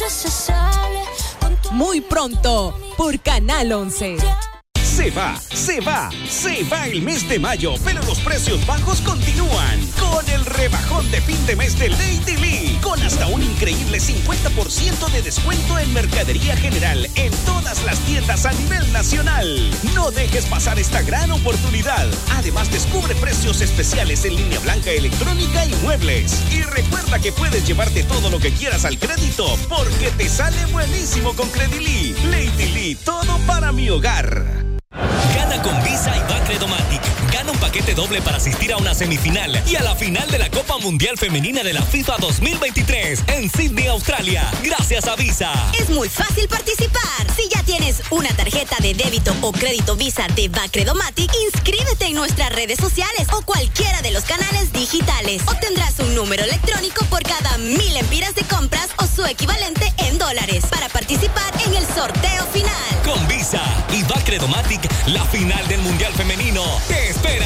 Muy pronto por Canal once. Se va, se va, se va el mes de mayo, pero los precios bajos continúan. Con el rebajón de fin de mes de Lady Lee, con hasta un increíble cincuenta por ciento de descuento en mercadería general en todas las tiendas a nivel nacional. No dejes pasar esta gran oportunidad. Además, descubre precios especiales en línea blanca, electrónica y muebles. Y recuerda que puedes llevarte todo lo que quieras al crédito, porque te sale buenísimo con Credilee. Lady Lee, todo para mi hogar. Gana con Visa y Bacredomatic. Gana un paquete doble para asistir a una semifinal y a la final de la Copa Mundial Femenina de la FIFA dos mil veintitrés en Sydney, Australia. Gracias a Visa. Es muy fácil participar. Si ya tienes una tarjeta de débito o crédito Visa de Bacredomatic, inscríbete en nuestras redes sociales o cualquiera de los canales digitales. Obtendrás un número electrónico por cada mil empiras de compras o su equivalente en dólares para participar en el sorteo final. Con Visa y Bacredomatic, la final del Mundial Femenino te espera.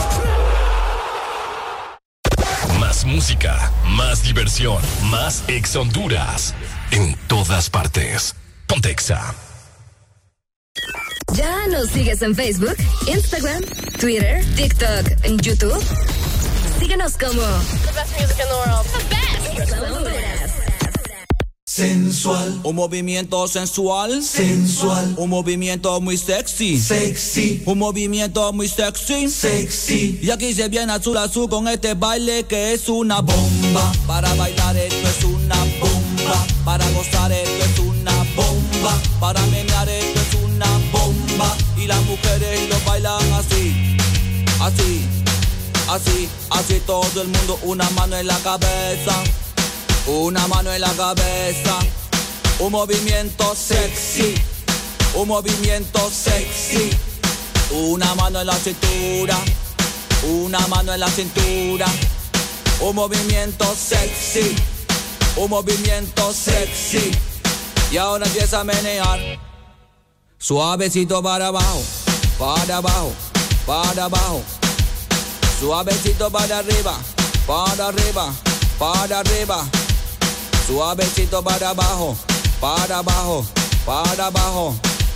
Más música, más diversión, más Ex Honduras. En todas partes. Ponte Exa. ¿Ya nos sigues en Facebook, Instagram, Twitter, TikTok, en YouTube? Síguenos como The Best Music in the World. The Best. Ex Honduras. Sensual, un movimiento sensual, sensual, un movimiento muy sexy, sexy, un movimiento muy sexy, sexy. Y aquí se viene azul azul con este baile que es una bomba. Para bailar esto es una bomba, para gozar esto es una bomba, para menear esto es una bomba. Y las mujeres lo bailan así, así, así, así todo el mundo, una mano en la cabeza. Una mano en la cabeza, un movimiento sexy, un movimiento sexy. Una mano en la cintura, una mano en la cintura. Un movimiento sexy, un movimiento sexy. Y ahora empieza a menear, suavecito para abajo, para abajo, para abajo. Suavecito para arriba, para arriba, para arriba. Suavecito para abajo, para abajo, para abajo.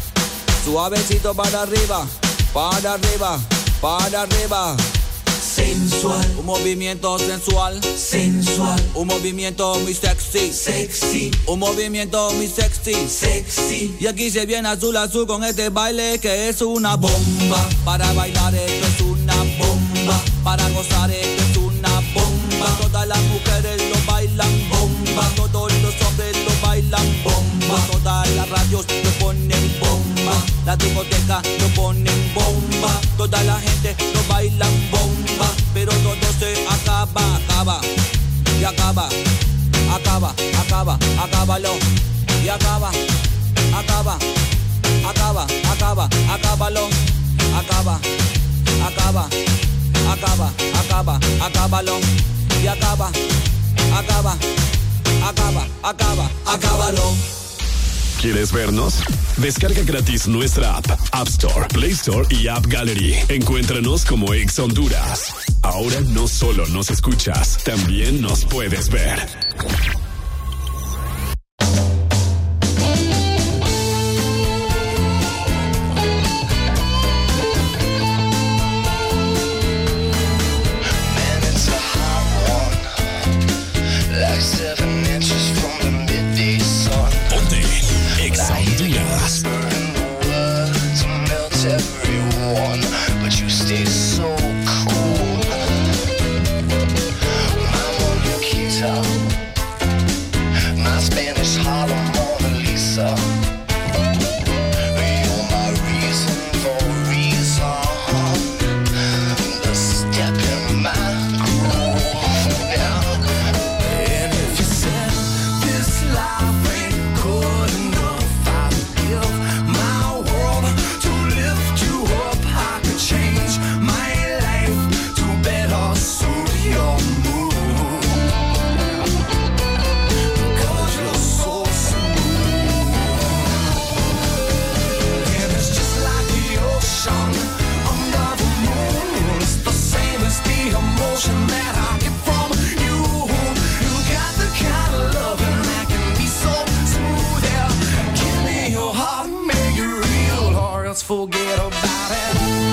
Suavecito para arriba, para arriba, para arriba. Sensual, un movimiento sensual, sensual, un movimiento muy sexy, sexy, un movimiento muy sexy, sexy. Y aquí se viene azul azul con este baile que es una bomba. Para bailar esto es una bomba, para gozar esto es una bomba. Todas las mujeres lo bailan bomba, todos los hombres lo bailan bomba. Todas las radios lo ponen bomba, la discoteca lo ponen bomba. Toda la gente lo bailan bomba, pero todo se acaba, acaba, y acaba, acaba, acaba, acábalo, y acaba, acaba, acaba, acaba, acábalo, acaba, acaba, acaba, acaba, acábalo, y acaba, acaba, acaba, acaba, acábalo. ¿Quieres vernos? Descarga gratis nuestra app, App Store, Play Store y App Gallery. Encuéntranos como Ex Honduras. Ahora no solo nos escuchas, también nos puedes ver. forget about it.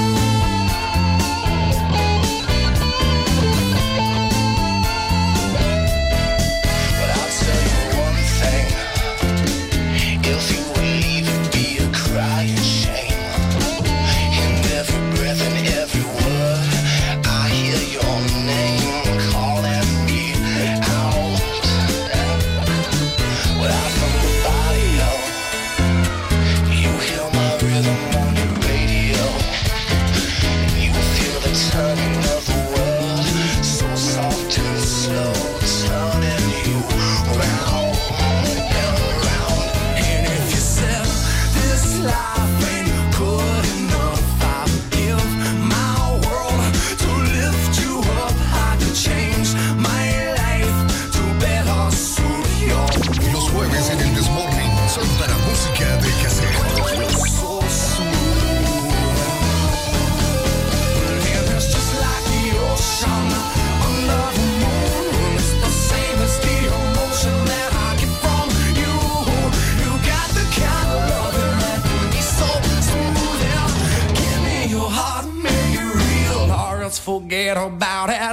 Forget about it.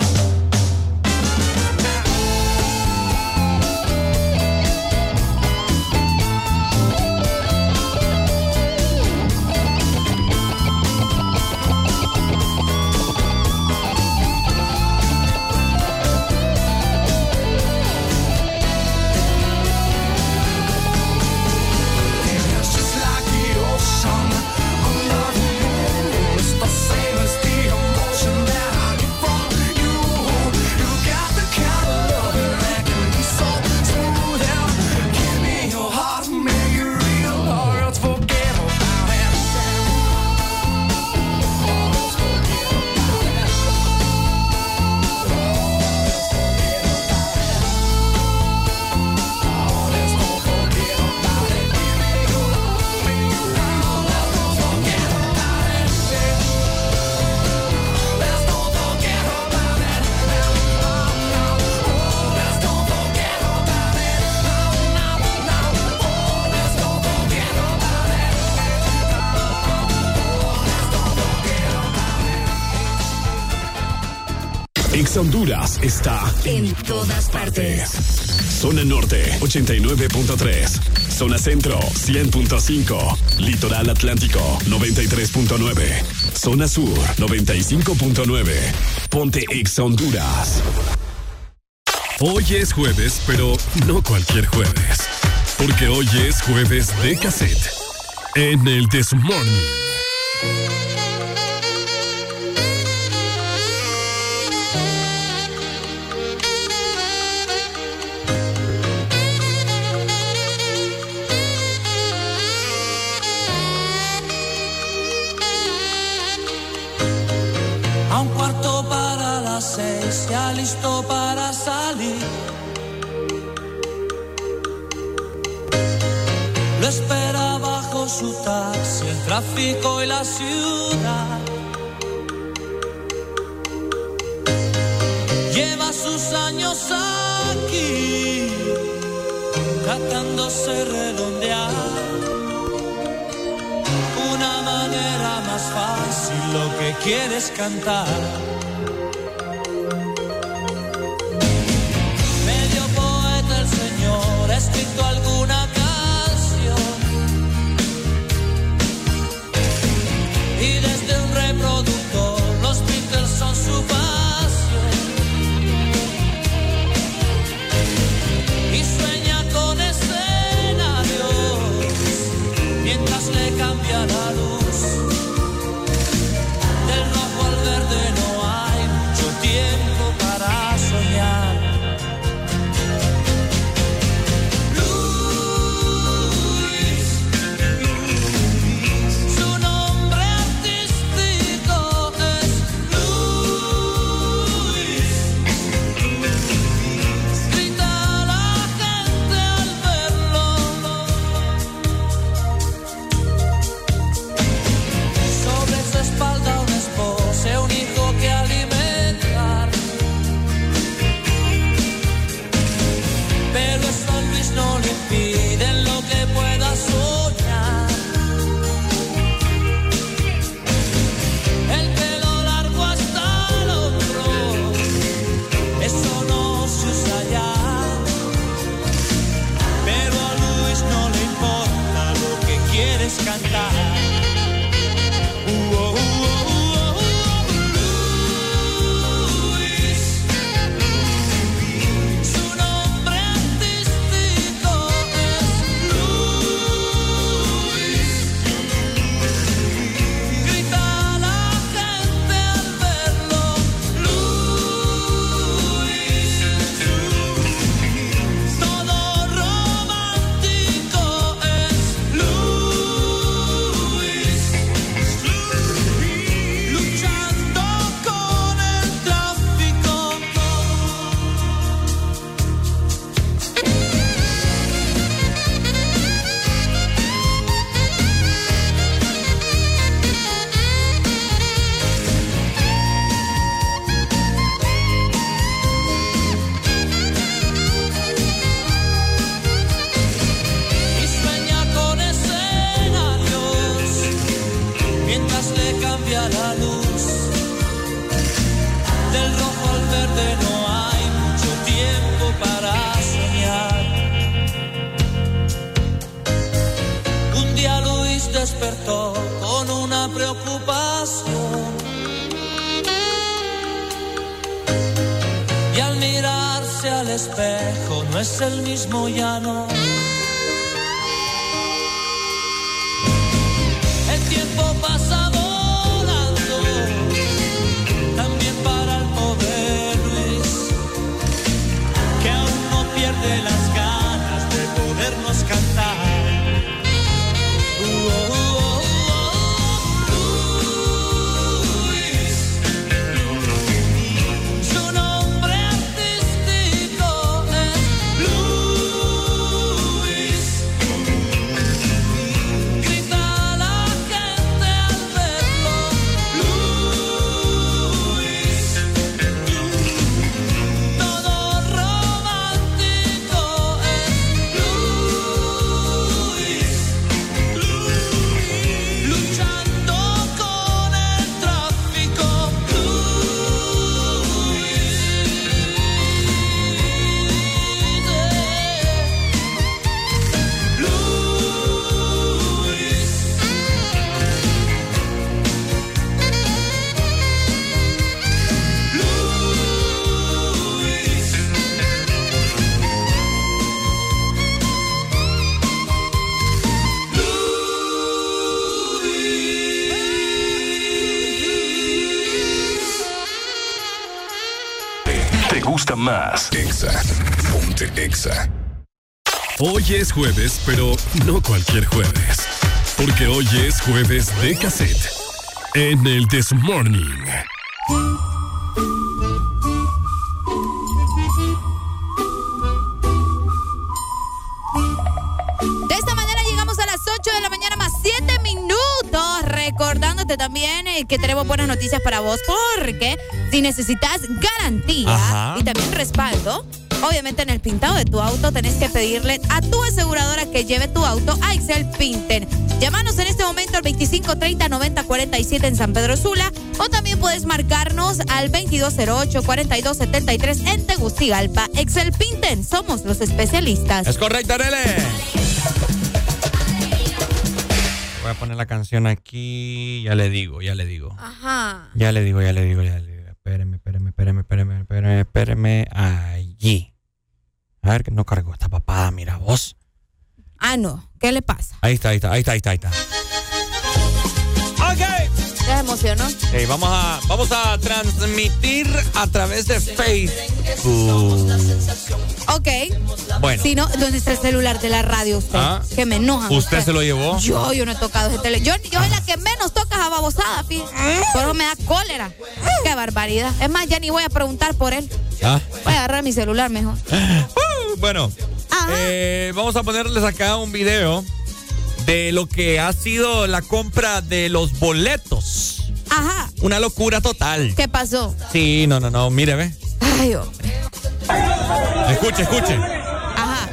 Honduras está en todas partes. Zona Norte ochenta y nueve punto tres. Zona Centro cien punto cinco. Litoral Atlántico noventa y tres punto nueve. Zona Sur noventa y cinco punto nueve. Ponte Ex Honduras. Hoy es jueves, pero no cualquier jueves. Porque hoy es jueves de cassette. En el This Morning. Ya listo para salir. Lo espera bajo su taxi, el tráfico y la ciudad. Lleva sus años aquí, tratándose redondear una manera más fácil. Lo que quieres cantar. Ha escrito alguna canción y desde un reproductor los Beatles son su pasión y sueña con escenarios mientras le cambia la luz del rojo al verde. No hay puedes cantar. Uh, oh, oh, oh, oh, Luis. Su nombre artístico es Luis. Grita a la gente al verlo, Luis. Todo romántico es Luis. Luchando con el tráfico. Y sueña con escenarios mientras le cambia la luz. Del rojo al verde no hay mucho tiempo para soñar. Un día Luis despertó con una preocupación. Y al mirarse al espejo no es el mismo ya no. El tiempo pasa volando, también para el pobre Luis, que aún no pierde las ganas de podernos cantar. Uh, oh, oh, oh, Luis. Su nombre artístico es Luis. Grita a la gente al verlo, Luis. Todo romántico es Luis. Luchando con el tráfico, ¿Te gusta más? Exa. Ponte Exa. Hoy es jueves, pero no cualquier jueves. Porque hoy es jueves de cassette. En el This Morning. De esta manera llegamos a las ocho de la mañana más siete minutos. Recordándote también eh, que tenemos buenas noticias para vos. Porque si necesitas garantía Ajá. y también respaldo, obviamente en el pintado de tu auto tenés que pedirle a tu aseguradora que lleve tu auto a Excel Pinten. Llámanos en este momento al veinticinco treinta noventa cuarenta y siete en San Pedro Sula, o también puedes marcarnos al veintidós cero ocho cuarenta y dos setenta y tres en Tegucigalpa. Excel Pinten, somos los especialistas. Es correcto, Arele. Voy a poner la canción aquí. Ya le digo, ya le digo. Ajá. Ya le digo, ya le digo, ya le digo. Espéreme, espéreme, espéreme, espéreme, espéreme, espéreme. Allí. A ver, que no cargó esta papada, mira vos. Ah, no. ¿Qué le pasa? Ahí está, ahí está, ahí está, ahí está, ahí está. Ok. ¿Te emocionó? Hey, vamos a, vamos a transmitir a través de Facebook. Ok. Bueno. Si no, ¿dónde está el celular de la radio usted? Ah. Que me enoja. ¿Usted se lo llevó? Yo, yo no he tocado ese teléfono. Yo, yo soy la que menos toca a babosada, fíjate. Por eso me da cólera. Qué barbaridad. Es más, ya ni voy a preguntar por él. Ah. Voy a agarrar mi celular mejor. Uh, bueno, eh, vamos a ponerles acá un video de lo que ha sido la compra de los boletos. Ajá. Una locura total. ¿Qué pasó? Sí, no, no, no, mire, ve. Ay, hombre. Escuche, escuche. Ajá.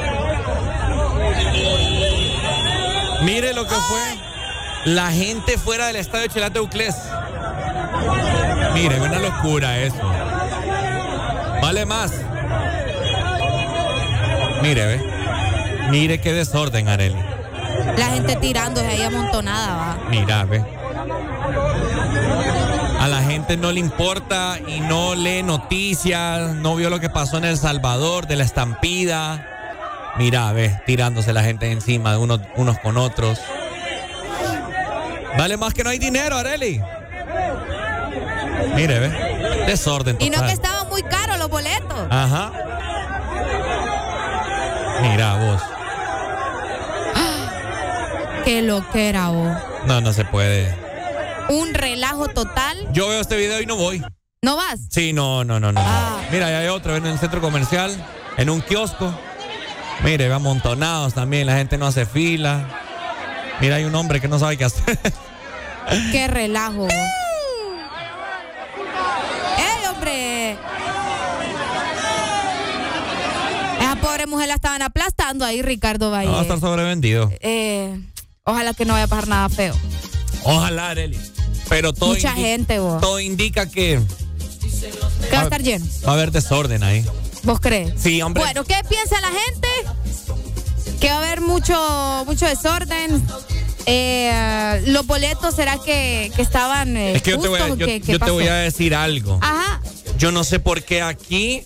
Mire lo que fue la gente fuera del estadio Chelate Uclés. Mire, una locura eso. Vale más. Mire, ve. Mire qué desorden, Arely. La gente tirándose ahí amontonada, va. Mira, ve. A la gente no le importa y no lee noticias, no vio lo que pasó en El Salvador, de la estampida. Mira, ve, tirándose la gente encima de unos, unos con otros. Vale más que no hay dinero, Arely. Mire, ve. Desorden total. Y no que estaban muy caros los boletos. Ajá. Mira vos. Qué loquera vos. No, no se puede. Un relajo total. Yo veo este video y no voy. ¿No vas? Sí, no, no, no, no. Ah. Mira, ahí hay otro en el centro comercial, en un kiosco. Mire, va amontonados también, la gente no hace fila. Mira, hay un hombre que no sabe qué hacer. Qué relajo. ¡Ey, hombre! Esa pobre mujer la estaban aplastando ahí, Ricardo Valle. No va a estar sobrevendido. Eh, ojalá que no vaya a pasar nada feo. Ojalá, Arely. Pero todo Mucha indi- gente, vos. Todo indica que Que va a estar lleno. va a haber desorden ahí. ¿Vos crees? Sí, hombre. Bueno, ¿qué piensa la gente? Que va a haber mucho, mucho desorden. Eh, los boletos, ¿será que, que estaban eh, Es que yo, te voy, a, justos? yo, ¿Qué- qué yo te pasó? voy a decir algo. Ajá. Yo no sé por qué aquí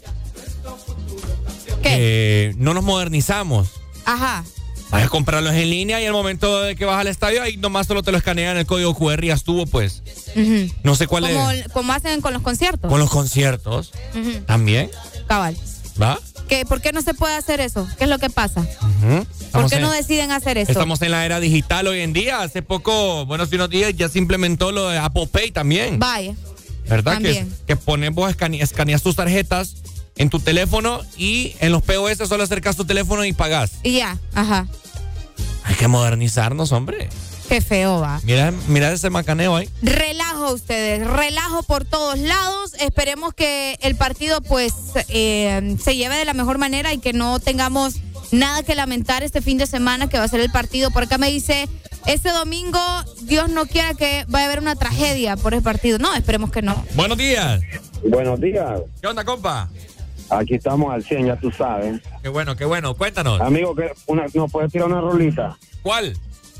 ¿Qué? eh, no nos modernizamos. Ajá. Vas a comprarlos en línea y al momento de que vas al estadio ahí nomás solo te lo escanean el código cu erre y ya estuvo, pues. Ujú. No sé cuál como, es. como hacen con los conciertos. Con los conciertos Ujú. también. Cabal. ¿Va? ¿Qué, ¿Por qué no se puede hacer eso? ¿Qué es lo que pasa? Ujú. ¿Por Estamos qué en- no deciden hacer eso? Estamos en la era digital hoy en día. Hace poco, bueno, hace unos días ya se implementó lo de Apple Pay también. Vaya. ¿Verdad? Que, También. que pones vos, escane- escaneas tus tarjetas en tu teléfono y en los P O S solo acercas tu teléfono y pagás. Y ya, ajá. Hay que modernizarnos, hombre. Qué feo va. Mira, mira ese macaneo ahí. Relajo ustedes, relajo por todos lados. Esperemos que el partido pues eh, se lleve de la mejor manera y que no tengamos nada que lamentar este fin de semana que va a ser el partido. Por acá me dice, este domingo Dios no quiera que vaya a haber una tragedia por el partido. No, esperemos que no. Buenos días. Buenos días. ¿Qué onda, compa? Aquí estamos al cien, ya tú sabes. Qué bueno, qué bueno. Cuéntanos. Amigo, que una, ¿nos puedes tirar una rolita? ¿Cuál?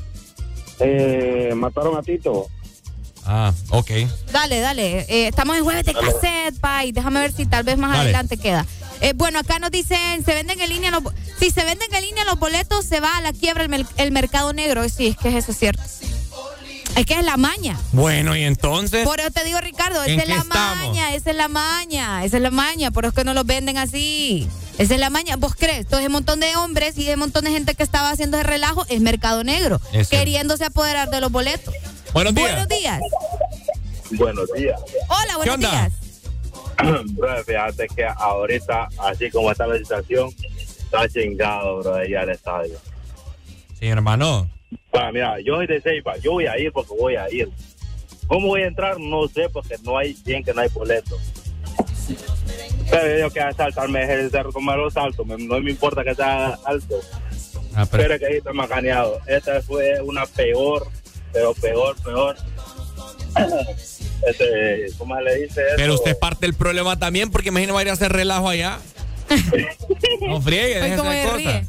Eh, mataron a Tito. Ah, ok. Dale, dale. Eh, estamos en jueves de cassette, pay. Déjame ver si tal vez más Dale. adelante queda. Eh, bueno, acá nos dicen, se venden en línea los, si se venden en línea los boletos, se va a la quiebra el, mer- el mercado negro. Sí, es que eso es cierto. Es que es la maña. Bueno, y entonces. Por eso te digo, Ricardo, ¿En esa es qué la estamos? maña, esa es la maña, esa es la maña, por eso es que no los venden así. Esa es la maña. ¿Vos crees? Todo ese montón de hombres y ese montón de gente que estaba haciendo ese relajo es mercado negro, Es cierto. queriéndose apoderar de los boletos. Buenos días. Buenos días. Buenos días. Hola, buenos días. Bro, fíjate que ahorita, así como está la situación, está chingado, bro, de ir al estadio. Sí, hermano. Bueno, mira, yo soy de Ceiba, yo voy a ir porque voy a ir. ¿Cómo voy a entrar? No sé, porque no hay, bien que no hay boleto. Pero yo que saltarme es el cerro como los saltos, me- no me importa que sea alto. Ah, pero- pero es que ahí está macaneado. Esta fue una peor, pero peor, peor. Este, ¿cómo se le dice eso? Pero usted es parte del problema también, porque imagino va a ir a hacer relajo allá. No friegue, Ay, déjese cómo de se cosas. ríe.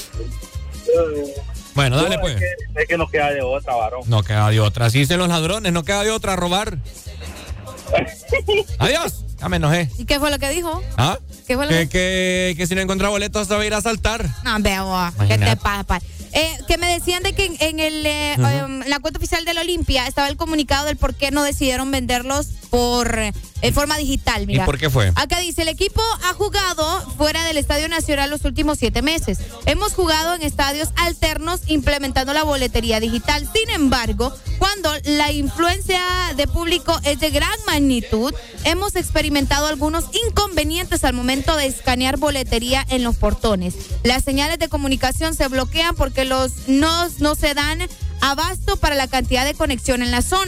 Bueno, dale No, pues. Es que, es que nos queda de otra, varón. No queda de otra. Así dicen los ladrones, no queda de otra robar. Adiós. Ya me enojé. ¿Y qué fue lo que dijo? ¿Ah? ¿Qué fue lo Que, que que, que si no encuentra boletos se va a ir a saltar. No, veo, ¿qué Imagínate. te pasa? pa? Eh, que me decían de que en, en el, eh, Ujú. em, en la cuenta oficial de la Olimpia estaba el comunicado del por qué no decidieron venderlos por eh, en forma digital. Mira. ¿Y por qué fue? Acá dice, el equipo ha jugado fuera del Estadio Nacional los últimos siete meses. Hemos jugado en estadios alternos implementando la boletería digital. Sin embargo, cuando la influencia de público es de gran magnitud, hemos experimentado algunos inconvenientes al momento de escanear boletería en los portones. Las señales de comunicación se bloquean porque los nodos no se dan abasto para la cantidad de conexión en la zona.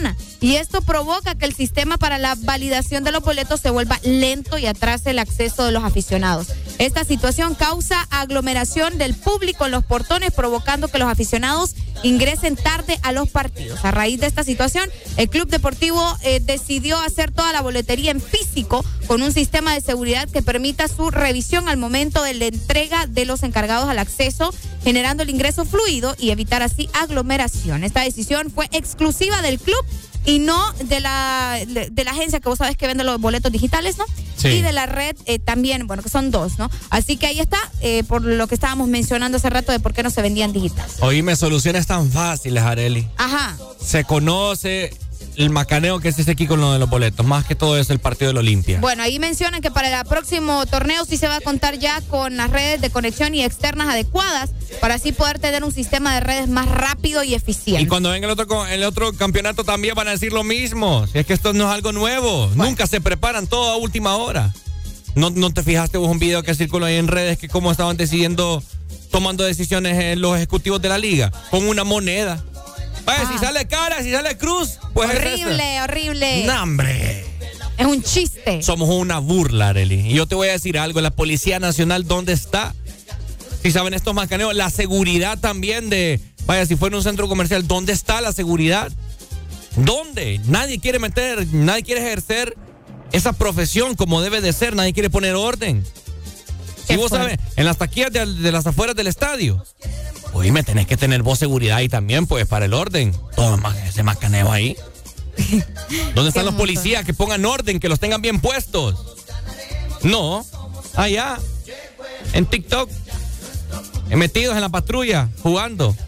y esto provoca que el sistema para la validación de los boletos se vuelva lento y atrase el acceso de los aficionados. Esta situación causa aglomeración del público en los portones, provocando que los aficionados ingresen tarde a los partidos. A raíz de esta situación, el Club Deportivo eh, decidió hacer toda la boletería en físico con un sistema de seguridad que permita su revisión al momento de la entrega de los encargados al acceso, generando el ingreso fluido y evitar así aglomeración. Esta decisión fue exclusiva del club y no de la, de, de la agencia que vos sabés que vende los boletos digitales, ¿no? Sí. Y de la red eh, también, bueno, que son dos, ¿no? Así que ahí está, eh, por lo que estábamos mencionando hace rato de por qué no se vendían digitales. Oíme, soluciones tan fáciles, Arely. Ajá. Se conoce el macaneo que se hace aquí con lo de los boletos, más que todo es el partido del Olimpia. Bueno, ahí mencionan que para el próximo torneo sí se va a contar ya con las redes de conexión y externas adecuadas para así poder tener un sistema de redes más rápido y eficiente. Y cuando venga el otro, el otro campeonato también van a decir lo mismo. Si es que esto no es algo nuevo, bueno. Nunca se preparan todo a última hora. ¿No, no te fijaste vos un video que circuló ahí en redes que cómo estaban decidiendo, tomando decisiones en los ejecutivos de la liga? Con una moneda. Vaya, ah. si sale cara, si sale cruz, pues horrible, es horrible. No, hombre. Es un chiste. Somos una burla, Arely. Y yo te voy a decir algo, la Policía Nacional, ¿dónde está? Si saben estos macaneos, la seguridad también de, vaya, si fuera un centro comercial, ¿dónde está la seguridad? ¿Dónde? Nadie quiere meter, nadie quiere ejercer esa profesión como debe de ser, nadie quiere poner orden. Si vos sabes, en las taquillas de, de las afueras del estadio, oíme, tenés que tener vos seguridad ahí también, pues, para el orden. Todo ese macaneo ahí. ¿Dónde están los policías? Que pongan orden, que los tengan bien puestos. No, allá, en TikTok, metidos en la patrulla, jugando.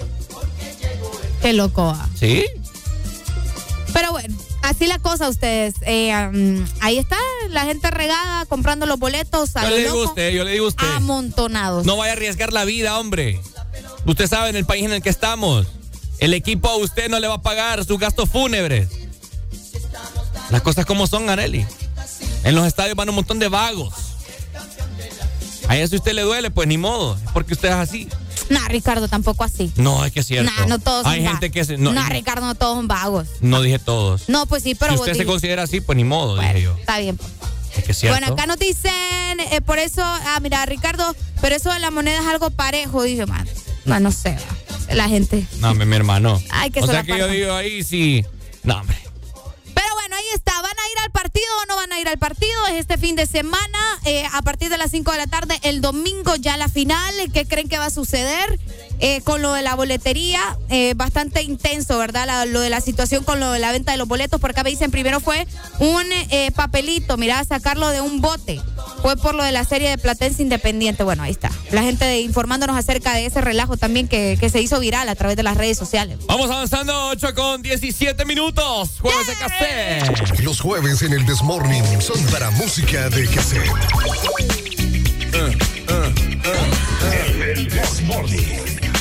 Qué loco. ¿Ah? Sí. Pero bueno, así la cosa, ustedes. Eh, um, ahí está la gente regada comprando los boletos. A yo lo le digo loco, a usted, yo le digo a usted. Amontonados. No vaya a arriesgar la vida, hombre. Usted sabe en el país en el que estamos. El equipo a usted no le va a pagar sus gastos fúnebres. Las cosas como son, Arely. En los estadios van un montón de vagos. A eso usted le duele, pues ni modo. Es porque usted es así. No, Ricardo, tampoco así. No, es que es cierto. No, no todos son Hay gente que se, no, no, Ricardo, no todos son vagos. No dije todos. No, pues sí, pero si vos usted se dices. considera así, pues ni modo, Bueno, dije yo. está bien. Es que es cierto. Bueno, acá nos dicen, eh, por eso, ah, mira, Ricardo, pero eso de la moneda es algo parejo, dice, man. No, no sé, la gente. No, mi, mi hermano. Ay, que o sea que parta. Yo digo ahí sí. No, hombre. Pero bueno, ahí está. ¿Van a ir al partido o no van a ir al partido? Es este fin de semana, eh, a partir de las cinco de la tarde, el domingo ya la final. ¿Qué creen que va a suceder? Eh, con lo de la boletería, eh, bastante intenso, ¿verdad? La, lo de la situación con lo de la venta de los boletos. Por acá me dicen, primero fue un eh, papelito, mirá, sacarlo de un bote. Fue por lo de la serie de Platense Independiente. Bueno, ahí está. La gente de, informándonos acerca de ese relajo también que, que se hizo viral a través de las redes sociales. Vamos avanzando, ocho con diecisiete minutos. Jueves yeah. de cassette. Los jueves en el Desmorning son para música de cassette. Uh, uh, uh, uh. El Desmorning.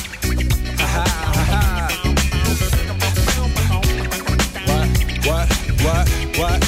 What, what, what?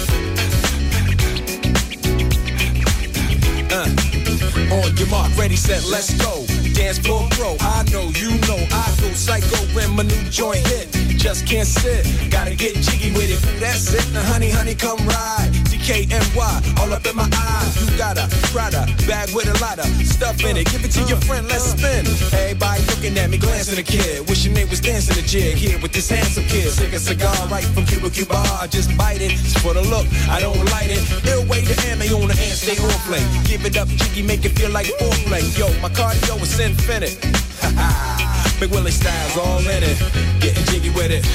Uh, on your mark, ready, set, let's go. Dance floor pro, I know, you know, I go psycho when my new joint hit. Just can't sit, gotta get jiggy with it. That's it, now honey, honey, come ride. D K N Y, all up in my eyes. You got a Prada bag with a lot of stuff in it. Give it to your friend, let's spin. Everybody looking at me, glancing a kid. Wishing they was dancing a jig here with this handsome kid. Take a cigar right from Cuba Cuba. I just bite it, it's for the look, I don't light it. Ill way to ammo on the hand, stay on play. Give it up, jiggy, make it feel like foreplay. Yo, my cardio is infinite. Big Willie style's all in it. Getting jiggy with it.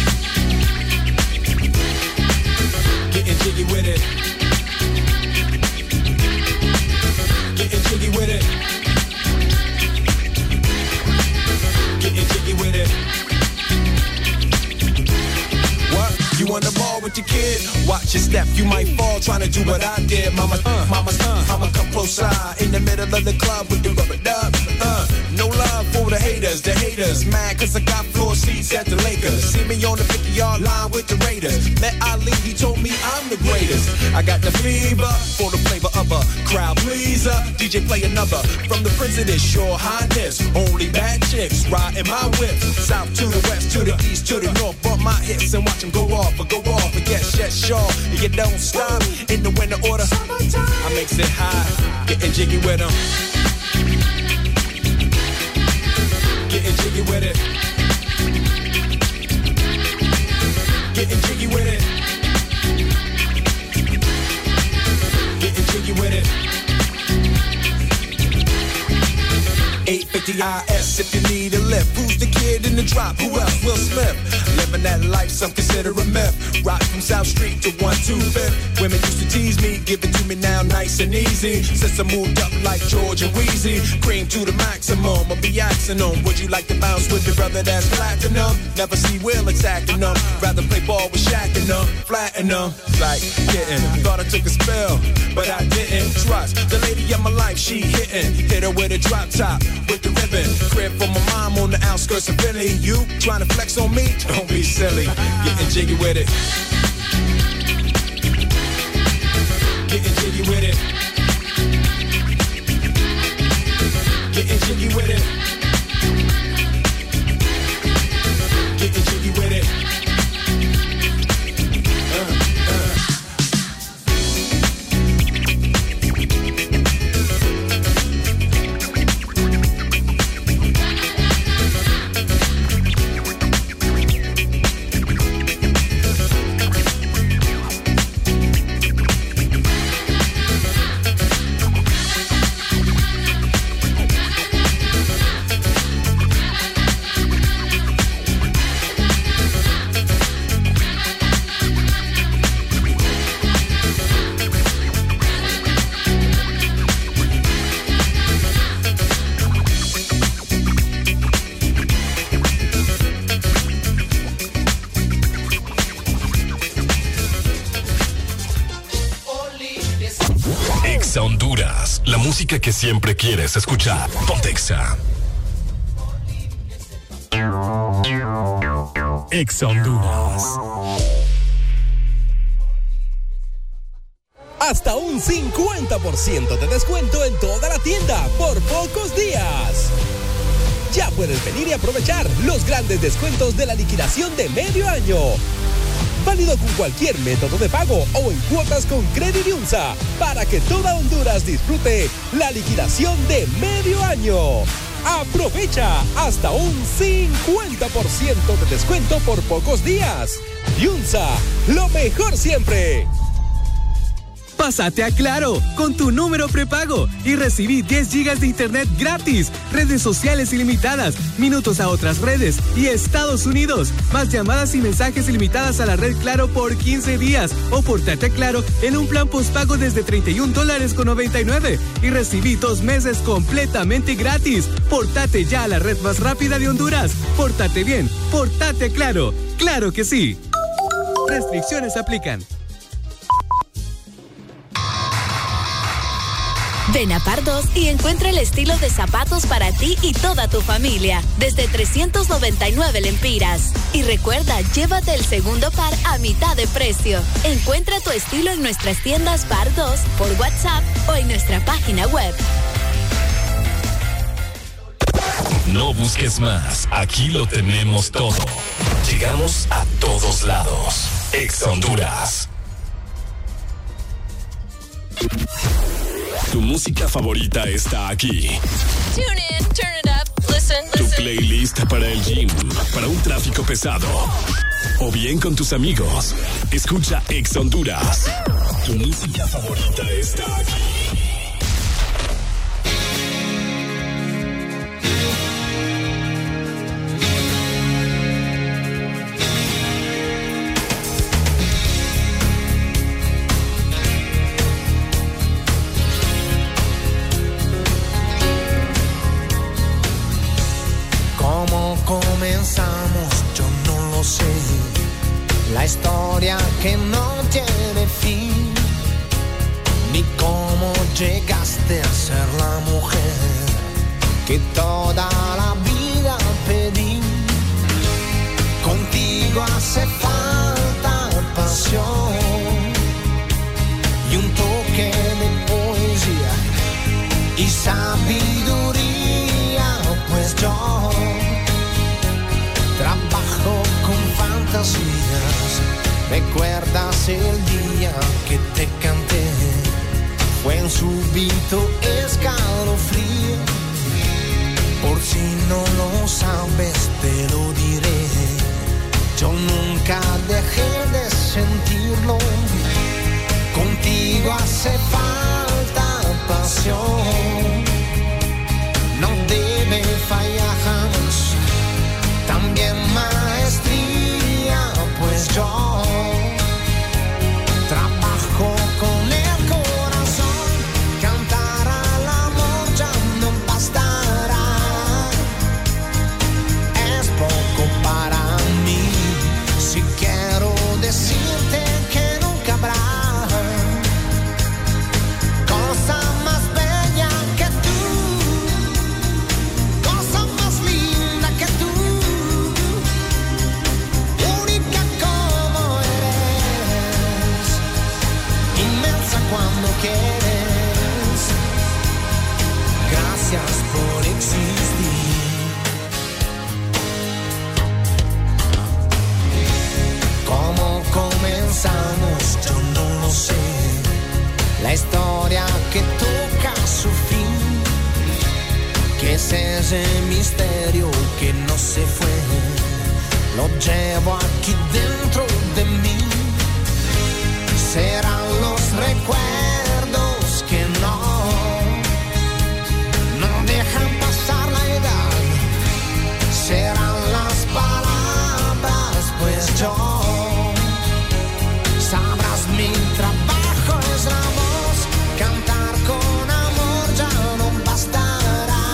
Getting jiggy with it. Getting jiggy with it. Getting jiggy with it. What? You on the ball with your kid? Watch your step, you might fall trying to do what I did. Mama, uh, mama, uh, I'ma come close side in the middle of the club with the rubber dub. Uh, no love for the haters, the haters. Mad cause I got floor seats at the Lakers. See me on the fifty-yard line with the Raiders. Met Ali, he told me I'm the greatest. I got the fever for the flavor of a crowd pleaser. D J play another from the Prince of this Your Highness. Only bad chicks riding my whip. South to the west, to the east, to the north. Bump my hips and watch them go off, or go off, and get shut sure. And you don't stop in the winter order. I makes it high, getting jiggy with them. Getting jiggy with it. Getting jiggy with it. Getting jiggy with it. eight fifty I S if you need a lift. Who's the kid in the drop? Who else? Will Smith. Living that life, some consider a myth. Rock from South Street to one two fifth. Women used to tease me, give it to me now nice and easy. Since I moved up like George and Wheezy, cream to the maximum, I'll be axing them. Would you like to bounce with your brother that's platinum? Never see Will attacking them. Rather play ball with Shaq and them, flatten them. Like getting, thought I took a spell, but I didn't. Trust the lady of my life, she hitting. Hit her with a drop top, with the ribbon. Crib for my mom on the outskirts of Philly. You trying to flex on me? Don't be silly. Getting jiggy with it. Getting jiggy with it. Getting jiggy with it. Getting jiggy with it. Honduras, la música que siempre quieres escuchar. Ponte Exa. Exa Honduras. Hasta un cincuenta por ciento de descuento en toda la tienda por pocos días. Ya puedes venir y aprovechar los grandes descuentos de la liquidación de medio año. Válido con cualquier método de pago o en cuotas con Credit Yunza, para que toda Honduras disfrute la liquidación de medio año. Aprovecha hasta un cincuenta por ciento de descuento por pocos días. Yunza, lo mejor siempre. Pásate a Claro con tu número prepago y recibí diez gigas de internet gratis, redes sociales ilimitadas, minutos a otras redes y Estados Unidos, más llamadas y mensajes ilimitadas a la red Claro por quince días, o pórtate a Claro en un plan postpago desde treinta y un dólares con noventa y nueve y recibí dos meses completamente gratis. Pórtate ya a la red más rápida de Honduras. Pórtate bien, pórtate a Claro. ¡Claro que sí! Restricciones aplican. Ven a Pardos y encuentra el estilo de zapatos para ti y toda tu familia, desde trescientos noventa y nueve lempiras. Y recuerda, llévate el segundo par a mitad de precio. Encuentra tu estilo en nuestras tiendas Pardos, por WhatsApp o en nuestra página web. No busques más, aquí lo tenemos todo. Llegamos a todos lados. Exa Honduras. Tu música favorita está aquí. Tune in, turn it up, listen, Tu listen. playlist para el gym, para un tráfico pesado. O bien con tus amigos. Escucha Exa Honduras. Tu música favorita está aquí. Comenzamos, yo no lo sé. La historia que no tiene fin, ni cómo llegaste a ser la mujer que toda la vida pedí. Contigo hace falta pasión y un toque de poesía. sabiduría, pues yo trabajo con fantasías. ¿Recuerdas el día que te canté? Fue en súbito escalofrío. Por si no lo sabes, te lo diré. Yo nunca dejé de sentirlo. Contigo hace falta pasión. No debe fallar jamás. También maestría, pues yo trabajo con el corazón. Cantar al amor ya no bastará. Es poco para mí. Si quiero decirte que nunca habrá cosa más bella que tú, cosa más linda que tú, única como eres, inmensa cuando quieres. Gracias por existir. ¿Cómo comenzamos? Yo no lo sé. La historia que toca su fin, que es ese misterio que no se fue, lo llevo aquí dentro de mí. Serán los recuerdos que no, no dejan pasar la edad. Serán las palabras, pues yo, sabrás mi trabajo es la voz. Cantar con amor ya no bastará.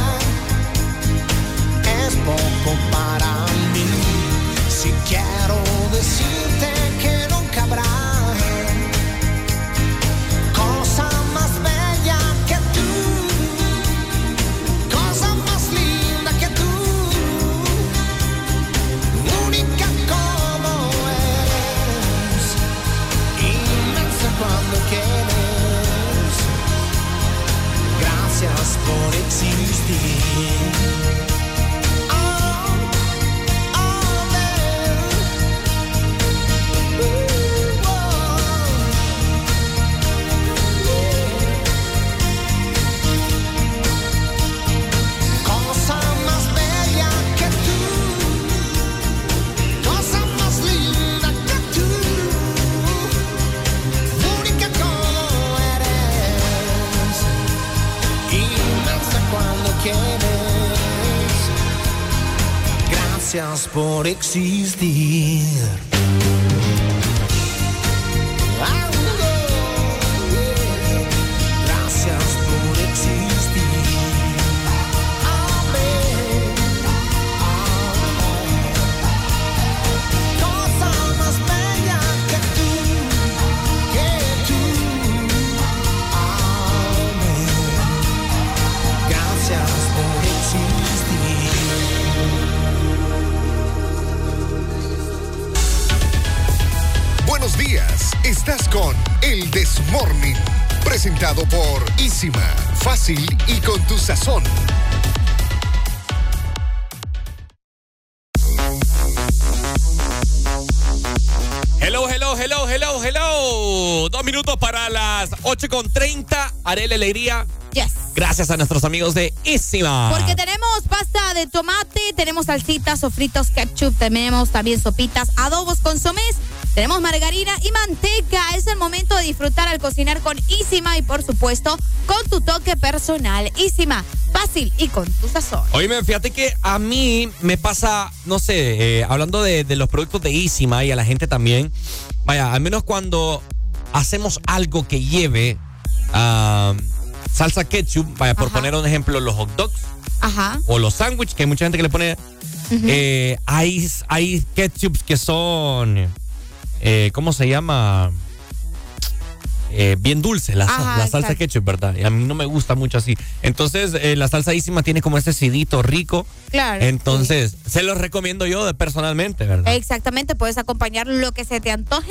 Es poco para mí. Si quiero decirte que nunca habrá cosa más bella que tú, cosa más linda que tú, única como eres, inmensa cuando quieres. Gracias por existir. Oh, oh, babe. Ooh, oh. Cosa más bella que tú, cosa más linda que tú, única como eres, inmensa cuando quieres. Gracias por existir. Ah, oh, yeah. Gracias por existir. Amén. Cosa más bella que tú, que tú. Amén. Gracias por existir. Buenos días, estás con El Desmorning, presentado por Isima, fácil y con tu sazón. Hello, hello, hello, hello, hello. Dos minutos para las ocho con treinta. Haré la alegría. Yes. Gracias a nuestros amigos de Isima. Porque tenemos pasta de tomate, tenemos salsitas, sofritos, ketchup, tenemos también sopitas, adobos, consomés, tenemos margarina y manteca. Es el momento de disfrutar al cocinar con Isima y, por supuesto, con tu toque personal. Isima, fácil y con tu sazón. Oye, fíjate que a mí me pasa, no sé, eh, hablando de, de los productos de Isima y a la gente también, vaya, al menos cuando hacemos algo que lleve uh, salsa ketchup, vaya, por Ajá. poner un ejemplo, los hot dogs. Ajá. O los sándwiches, que hay mucha gente que le pone. Uh-huh. eh, hay, hay ketchups que son. Eh, ¿Cómo se llama? Eh, bien dulce, la, Ajá, la salsa ketchup, ¿verdad? Y a mí no me gusta mucho así. Entonces, eh, la salsa Isima tiene como ese acidito rico. Claro. Entonces, sí. Se los recomiendo yo personalmente, ¿verdad? Exactamente, puedes acompañar lo que se te antoje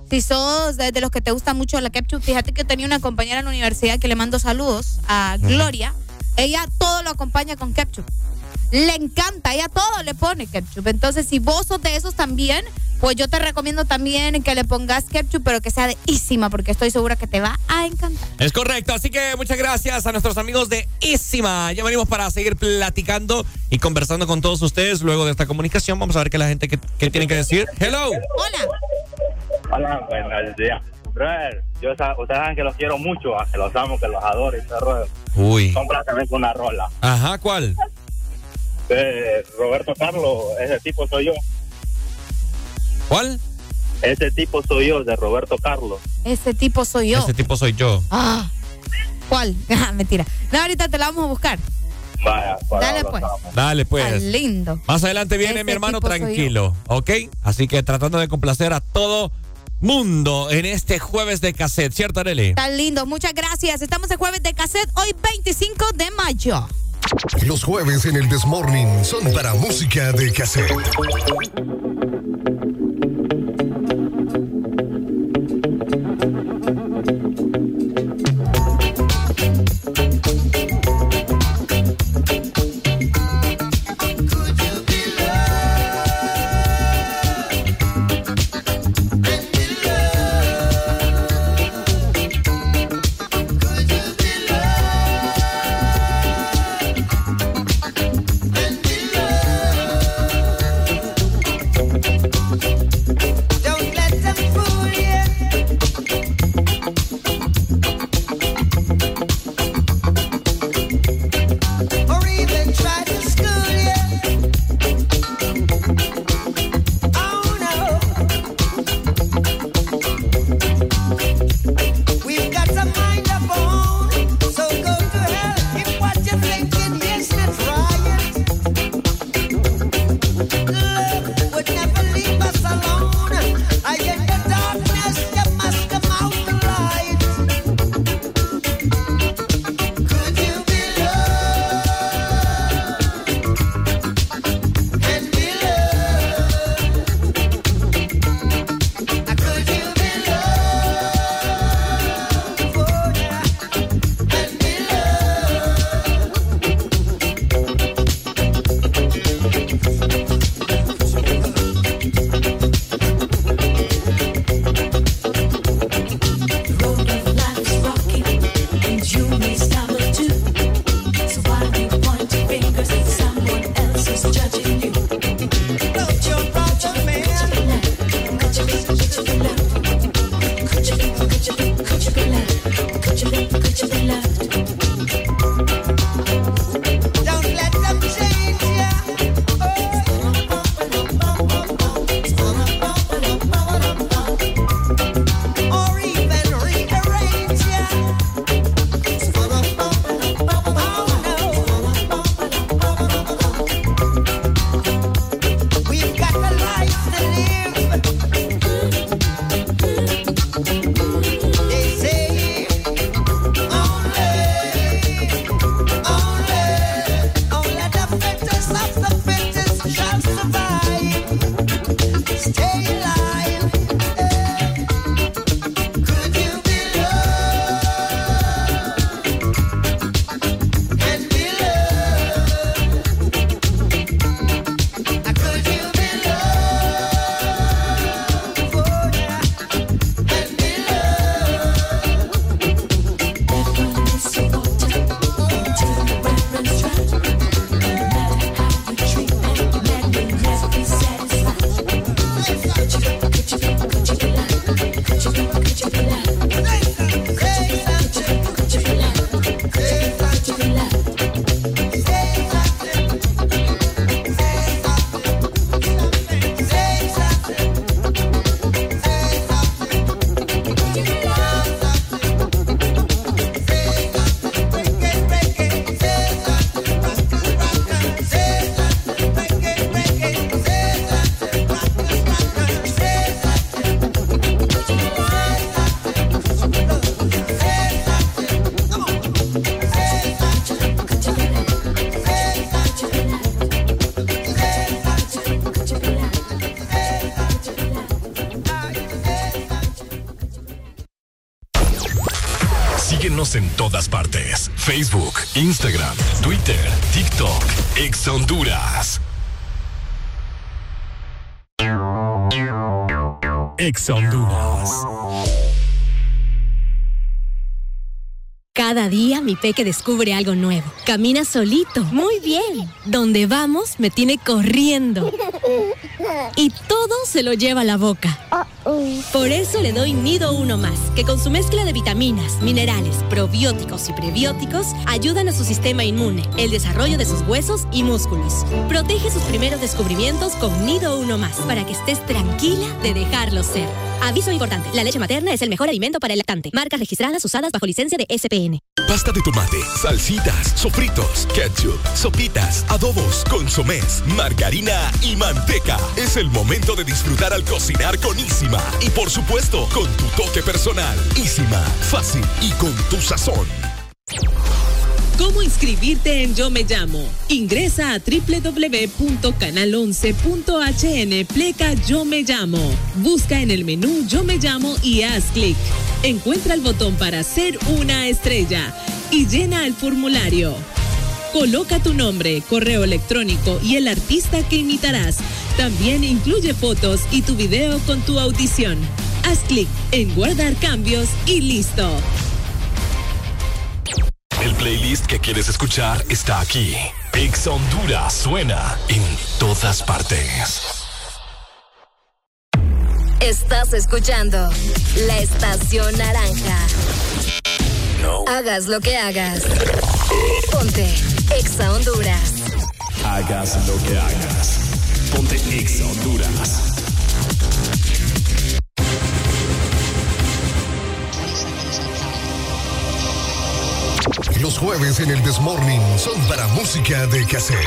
Si sos de, de los que te gusta mucho la ketchup, fíjate que tenía una compañera en la universidad que le mando saludos a Gloria. Ella todo lo acompaña con ketchup. Le encanta, ella todo le pone ketchup. Entonces, si vos sos de esos también, pues yo te recomiendo también que le pongas ketchup, pero que sea de Isima, porque estoy segura que te va a encantar. Es correcto, así que muchas gracias a nuestros amigos de Isima. Ya venimos para seguir platicando y conversando con todos ustedes luego de esta comunicación. Vamos a ver qué la gente que, que tiene que decir. Hello. Hola. Hola, buenos días. Brother, yo, ustedes saben que los quiero mucho, que los amo, que los adoro y todo. Uy. Cómprame una rola. Ajá, ¿cuál? De Roberto Carlos, ese tipo soy yo. ¿Cuál? Ese tipo soy yo, de Roberto Carlos. Ese tipo soy yo. Ese tipo soy yo. Ah, ¿cuál? Ah, mentira. No, ahorita te la vamos a buscar. Vaya, Dale pues. Dale pues. Tan lindo. Más adelante viene Ese mi hermano tipo soy tranquilo, ¿ok? Así que tratando de complacer a todo mundo en este jueves de cassette, ¿cierto, Arely? Tan lindo, muchas gracias. Estamos en jueves de cassette, hoy veinticinco de mayo. Los jueves en el This Morning son para música de cassette. Estamos en todas partes. Facebook, Instagram, Twitter, TikTok, Ex Honduras. Ex Honduras. Cada día mi peque descubre algo nuevo. Camina solito. Muy bien. Donde vamos me tiene corriendo. Y todo se lo lleva a la boca. Por eso le doy Nido Uno Más, que con su mezcla de vitaminas, minerales, probióticos y prebióticos ayudan a su sistema inmune, el desarrollo de sus huesos y músculos. Protege sus primeros descubrimientos con Nido Uno Más, para que estés tranquila de dejarlo ser. Aviso importante, la leche materna es el mejor alimento para el lactante. Marcas registradas usadas bajo licencia de S P N. Pasta de tomate, salsitas, sofritos, ketchup, sopitas, adobos, consomés, margarina y manteca. Es el momento de disfrutar al cocinar con Isima. Y por supuesto, con tu toque personal. Isima, fácil y con tu sazón. ¿Cómo inscribirte en Yo Me Llamo? Ingresa a doble u doble u doble u punto canal once punto h n pleca Yo Me Llamo. Busca en el menú Yo Me Llamo y haz clic. Encuentra el botón para ser una estrella y llena el formulario. Coloca tu nombre, correo electrónico y el artista que imitarás. También incluye fotos y tu video con tu audición. Haz clic en guardar cambios y listo. El playlist que quieres escuchar está aquí. Ex Honduras suena en todas partes. Estás escuchando la Estación Naranja. No. Hagas lo que hagas. Ponte Exa Honduras. Hagas lo que hagas. Ponte Exa Honduras. Los jueves en el This Morning son para música de cassette.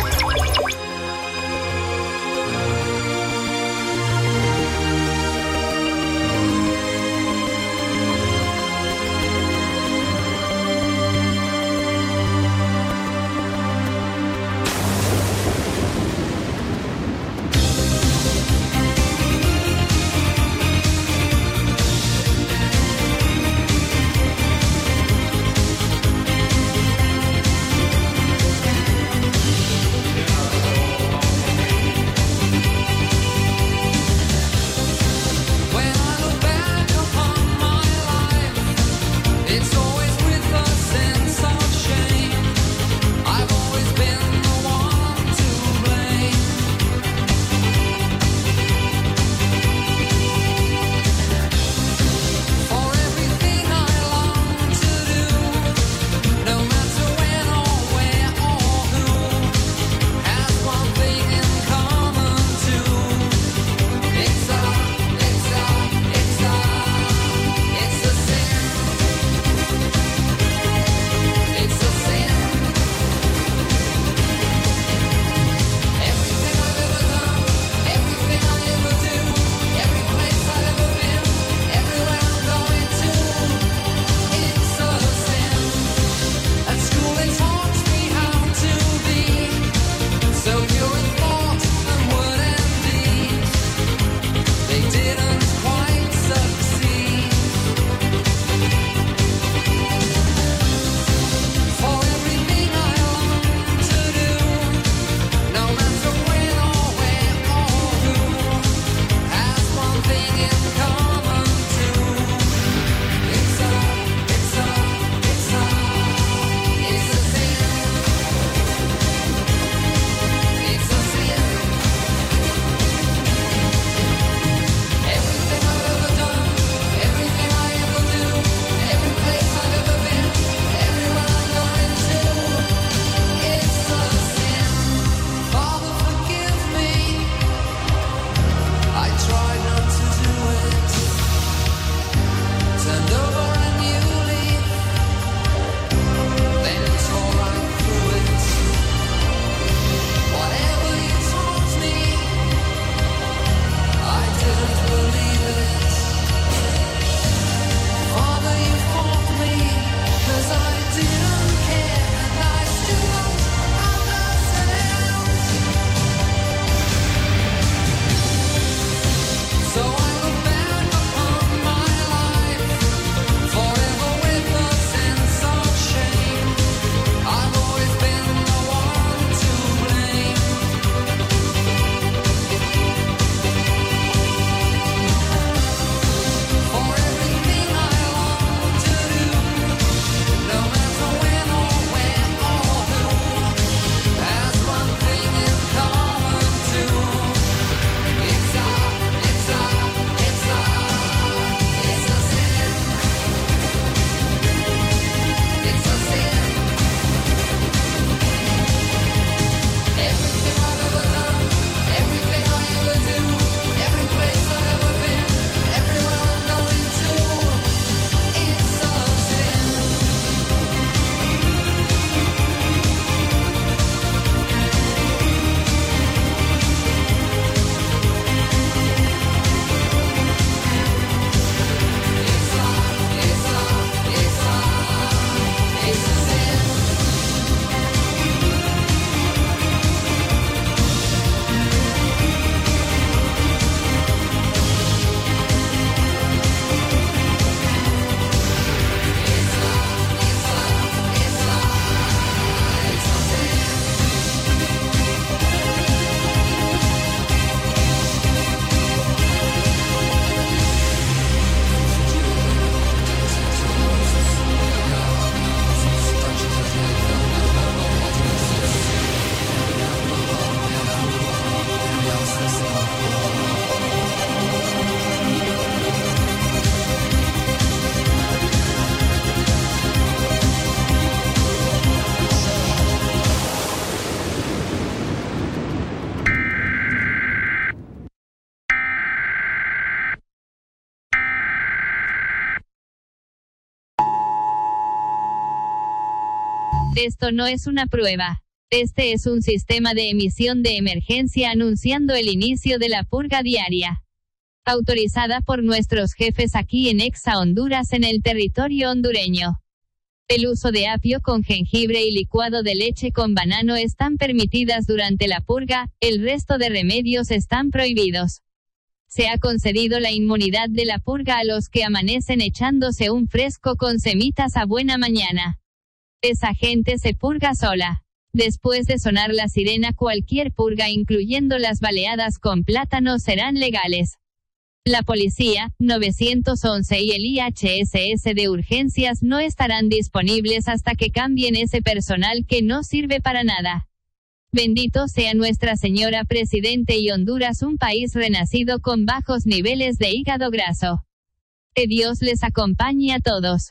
Esto no es una prueba. Este es un sistema de emisión de emergencia anunciando el inicio de la purga diaria. Autorizada por nuestros jefes aquí en Exa Honduras en el territorio hondureño. El uso de apio con jengibre y licuado de leche con banano están permitidas durante la purga, el resto de remedios están prohibidos. Se ha concedido la inmunidad de la purga a los que amanecen echándose un fresco con semitas a buena mañana. Esa gente se purga sola. Después de sonar la sirena, cualquier purga, incluyendo las baleadas con plátano, serán legales. La policía, nueve once y el I H S S de urgencias no estarán disponibles hasta que cambien ese personal que no sirve para nada. Bendito sea Nuestra Señora Presidente y Honduras, un país renacido con bajos niveles de hígado graso. Que Dios les acompañe a todos.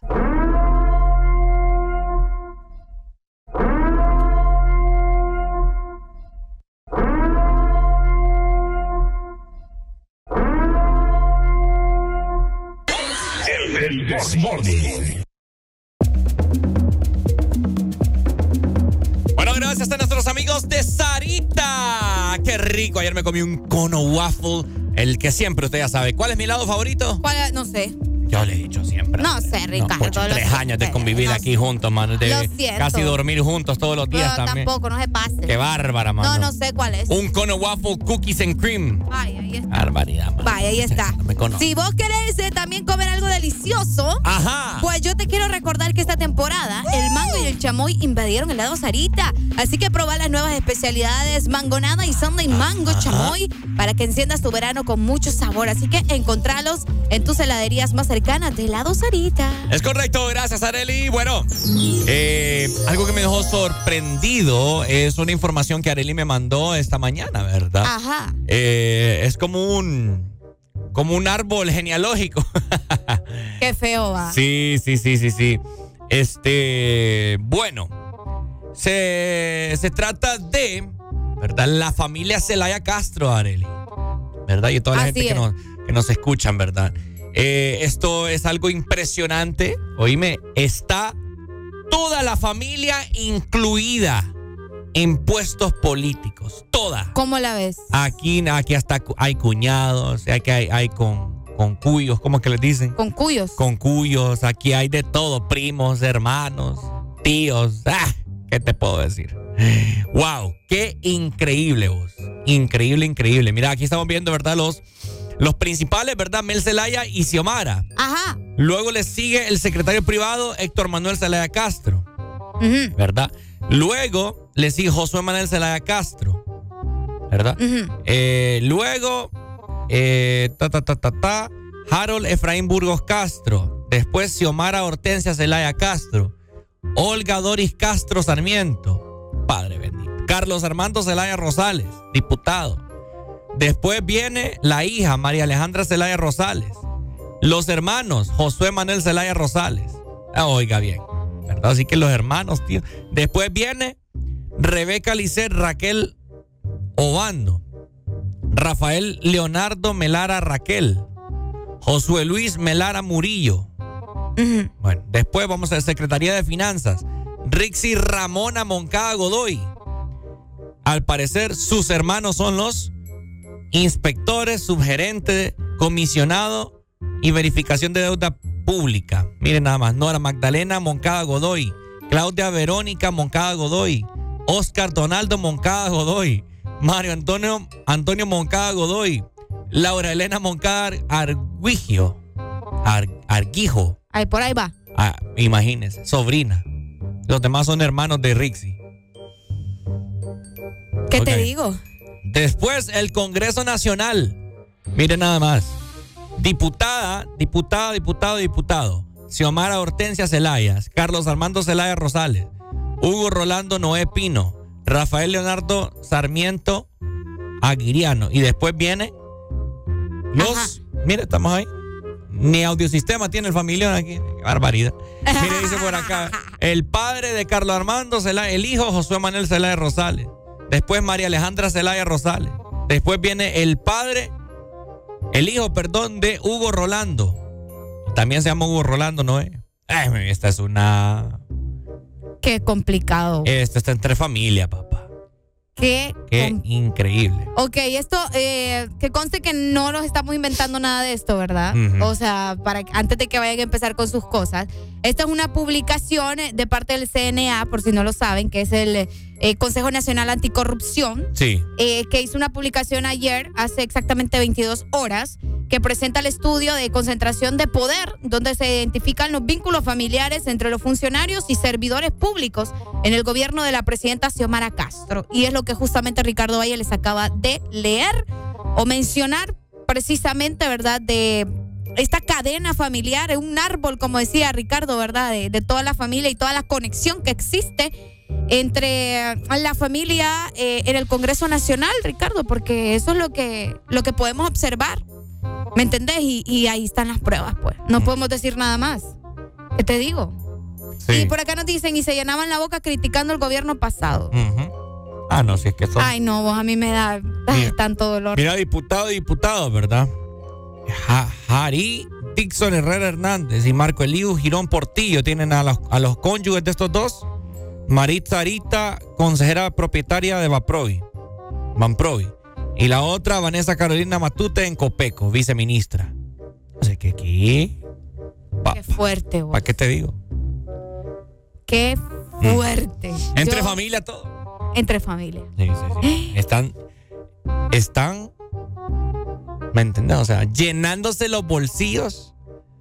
El Desmorning. Bueno, gracias a nuestros amigos de Sarita. ¡Qué rico! Ayer me comí un cono waffle, el que siempre usted ya sabe. ¿Cuál es mi lado favorito? ¿Cuál? No sé. Yo le he dicho siempre. No sé, Ricardo. No, ocho, tres años de convivir no, aquí juntos, mano. De lo siento. Casi dormir juntos todos los días no, también. Tampoco, no se pase. Qué bárbara, mano. No, no sé cuál es. Un cono waffle, cookies and cream. Ay, ahí está. Barbaridad, mano. Vaya, ahí está. No me conoce. Si vos querés eh, también comer algo delicioso, ajá, pues yo te quiero recordar que esta temporada el mango y el chamoy invadieron el lado Sarita. Así que probá las nuevas especialidades mangonada y sundae mango chamoy para que enciendas tu verano con mucho sabor. Así que encontralos en tus heladerías más cercanas de helado Sarita. Es correcto, gracias Arely. Bueno, eh, algo que me dejó sorprendido es una información que Arely me mandó esta mañana, ¿verdad? Ajá. Eh, es como un como un árbol genealógico. Qué feo va. Sí, sí, sí, sí, sí. Este, bueno, se, se trata de, ¿verdad? La familia Zelaya Castro, Arely, ¿verdad? Y toda la Así gente que nos, que nos escuchan, ¿verdad? Eh, esto es algo impresionante. Oíme, está toda la familia incluida en puestos políticos. Toda. ¿Cómo la ves? Aquí, aquí hasta hay cuñados, aquí hay, hay con, con cuyos, ¿cómo que les dicen? Con cuyos. Con cuyos, aquí hay de todo, primos, hermanos, tíos. ¡Ah! ¿Qué te puedo decir? ¡Wow! ¡Qué increíble, vos! Increíble, increíble. Mira, aquí estamos viendo, ¿verdad? Los... Los principales, ¿verdad? Mel Zelaya y Xiomara. Ajá. Luego le sigue el secretario privado Héctor Manuel Zelaya Castro. Uh-huh. ¿Verdad? Luego le sigue Josué Manuel Zelaya Castro. ¿Verdad? Uh-huh. Eh, luego, eh, ta, ta, ta, ta, ta, Harold Efraín Burgos Castro. Después Xiomara Hortensia Zelaya Castro. Olga Doris Castro Sarmiento. Padre bendito. Carlos Armando Zelaya Rosales, diputado. Después viene la hija, María Alejandra Zelaya Rosales. Los hermanos, Josué Manuel Zelaya Rosales. Ah, oiga bien, ¿verdad? Así que los hermanos, tío. Después viene Rebeca Lisset Raquel Obando. Rafael Leonardo Melara Raquel. Josué Luis Melara Murillo. Uh-huh. Bueno, después vamos a la Secretaría de Finanzas. Rixi Ramona Moncada Godoy. Al parecer, sus hermanos son los inspectores, subgerente, comisionado y verificación de deuda pública. Miren nada más. Nora Magdalena Moncada Godoy. Claudia Verónica Moncada Godoy. Oscar Donaldo Moncada Godoy. Mario Antonio, Antonio Moncada Godoy. Laura Elena Moncada Arguigio. Ar, Arguijo. Ahí por ahí va. Ah, imagínense, sobrina. Los demás son hermanos de Rixi. ¿Qué okay. te digo? Después, el Congreso Nacional. Miren nada más. Diputada, diputada, diputado, diputado. Xiomara Hortensia Zelaya. Carlos Armando Zelaya Rosales. Hugo Rolando Noé Pino. Rafael Leonardo Sarmiento Aguiriano. Y después viene los... Mire, estamos ahí. Ni audiosistema tiene el familión aquí. Qué barbaridad. Mire, dice por acá. El padre de Carlos Armando Zelaya. El hijo Josué Manuel Zelaya Rosales. Después María Alejandra Zelaya Rosales. Después viene el padre, el hijo, perdón, de Hugo Rolando. También se llama Hugo Rolando, ¿no es? Eh, esta es una... Qué complicado. Esto está entre familia, papá. Qué, Qué increíble. Ok, esto, eh, que conste que no nos estamos inventando nada de esto, ¿verdad? Uh-huh. O sea, para antes de que vayan a empezar con sus cosas. Esta es una publicación de parte del C N A, por si no lo saben, que es el eh, Consejo Nacional Anticorrupción. Sí. Eh, que hizo una publicación ayer, hace exactamente veintidós horas, que presenta el estudio de concentración de poder, donde se identifican los vínculos familiares entre los funcionarios y servidores públicos en el gobierno de la presidenta Xiomara Castro. Y es lo que justamente Ricardo Valle les acaba de leer o mencionar precisamente, ¿verdad?, de esta cadena familiar, un árbol, como decía Ricardo, ¿verdad?, de, de toda la familia y toda la conexión que existe entre la familia eh, en el Congreso Nacional, Ricardo, porque eso es lo que, lo que podemos observar. ¿Me entendés? Y, y ahí están las pruebas, pues. No podemos decir nada más. ¿Qué te digo? Sí. Y por acá nos dicen, y se llenaban la boca criticando el gobierno pasado. Uh-huh. Ah, no, si es que son... Ay, no, vos a mí me da ay, tanto dolor. Mira, diputado y diputado, ¿verdad? Ja, Jari Dixon Herrera Hernández y Marco Eliu Girón Portillo tienen a los, a los cónyuges de estos dos. Maritza Arita, consejera propietaria de Vaprovi, Vanprovi. Y la otra, Vanessa Carolina Matute en Copeco, viceministra. O sea, que aquí... Pa, Qué fuerte, vos. ¿Para qué te digo? Qué fuerte. Mm. Entre Yo, familia todo. Entre familia. Sí, sí, sí. Están... Están... ¿Me entiendes? O sea, llenándose los bolsillos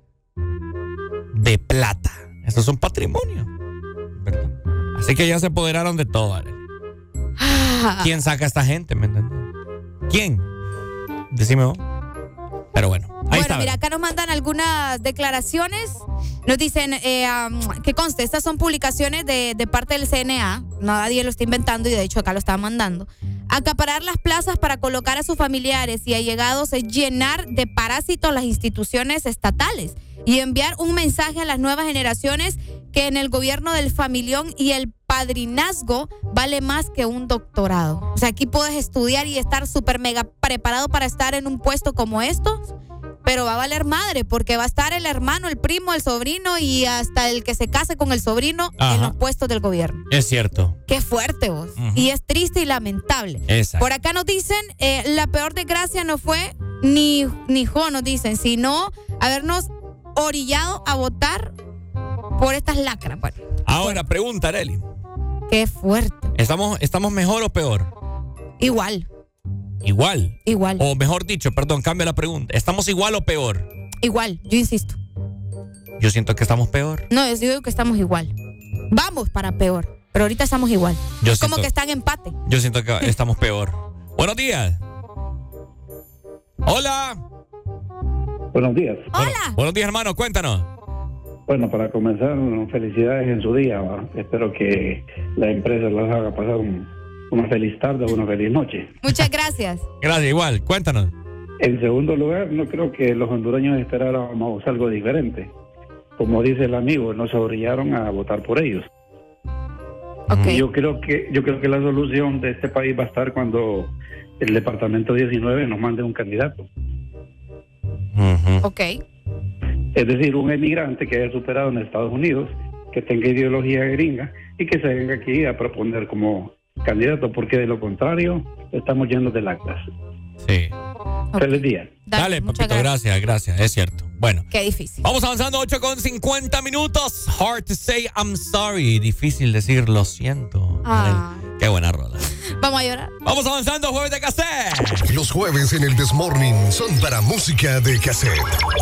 de plata. Eso es un patrimonio, ¿verdad? Así que ya se apoderaron de todo, ¿vale? ¿Quién saca a esta gente? ¿Me entiendes? ¿Quién? Decime vos. Pero bueno, ahí bueno, está. Mira, acá nos mandan algunas declaraciones. Nos dicen eh, um, que conste, estas son publicaciones de, de parte del C N A. Nadie lo está inventando y de hecho acá lo está mandando. Acaparar las plazas para colocar a sus familiares y allegados es llenar de parásitos las instituciones estatales y enviar un mensaje a las nuevas generaciones que en el gobierno del familión y el padrinazgo vale más que un doctorado. O sea, aquí puedes estudiar y estar súper mega preparado para estar en un puesto como estos, pero va a valer madre porque va a estar el hermano, el primo, el sobrino y hasta el que se case con el sobrino. Ajá. En los puestos del gobierno. Es cierto. Qué fuerte, vos. Uh-huh. Y es triste y lamentable. Exacto. Por acá nos dicen, eh, la peor desgracia no fue ni, ni jo, nos dicen, sino habernos orillado a votar por estas lacras. Bueno, ahora, pregunta, Arely. Qué fuerte. ¿Estamos, ¿Estamos mejor o peor? Igual. Igual. Igual. O mejor dicho, perdón, cambia la pregunta. ¿Estamos igual o peor? Igual, yo insisto. Yo siento que estamos peor. No, yo digo que estamos igual. Vamos para peor, pero ahorita estamos igual. Yo es siento, como que está en empate. Yo siento que estamos peor. Buenos días. Hola. Buenos días. Hola. Bueno, buenos días, hermano, cuéntanos. Bueno, para comenzar, felicidades en su día, ¿va? Espero que la empresa les haga pasar un, una feliz tarde o una feliz noche. Muchas gracias. Gracias, igual, cuéntanos. En segundo lugar, no creo que los hondureños esperáramos algo diferente. Como dice el amigo, no se orillaron a votar por ellos. Okay. Yo creo que yo creo que la solución de este país va a estar cuando el departamento diecinueve nos mande un candidato. Uh-huh. Ok. Es decir, un emigrante que haya superado en Estados Unidos, que tenga ideología gringa y que se venga aquí a proponer como candidato, porque de lo contrario estamos llenos de lactas. Sí. Okay. Feliz día. Dale, Dale papito, gracias. gracias, gracias, es cierto. Bueno. Qué difícil. Vamos avanzando, ocho con cincuenta minutos. Hard to say I'm sorry. Difícil decir lo siento. Ah. Qué buena rola. Vamos a llorar. Vamos avanzando, jueves de cassette. Los jueves en el This Morning son para música de cassette.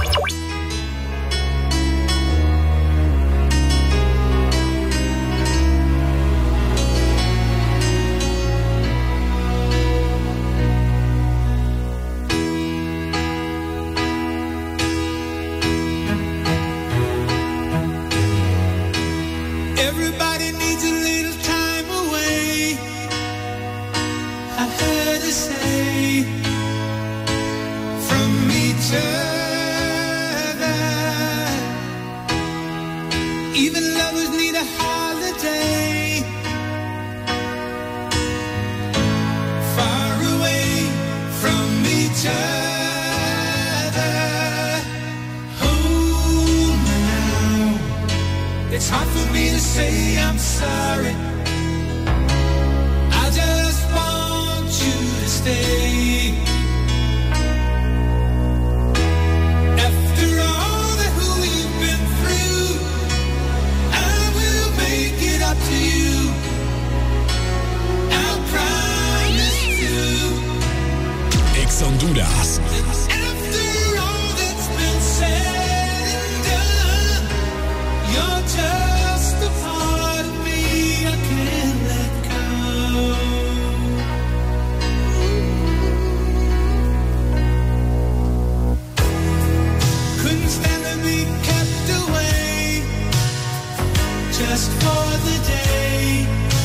Everybody needs a little time away. I heard her say from each other. Even lovers need a holiday. Far away from each other. Hold me now. It's hard for me to say I'm sorry. I just want you to stay. After all that we've been through, I will make it up to you. I promise to. Ex Honduras. After all that's been said and done, you're just a part of me I can't let go. Couldn't stand to be kept away just for the day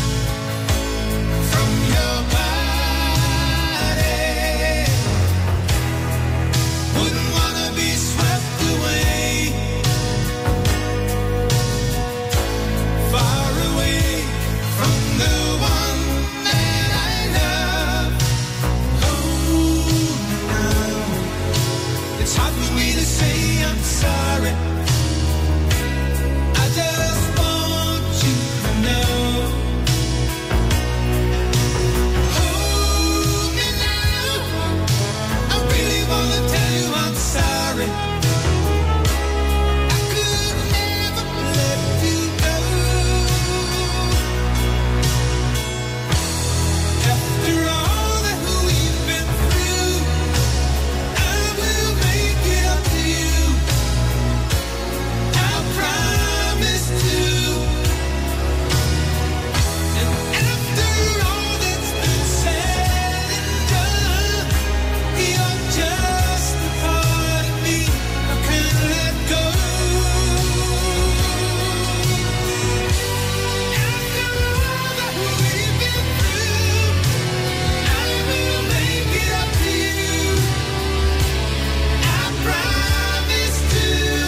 from your body. Wouldn't wanna be swept away, far away from the one that I love. Oh, now it's hard for me to say I'm sorry. I just want you to know. Hold me now. I really wanna tell you I'm sorry. I could never let you go. After all that we've been through, I will make it up to you. I promise to. And after all that's been said and done, you're just a part of me I can't let go. After all that we've been through, I will make it up to you. I promise to.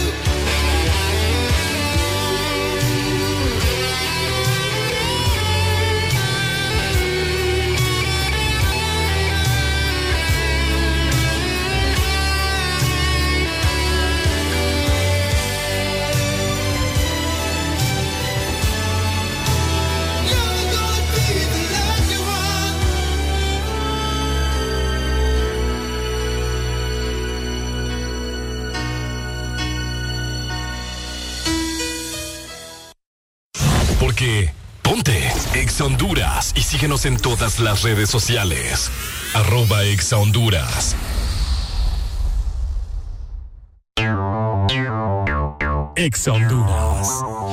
You're gonna be the lucky one. Porque ponte Ex Honduras y síguenos en todas las redes sociales. Arroba Ex Honduras. Ex Honduras.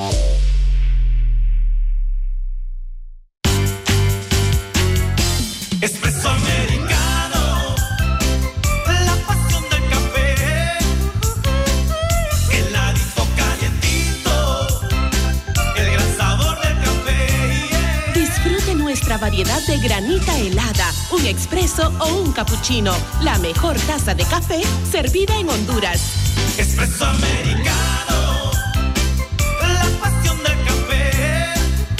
Espresso americano, la pasión del café, heladito calientito, el gran sabor del café. Disfrute nuestra variedad de granita helada, un expreso o un cappuccino. La mejor taza de café servida en Honduras. Espresso americano, la pasión del café.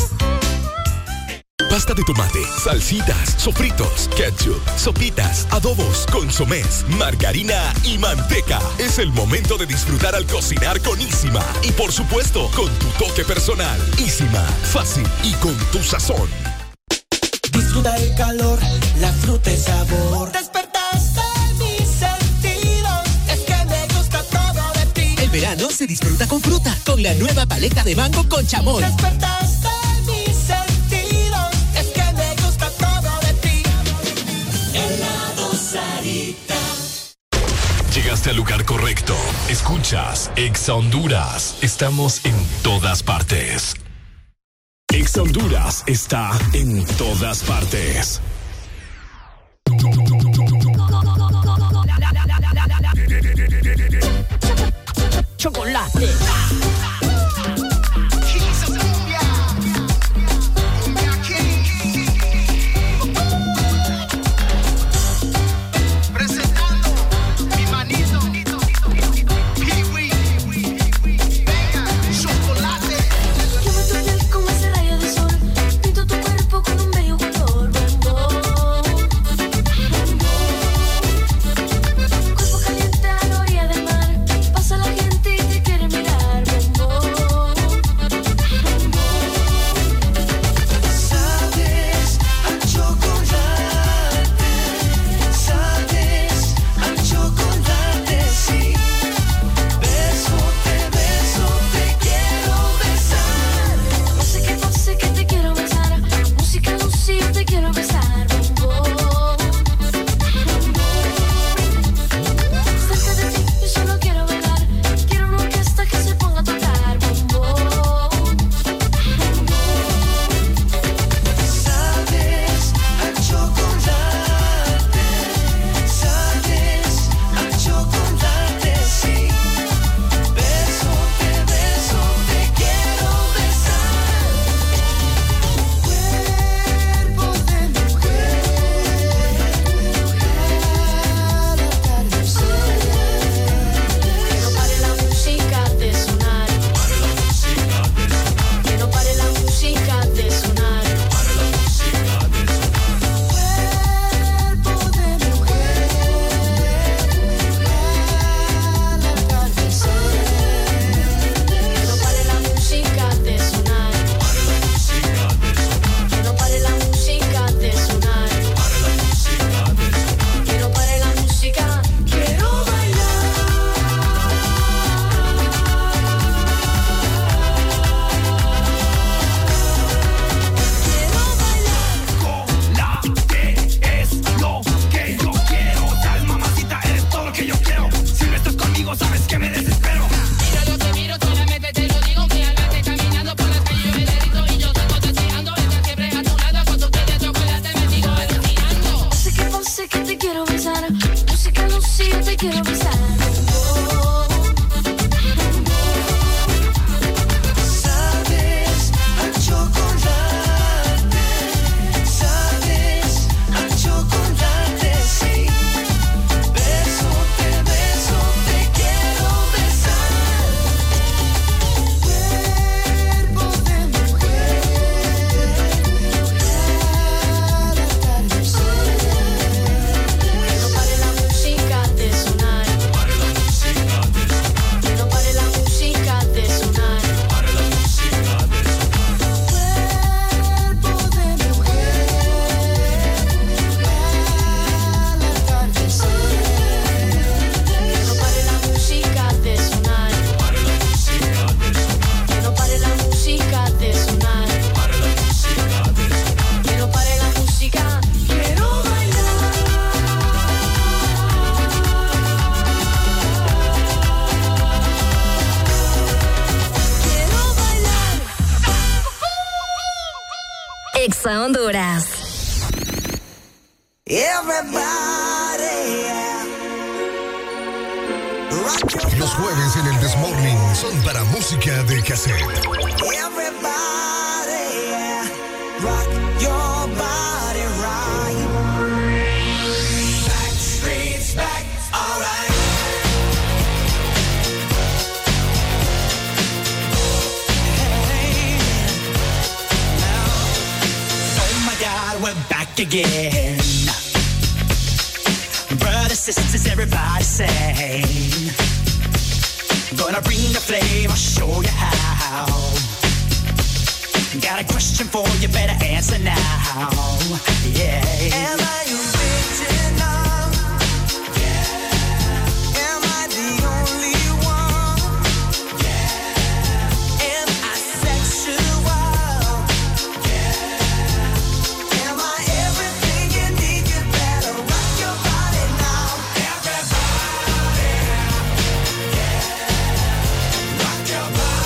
Pasta de tomate, salsitas, sofritos, ketchup, sopitas, adobos, consomés, margarina y manteca. Es el momento de disfrutar al cocinar con Isima. Y por supuesto, con tu toque personal. Isima, fácil y con tu sazón. Disfruta el calor, la fruta y sabor. Despertaste mis sentidos, es que me gusta todo de ti. El verano se disfruta con fruta, con la nueva paleta de mango con chamoy. Despertaste mis sentidos, es que me gusta todo de ti. Helado Sarita. Llegaste al lugar correcto. Escuchas Ex Honduras. Estamos en todas partes. Ex Honduras está en todas partes. Chocolate. Cuerpo caliente a la orilla del mar, pasa la gente y te quiere mirar. quiero besar. Sabes a chocolate, sabes a chocolate, sí. Beso, te beso, te quiero besar. Cuerpo de mujer, al atardecer. Que no pare la música de sonar. Que no pare la música de sonar. Cuerpo de mujer, al atardecer. Que no pare la música de sonar. Que no pare la música de sonar. Que no pare la música. Quiero bailar. Quiero bailar. Exa Honduras. Los jueves en el This Morning son para música de cassette. Everybody, rock your body right. Backstreet's back, alright. Hey, now, oh my God, we're back again. Brothers, sisters, everybody sing. Gonna bring the flame, I'll show you how. Got a question for you, better answer now. Yeah. Am I original? Yeah. Am I the only one? Yeah. Am I sexual? Yeah. Am I everything you need? You better rock your body now. Everybody, yeah. Rock your body.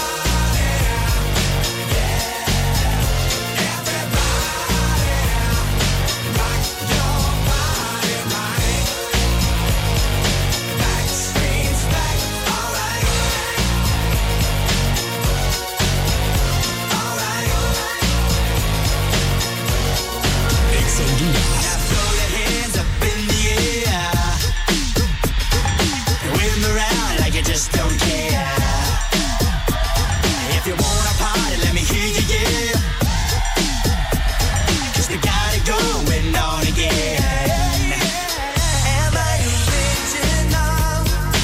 Just don't care. If you wanna party, let me hear you, yeah. 'Cause we got it going on again. Am I original?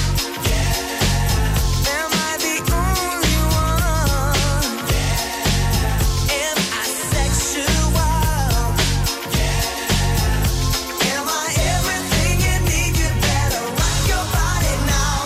Yeah. Am I the only one? Yeah. Am I sexual? Yeah. Am I everything you need? You better rock your body now.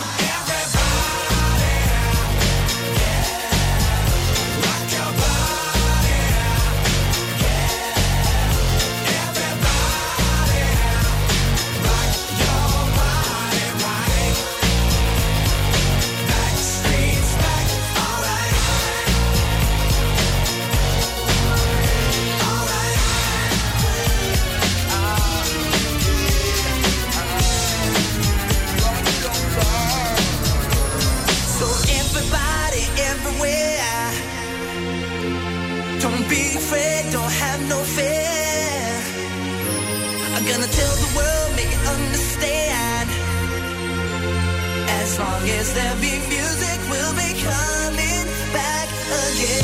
So everybody, everywhere, don't be afraid, don't have no fear. I'm gonna tell the world, make it understand. As long as there be music, we'll be coming back again.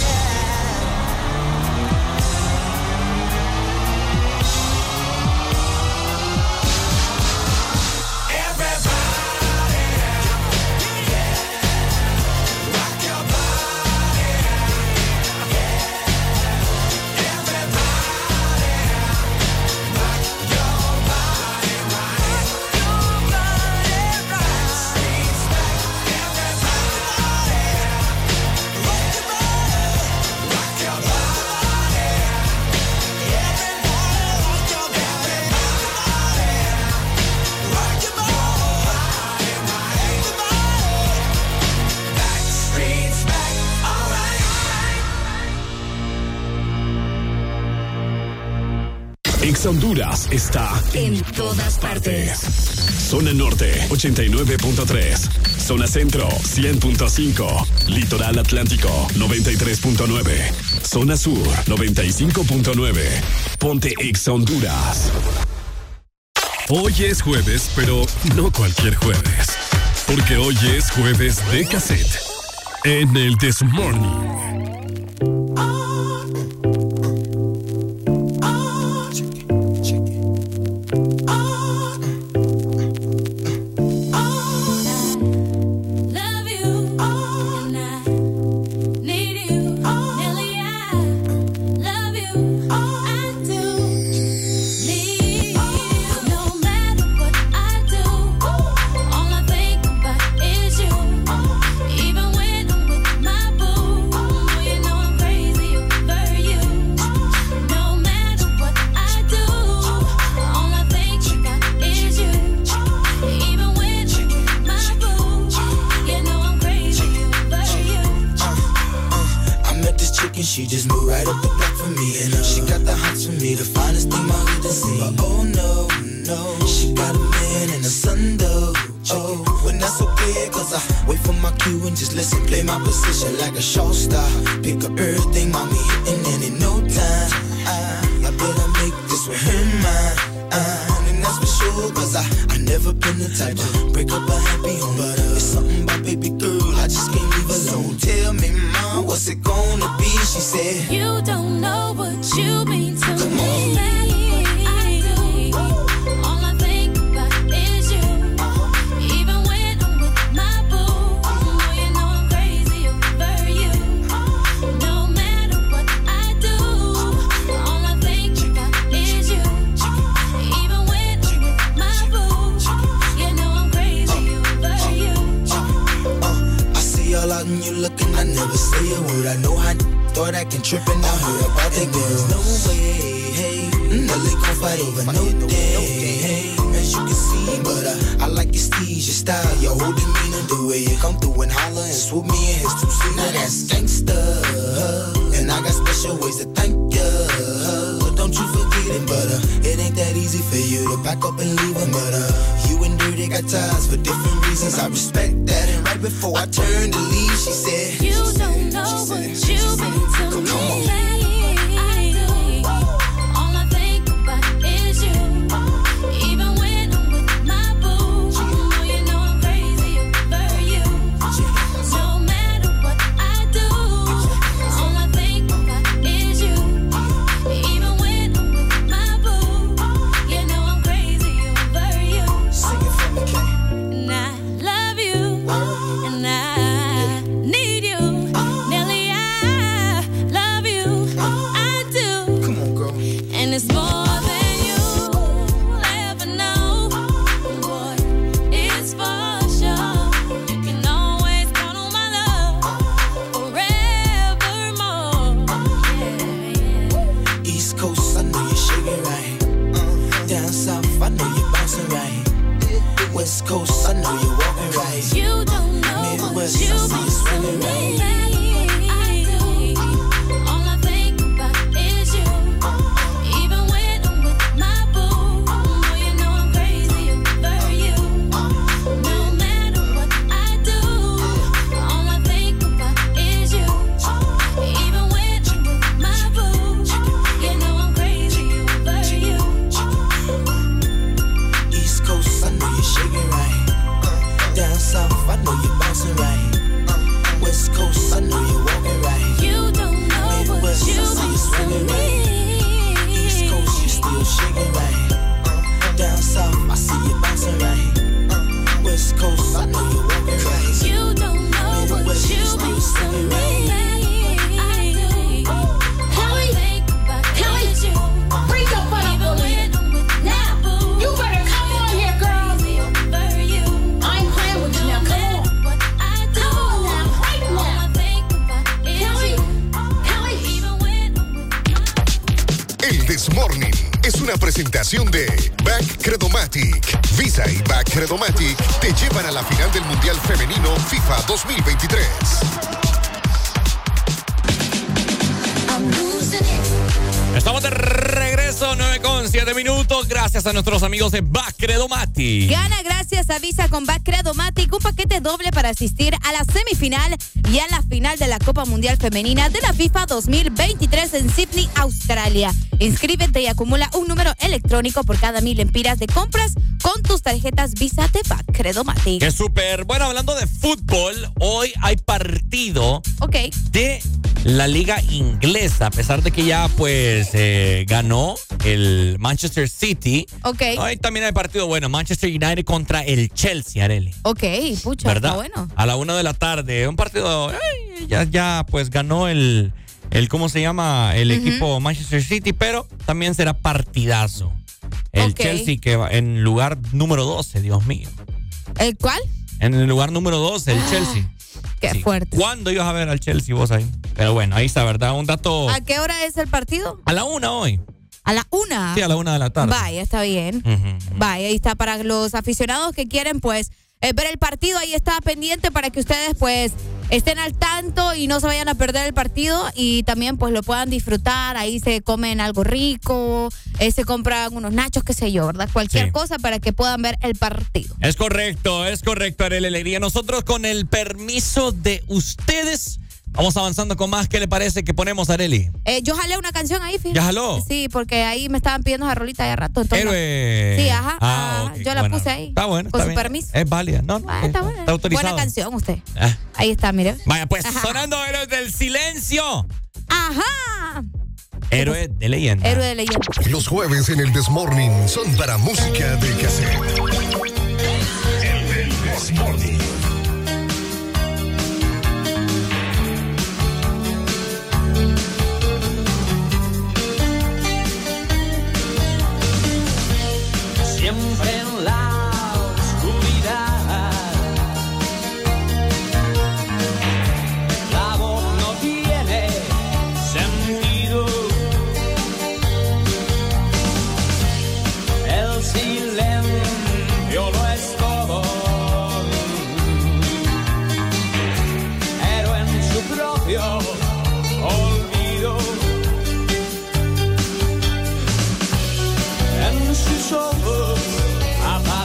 Honduras está en todas partes. Zona Norte, ochenta y nueve punto tres. Zona Centro, cien punto cinco. Litoral Atlántico, noventa y tres punto nueve. Zona Sur, noventa y cinco punto nueve. Ponte Exa Honduras. Hoy es jueves, pero no cualquier jueves. Porque hoy es jueves de cassette. En el This Morning. She just moved right up the block for me, and uh, she got the hots for me, the finest thing my hood has seen. But oh no, no, she got a man and a son though. Oh, when that's okay, cause I wait for my cue and just listen, play my position like a show star. Pick up everything, mommy hitting, and in no time, I, I better make this with her mine. Uh, and that's for sure, cause I, I never been the type to break up a happy home. But uh, it's something about baby girl, I just can't leave alone. Tell me, mom, what's it gonna be? She said, you don't know what you mean to Come me. on. Out and you looking, I never say a word. I know I thought I can trip and I heard about the girls. No way, hey, Nelly gon' fight over no day, hey, as you can see, but uh, I like your steez, your style, your whole demeanor, the way you come through and holler and swoop me in his two-seater. Now that's gangsta, and I got special ways to thank ya. Don't you forget it, but uh, it ain't that easy for you to back up and leave him. But uh, you and Dirty got ties for different reasons. I respect that. And right before I turned to leave, she said, you don't know what you've been to me. Come on. West Coast, I know you're walking right. You don't know Midwest, what you've I see you swinging been right. I know you're bouncing right. West Coast, I know you're walking right. You don't know Midwest, what I you've see you swinging been right. East Coast, you still shaking right. Down south, I see you bouncing right. West Coast, I know you're walking right. You don't know what Midwest, you you've still been swinging right. Kelly, Kelly, bring your butt up on here. Now, you better come on here, girl. I ain't playing with you now. Come on. Come on now, right now. Kelly, Kelly. El This Morning es una presentación de Back Credomatic. Visa y Back Credomatic te llevan a la final del Mundial Femenino FIFA dos mil veintitrés. Estamos de regreso las nueve con siete minutos. Gracias a nuestros amigos de Bacredomatic. Gana gracias a Visa con Bacredomatic un paquete doble para asistir a la semifinal y a la final de la Copa Mundial Femenina de la FIFA dos mil veintitrés en Sydney, Australia. Inscríbete y acumula un número electrónico por cada mil empiras de compras con tus tarjetas Visa de Bacredomatic. ¡Qué súper! Bueno, hablando de fútbol, hoy hay partido okay. de la Liga Inglesa, a pesar de que ya pues eh, ganó el Manchester City. Ok. Hoy también hay partido bueno, Manchester United contra el Chelsea, Arely. Ok, pucha, ¿verdad? está bueno. A la una de la tarde, un partido, ay, ya, ya pues ganó el, el ¿cómo se llama? El uh-huh. equipo Manchester City, pero también será partidazo. El okay. Chelsea que va en lugar número doce, Dios mío. ¿El cuál? En el lugar número doce, el Chelsea. Qué sí. fuerte. ¿Cuándo ibas a ver al Chelsea vos ahí? Pero bueno, ahí está, ¿verdad? Un dato... ¿A qué hora es el partido? A la una hoy. ¿A la una? Sí, a la una de la tarde. Vaya, está bien. Uh-huh, uh-huh. Vaya, ahí está. Para los aficionados que quieren, pues, eh, ver el partido, ahí está pendiente para que ustedes, pues, estén al tanto y no se vayan a perder el partido y también, pues, lo puedan disfrutar. Ahí se comen algo rico, eh, se compran unos nachos, qué sé yo, ¿verdad? Cualquier sí. cosa para que puedan ver el partido. Es correcto, es correcto, Arely Alegría. Nosotros, con el permiso de ustedes, vamos avanzando con más. ¿Qué le parece que ponemos, Arely? Eh, yo jalé una canción ahí, fíjate. ¿Ya jaló? Sí, porque ahí me estaban pidiendo esa rolita ya rato. Entonces, Héroe. Sí, ajá. Ah, ah, okay, yo la bueno. puse ahí. Está bueno. Con está su bien. permiso. Es válida. No, no. Ah, está buena. Está autorizado. Buena canción, usted. Ah. Ahí está, mire. Vaya, pues, ajá. sonando Héroes del Silencio. Ajá. Héroe de leyenda. Héroe de leyenda. Los jueves en el This Morning son para música de cassette. El This Morning. Siempre en la oscuridad, la voz no tiene sentido, el silencio lo es todo, pero en su propio olvido, en sus ojos aparece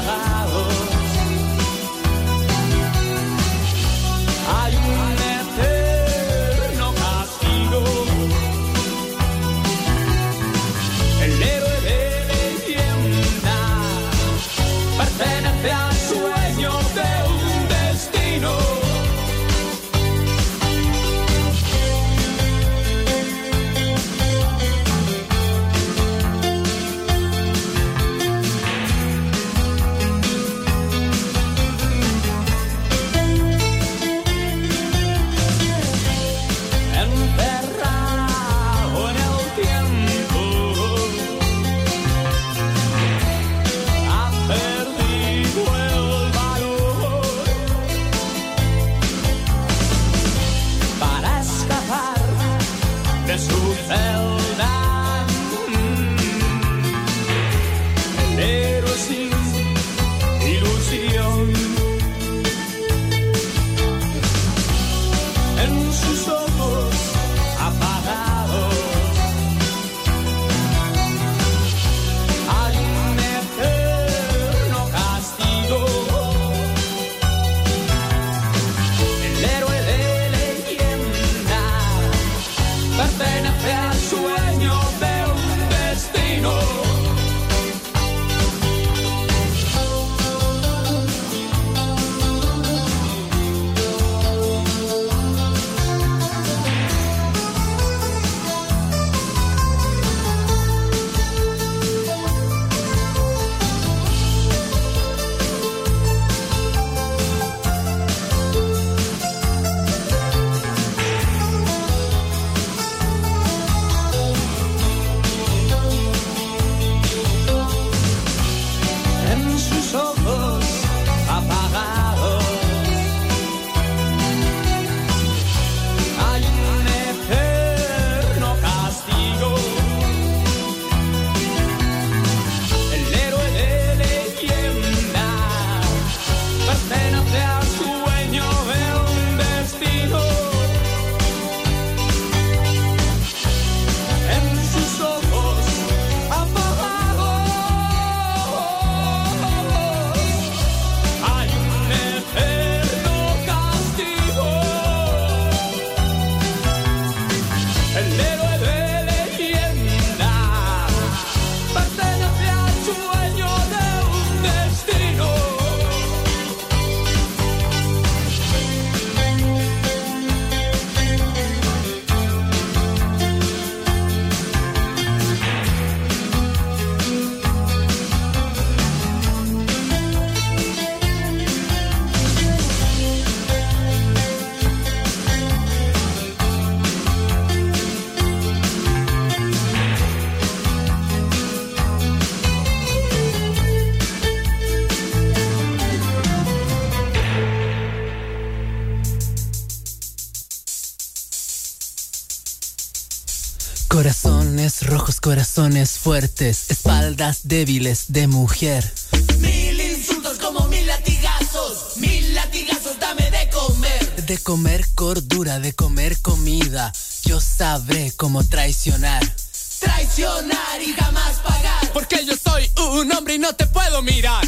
Corazones rojos, corazones fuertes, espaldas débiles de mujer. Mil insultos como mil latigazos, mil latigazos, dame de comer. De comer cordura, de comer comida, yo sabré cómo traicionar. Traicionar y jamás pagar. Porque yo soy un hombre y no te puedo mirar.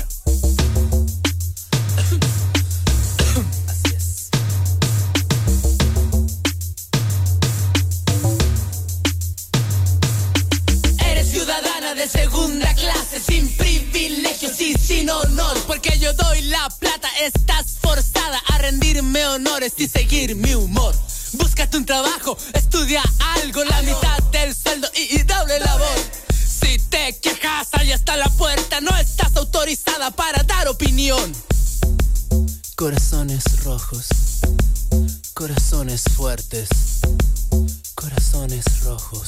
Así es. Eres ciudadana de segunda clase, sin privilegios y sin honor. Porque yo doy la plata, estás forzada a rendirme honores y seguir mi humor. Búscate un trabajo, estudia algo, la mitad del sueldo y, y doble labor. Si te quejas, ahí está la puerta, no estás autorizada para dar opinión. Corazones rojos, corazones fuertes, corazones rojos.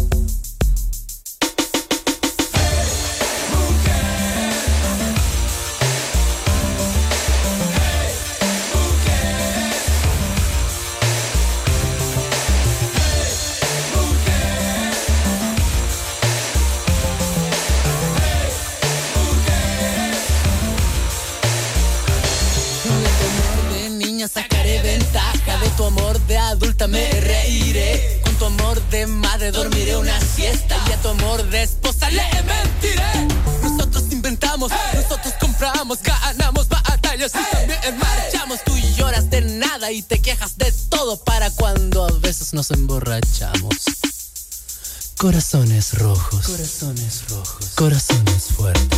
Sacaré ventaja de tu amor de adulta, me reiré. Con tu amor de madre dormiré una siesta y a tu amor de esposa le mentiré. Nosotros inventamos, hey. Nosotros compramos, ganamos batallas, hey. Y también marchamos. Tú lloras de nada y te quejas de todo para cuando a veces nos emborrachamos. Corazones rojos, corazones rojos, corazones fuertes.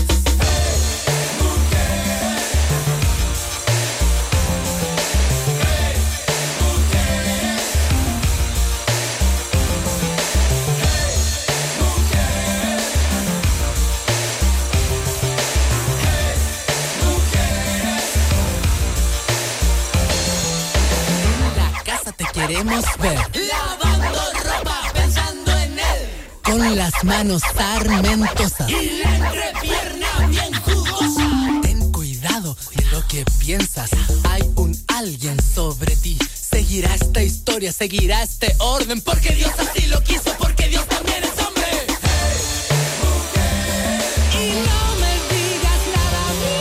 Queremos ver lavando ropa pensando en él, con las manos sarmentosas y la entrepierna bien jugosa. Ten cuidado de lo que piensas, hay un alguien sobre ti. Seguirá esta historia, seguirá este orden, porque Dios así lo quiso, porque Dios también es hombre. Y no me digas nada a mí.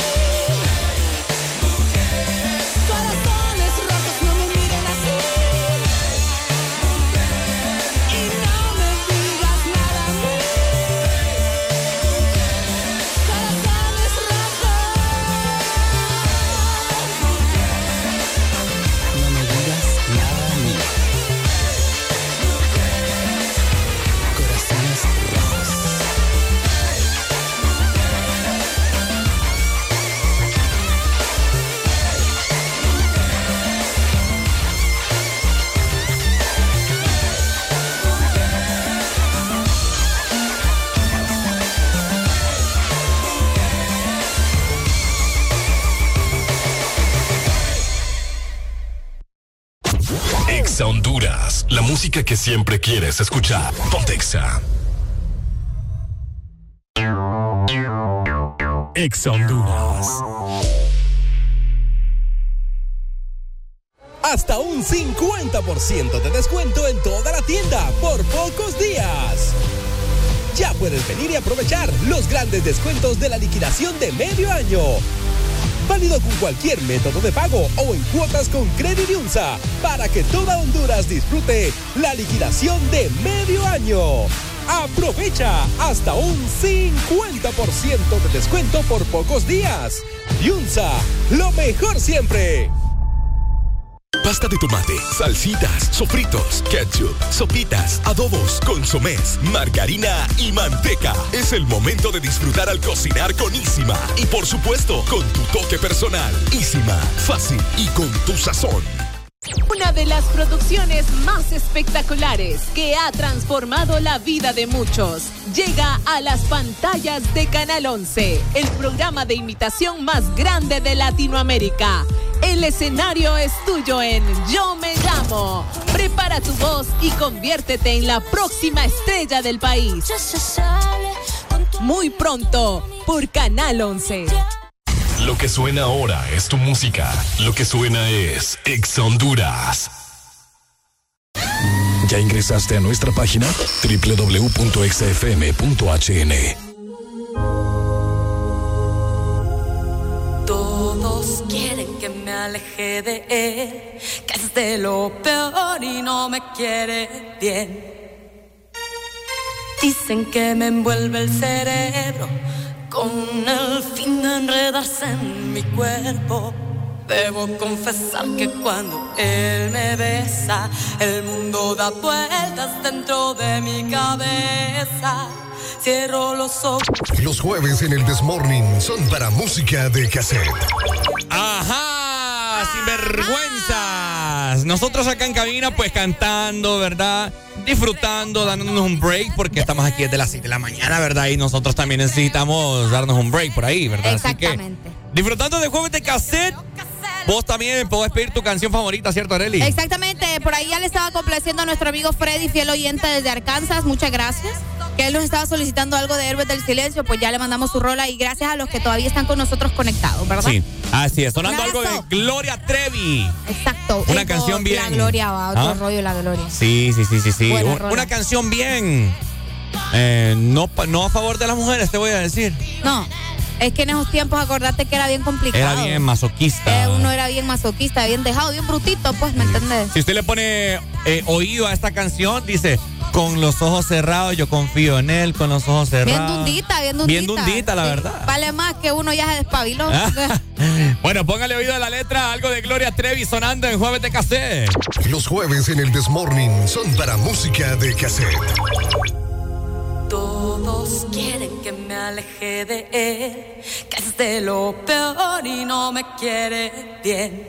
Corazones rojos, no me miren así. Exa Honduras, la música que siempre quieres escuchar. Ponte Exa. Exa Honduras. Hasta un cincuenta por ciento de descuento en toda la tienda por pocos días. Ya puedes venir y aprovechar los grandes descuentos de la liquidación de medio año. Válido con cualquier método de pago o en cuotas con Credit Yunza, para que toda Honduras disfrute la liquidación de medio año. Aprovecha hasta un cincuenta por ciento de descuento por pocos días. Yunza, lo mejor siempre. Pasta de tomate, salsitas, sofritos, ketchup, sopitas, adobos, consomés, margarina y manteca. Es el momento de disfrutar al cocinar con Isima. Y por supuesto, con tu toque personal. Isima, fácil y con tu sazón. Una de las producciones más espectaculares que ha transformado la vida de muchos llega a las pantallas de Canal once, el programa de imitación más grande de Latinoamérica. El escenario es tuyo en Yo Me Llamo. Prepara tu voz y conviértete en la próxima estrella del país. Muy pronto, por Canal once. Lo que suena ahora es tu música. Lo que suena es Exa Honduras. ¿Ya ingresaste a nuestra página? doble u doble u doble u punto exa efe eme punto hache ene. Todos quieren que me aleje de él, que es de lo peor y no me quiere bien. Dicen que me envuelve el cerebro con el fin de enredarse en mi cuerpo. Debo confesar que cuando él me besa, el mundo da vueltas dentro de mi cabeza. Cierro los ojos. Los jueves en el This Morning son para música de cassette. Ajá, sinvergüenzas. Nosotros acá en cabina pues cantando, ¿verdad? Disfrutando, dándonos un break porque estamos aquí desde las seis de la mañana, ¿verdad? Y nosotros también necesitamos darnos un break por ahí, ¿verdad? Exactamente. Así que, disfrutando de jueves de cassette. Vos también podés pedir tu canción favorita, ¿cierto, Arely? Exactamente, por ahí ya le estaba complaciendo a nuestro amigo Freddy, fiel oyente desde Arkansas, muchas gracias. Que él nos estaba solicitando algo de Héroes del Silencio, pues ya le mandamos su rola y gracias a los que todavía están con nosotros conectados, ¿verdad? Sí, así es, sonando algo de Gloria Trevi. Exacto. Una canción bien. La Gloria, va, otro ¿Ah? rollo La Gloria. Sí, sí, sí, sí, sí. Buena Un- rola. una canción bien. Eh, no, pa- no a favor de las mujeres, te voy a decir. No, es que en esos tiempos acordate que era bien complicado. Era bien masoquista. Eh, uno era bien masoquista, bien dejado, bien brutito, pues, ¿me entendés? Si usted le pone eh, oído a esta canción, dice, con los ojos cerrados, yo confío en él, con los ojos cerrados. Bien dundita, bien dundita. Bien dundita, la Sí, verdad. Vale más que uno ya se despabiló. Bueno, póngale oído a la letra, algo de Gloria Trevi sonando en Jueves de Cassette. Los jueves en el This Morning son para música de cassette. Todos quieren que me aleje de él, que es de lo peor y no me quiere bien.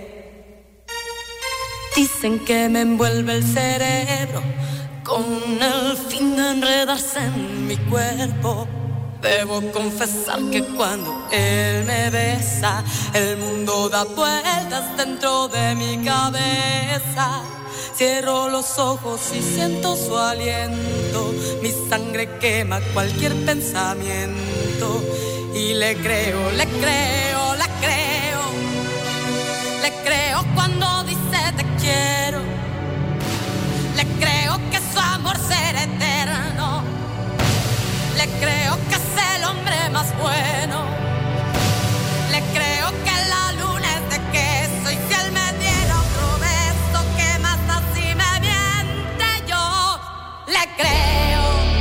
Dicen que me envuelve el cerebro con el fin de enredarse en mi cuerpo. Debo confesar que cuando él me besa, el mundo da vueltas dentro de mi cabeza. Cierro los ojos y siento su aliento, mi sangre quema cualquier pensamiento. Y le creo, le creo, le creo, le creo cuando dice te quiero. Le creo que su amor será eterno. Le creo que es el hombre más bueno. Le creo que la luna es de queso y si él me diera otro beso, que más así me miente yo. Le creo.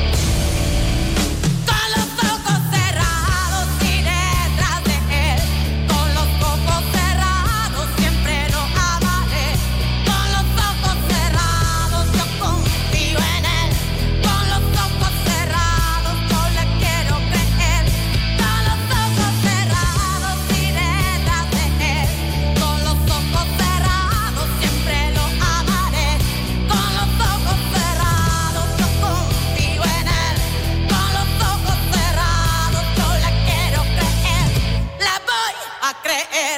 Con los ojos cerrados iré detrás de él. Con los ojos cerrados siempre lo amaré. Con los ojos cerrados yo confío en él. Con los ojos cerrados yo le quiero creer. Con los ojos cerrados iré detrás de él. Con los ojos cerrados siempre lo amaré. Con los ojos cerrados yo confío en él. Con los ojos cerrados yo le quiero creer. La voy a creer.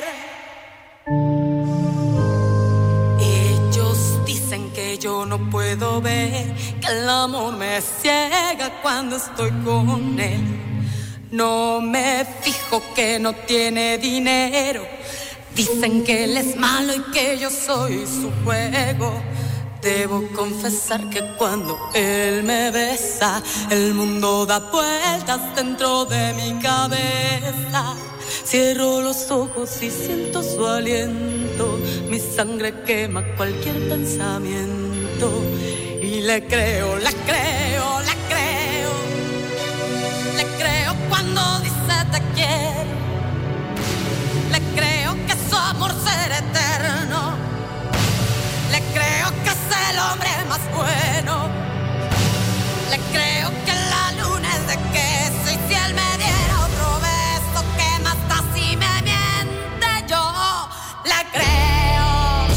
Ellos dicen que yo no puedo ver, que el amor me ciega cuando estoy con él. No me fijo que no tiene dinero. Dicen que él es malo y que yo soy su juego. Debo confesar que cuando él me besa, el mundo da vueltas dentro de mi cabeza. Cierro los ojos y siento su aliento. Mi sangre quema cualquier pensamiento. Y le creo, le creo, le creo. Le creo cuando dice te quiero. Le creo que su amor será eterno. Le creo que es el hombre más bueno. Le creo que la luna es de queso y si él me diera otro beso, que más da si me miente yo. Le creo.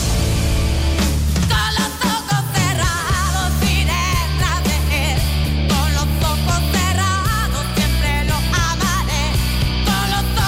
Con los ojos cerrados iré detrás de él. Con los ojos cerrados siempre lo amaré. Con los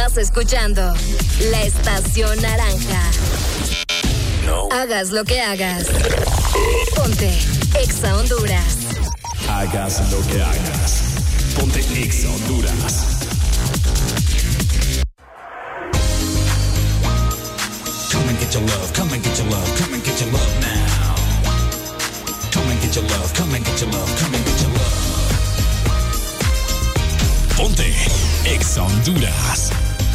Estás escuchando la Estación Naranja. No. Hagas lo que hagas. Ponte Exa Honduras. Hagas lo que hagas. Ponte Exa Honduras. Come and get your love, come and get your love, come and get your love now. Come and get your love, come and get your love, come and get your love. Ponte Exa Honduras.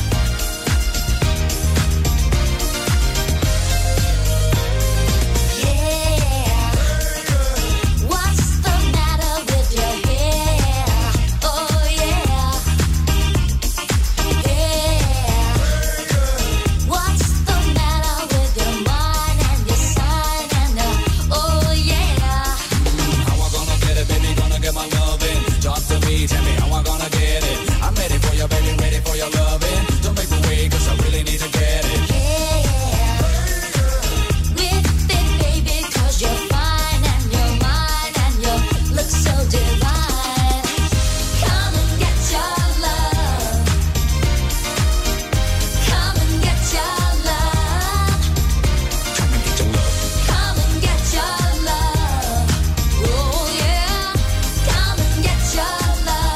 Tell me how I'm gonna get it. I'm ready for you, baby, ready for your loving. Don't make me wait, cause I really need to get it. Yeah, with it, baby, cause you're fine and you're mine and you look so divine. Come and get your love. Come and get your love. Come and get your love. Come and get your love. Oh yeah, come and get your love.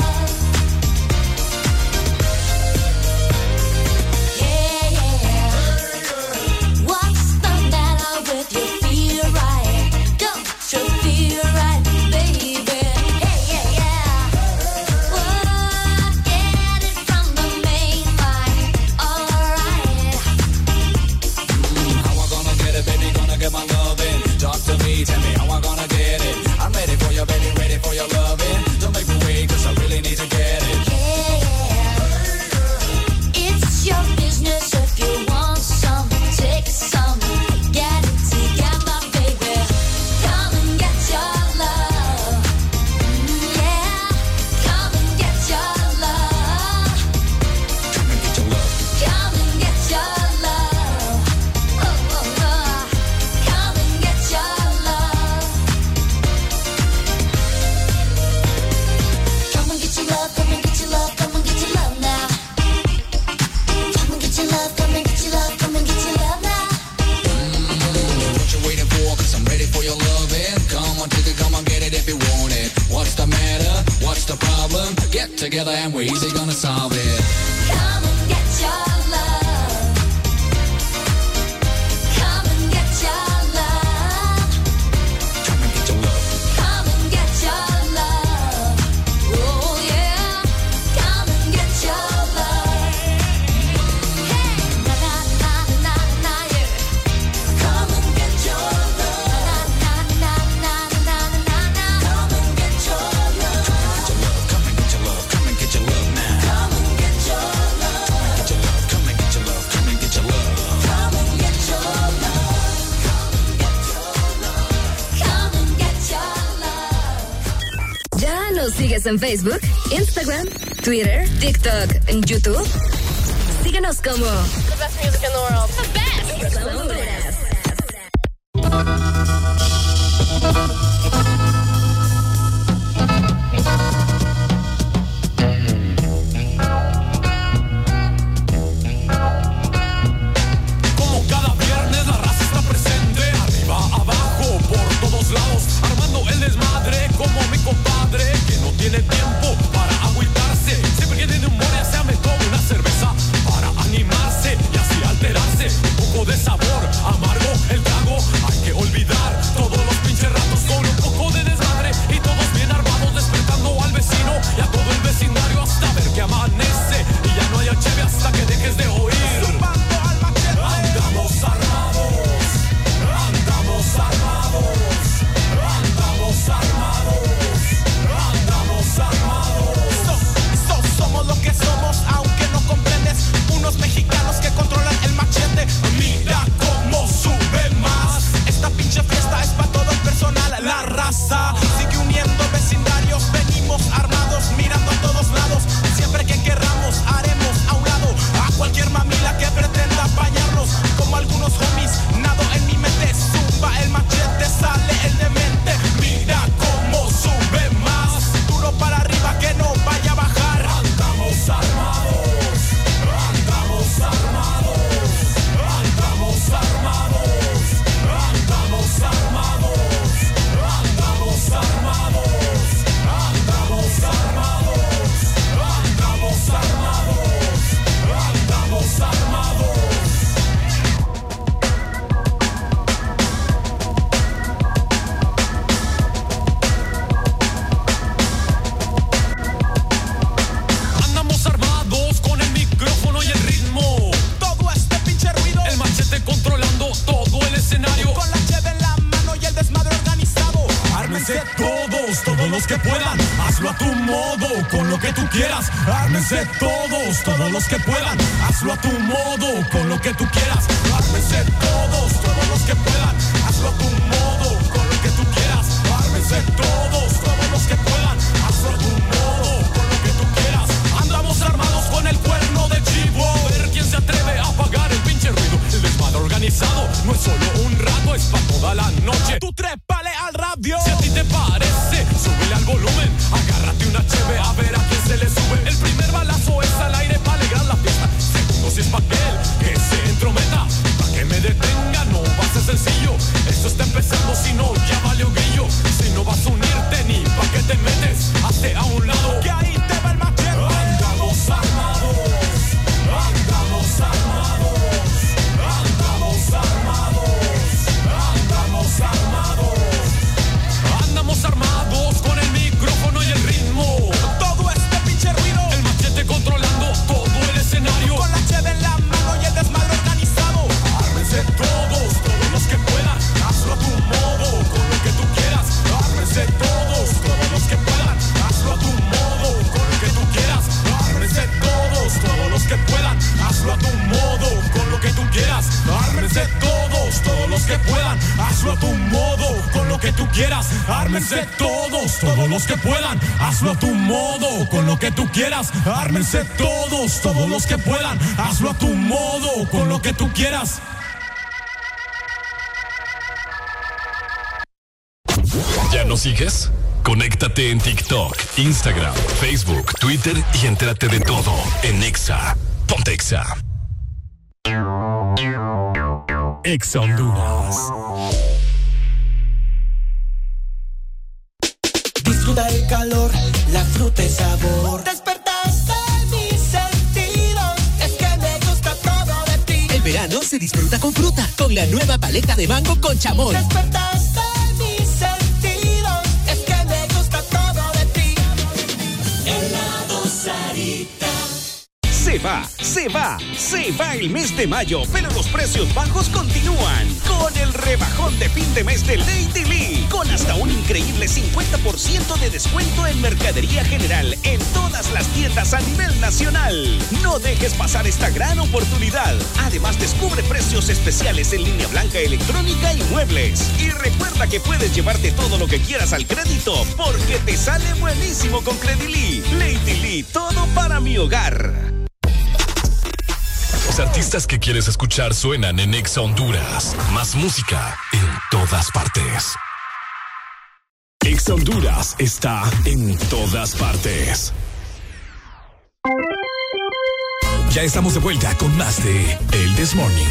Tell me how I'm gonna get it. I'm ready for you, baby, ready for your loving. Don't make me wait, cause I really need to get it. Yeah, it's your business if you want some, take some, get it together, baby. Come and get your love. Yeah, come and get your love. Come and get your love. Come and get your love. Oh, oh, oh. Come and get your love. Come and get your love, come and get your love, come and get your love now. Come and get your love, come and get your love, come and get your love now. What you waiting for, cause I'm ready for your loving. Come on, take it, come on, get it if you want it. What's the matter? What's the problem? Get together and we're easy gonna solve it. Come and get your love. Come and get your love. Come and get your love. Come and get your love. Oh yeah, come and get your love. Hey, na na na na na yeah. Come and get your love. Na na na na na na na. Come and get your love. Come and get your love, come and get your love now. Come and get your love. Come and get your love, come and get your love, come and get your love. Come and get your love. Come and get your love. ¿Ya nos sigues en Facebook, Instagram, Twitter, TikTok, en YouTube? Síguenos como The best music in the world. The best. Exa Honduras. Como cada viernes la raza está presente, arriba, abajo, por todos lados, armando el desmadre como mi compadre, que no tiene tiempo para agüitarse, siempre que tiene humor ya sea me toma una cerveza para animarse y así alterarse, un poco de sabor todos, todos los que puedan, hazlo a tu modo, con lo que tú quieras. Ármense todos, todos los que puedan, hazlo a tu modo, con lo que tú quieras. Ármense todos, todos los que puedan, hazlo a tu modo, con lo que tú quieras. Ármense todos, todos los que puedan, hazlo a tu modo, con lo que tú quieras. Andamos armados con el cuerno de chivo, a ver quién se atreve a apagar el pinche ruido. El desmadre organizado no es solo un rato, es para toda la noche. Tú trépale al radio. Si a ti te parece, súbele al volumen. Agárrate una cheve a ver a quién se le sube. El primer balazo es al aire para alegrar la fiesta. Segundo si es pa' aquel que se entrometa. Pa' que me detenga, no va a ser sencillo. Esto está empezando, si no ya valió grillo. Si no vas a unirte ni pa' que te metes, hazte a un lado, que ahí te va el machete. Andamos armados, andamos armados, andamos armados, andamos armados. Andamos armados con el micrófono y el ritmo. Todo este pinche ruido. El machete controlando todo el escenario. Con la cheve en la mano y el desmadre organizado. Ármense todos, todos los que puedan. Hazlo a tu modo, con lo que tú quieras. Ármense todos, todos los que puedan. Hazlo a tu modo, con lo que tú quieras. Ármense todos, todos los que puedan. Hazlo a tu modo, con lo que tú quieras. Ármense todos, todos los que puedan. Hazlo a tu modo, con lo que tú quieras. Ármense todos, todos los que puedan. Hazlo a tu modo, con lo que tú quieras. Ármense todos, todos los que puedan. Hazlo a tu modo, con lo que tú quieras. ¿Ya nos sigues? Conéctate en TikTok, Instagram, Facebook, Twitter y entérate de todo en Exa. Ponte Exa. Exa Honduras. Disfruta el calor, la fruta y sabor. Despertaste mis sentidos, es que me gusta todo de ti. El verano se disfruta con fruta, con la nueva paleta de mango con chamoy. Despertaste mis sentidos, es que me gusta todo de ti. Helado Sarita. Se va, se va, se va el mes de mayo, pero los precios bajos continúan. Con el rebajón de fin de mes de Lady Lee, con hasta un increíble cincuenta por ciento de descuento en mercadería general en todas las tiendas a nivel nacional. No dejes pasar esta gran oportunidad. Además, descubre precios especiales en línea blanca, electrónica y muebles. Y recuerda que puedes llevarte todo lo que quieras al crédito, porque te sale buenísimo con Credilí. Lady Lee, todo para mi hogar. Los artistas que quieres escuchar suenan en Exa Honduras. Más música en todas partes. Exa Honduras está en todas partes. Ya estamos de vuelta con más de El This Morning.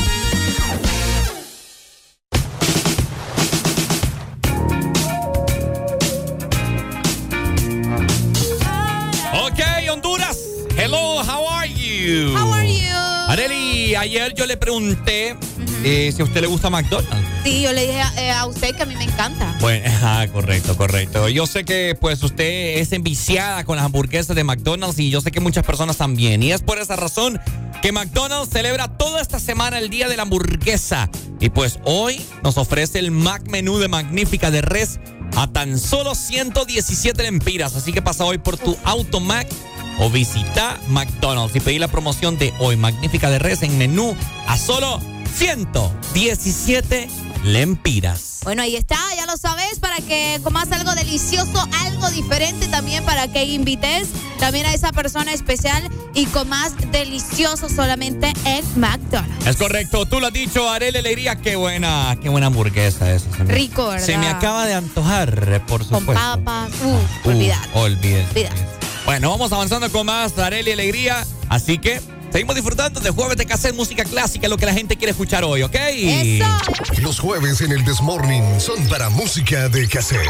Ok, Honduras. Hello, how are you? How are you? Arely, ayer yo le pregunté uh-huh. eh, si a usted le gusta McDonald's. Sí, yo le dije a, eh, a usted que a mí me encanta. Bueno, ah, correcto, correcto. Yo sé que pues usted es enviciada con las hamburguesas de McDonald's y yo sé que muchas personas también. Y es por esa razón que McDonald's celebra toda esta semana el Día de la Hamburguesa. Y pues hoy nos ofrece el Mac Menú de Magnífica de Res a tan solo ciento diecisiete lempiras. Así que pasa hoy por tu Automac o visita McDonald's y pedí la promoción de hoy, Magnífica de Res en menú a solo ciento diecisiete lempiras. Bueno, ahí está, ya lo sabes, para que comas algo delicioso, algo diferente también, para que invites también a esa persona especial y comas delicioso solamente en McDonald's. Es correcto, tú lo has dicho, Arely Alegría, qué buena, qué buena hamburguesa esa. Rico, ¿verdad? Se me acaba de antojar, por supuesto. Con papas, uh, uh olvídate. Olvídate. Olvídate. Bueno, vamos avanzando con más Arely Alegría, así que seguimos disfrutando de Jueves de Cassette, música clásica, lo que la gente quiere escuchar hoy, ¿ok? ¡Eso! Los jueves en el This Morning son para música de cassette.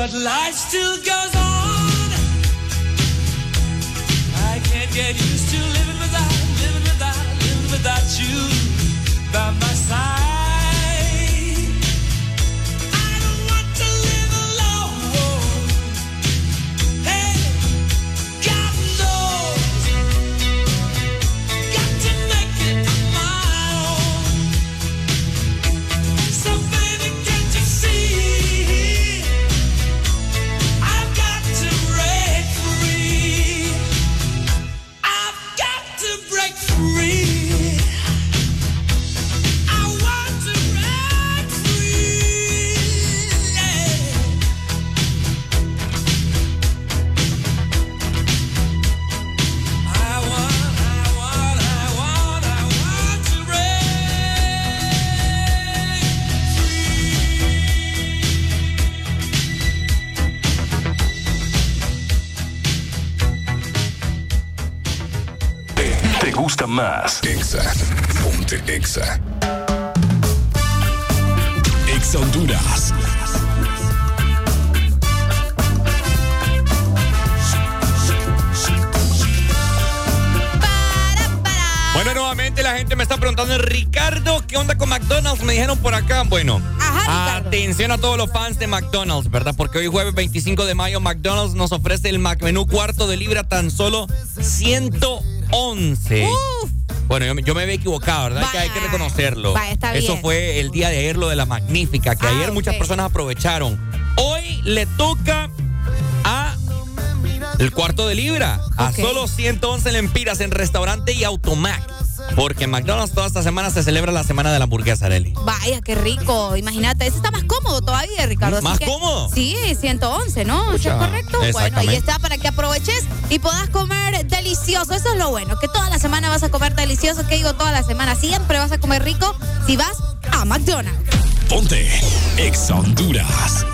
but life still goes on. I can't get used to living without, living without, living without you by my side. I don't want to live alone. Hey, God knows, got to make it my own. So baby, can't you see? I've got to break free. I've got to break free. I want to break free. Yeah. I want, I want, I want, I want to break ¿Te gusta más? Exa. Ponte Exa. Exa Honduras. Bueno, nuevamente la gente me está preguntando, Ricardo, ¿qué onda con McDonald's? Me dijeron por acá. Bueno, atención a todos los fans de McDonald's, ¿verdad? Porque hoy jueves veinticinco de mayo McDonald's nos ofrece el McMenú cuarto de libra tan solo ciento once. Uf. Bueno, yo, yo me había equivocado, ¿verdad? Que hay que reconocerlo. Vaya, está Eso bien. fue el día de ayer, lo de la Magnífica, que Ah, ayer muchas ok. personas aprovecharon. Hoy le toca a el cuarto de libra, a Ok. solo ciento once lempiras en restaurante y Automac. Porque en McDonald's toda esta semana se celebra la semana de la hamburguesa, Arely. Vaya, qué rico. Imagínate, ese está más cómodo todavía, Ricardo. así ¿Más que- cómodo? Sí, ciento once, ¿no? ¿Es Pucha, correcto? Bueno, ahí exactamente. está para que aproveches y puedas comer delicioso. Eso es lo bueno, que toda la semana vas a comer delicioso. Que digo, toda la semana siempre vas a comer rico si vas a McDonald's. Ponte Exa Honduras.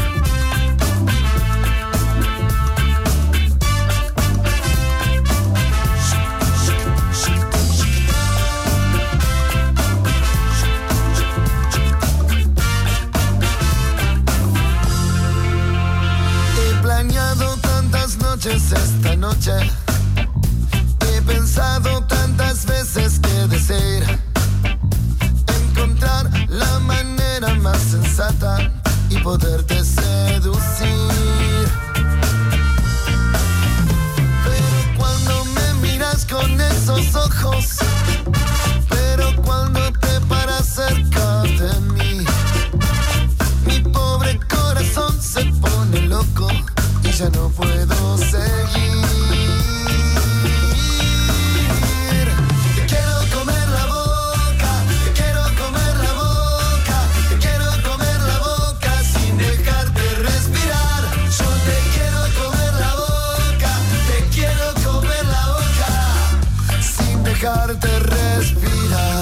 He planeado tantas noches esta noche. He pensado tantas veces que desear encontrar la manera más sensata y poderte seducir. Pero cuando me miras con esos ojos, pero cuando te paras cerca de mí, mi pobre corazón se pone loco y ya no puedo seguir. Te quiero comer la boca, te quiero comer la boca, te quiero comer la boca sin dejarte respirar. Yo te quiero comer la boca, te quiero comer la boca sin dejarte respirar.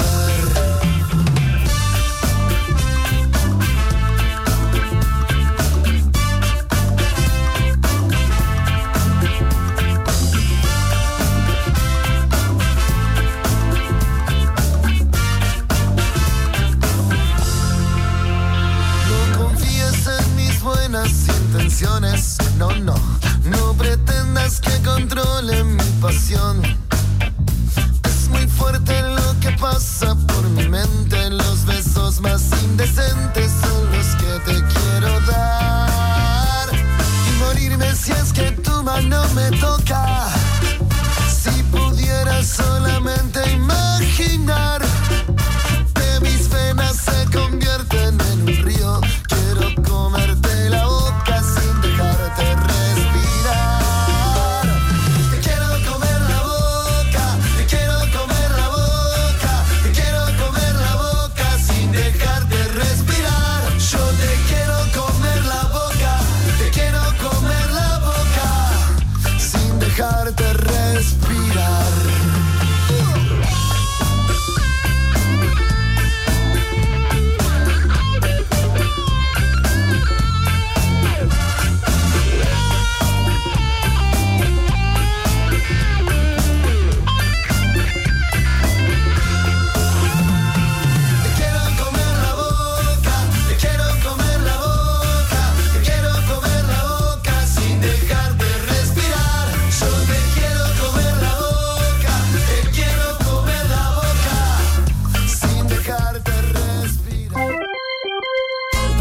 No confíes en mis buenas intenciones, no, no, no pretendas que controle mi pasión. Es muy fuerte lo que pasa por mi mente, los besos más indecentes son los que te quiero dar. Y morirme si es que tu mano me toca. Si pudiera solamente imaginar que mis venas se convierten en un río, quiero comerte la boca sin dejarte respirar. Te quiero comer la boca, te quiero comer la boca, te quiero comer la boca sin dejarte respirar.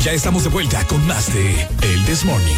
Ya estamos de vuelta con más de El This Morning.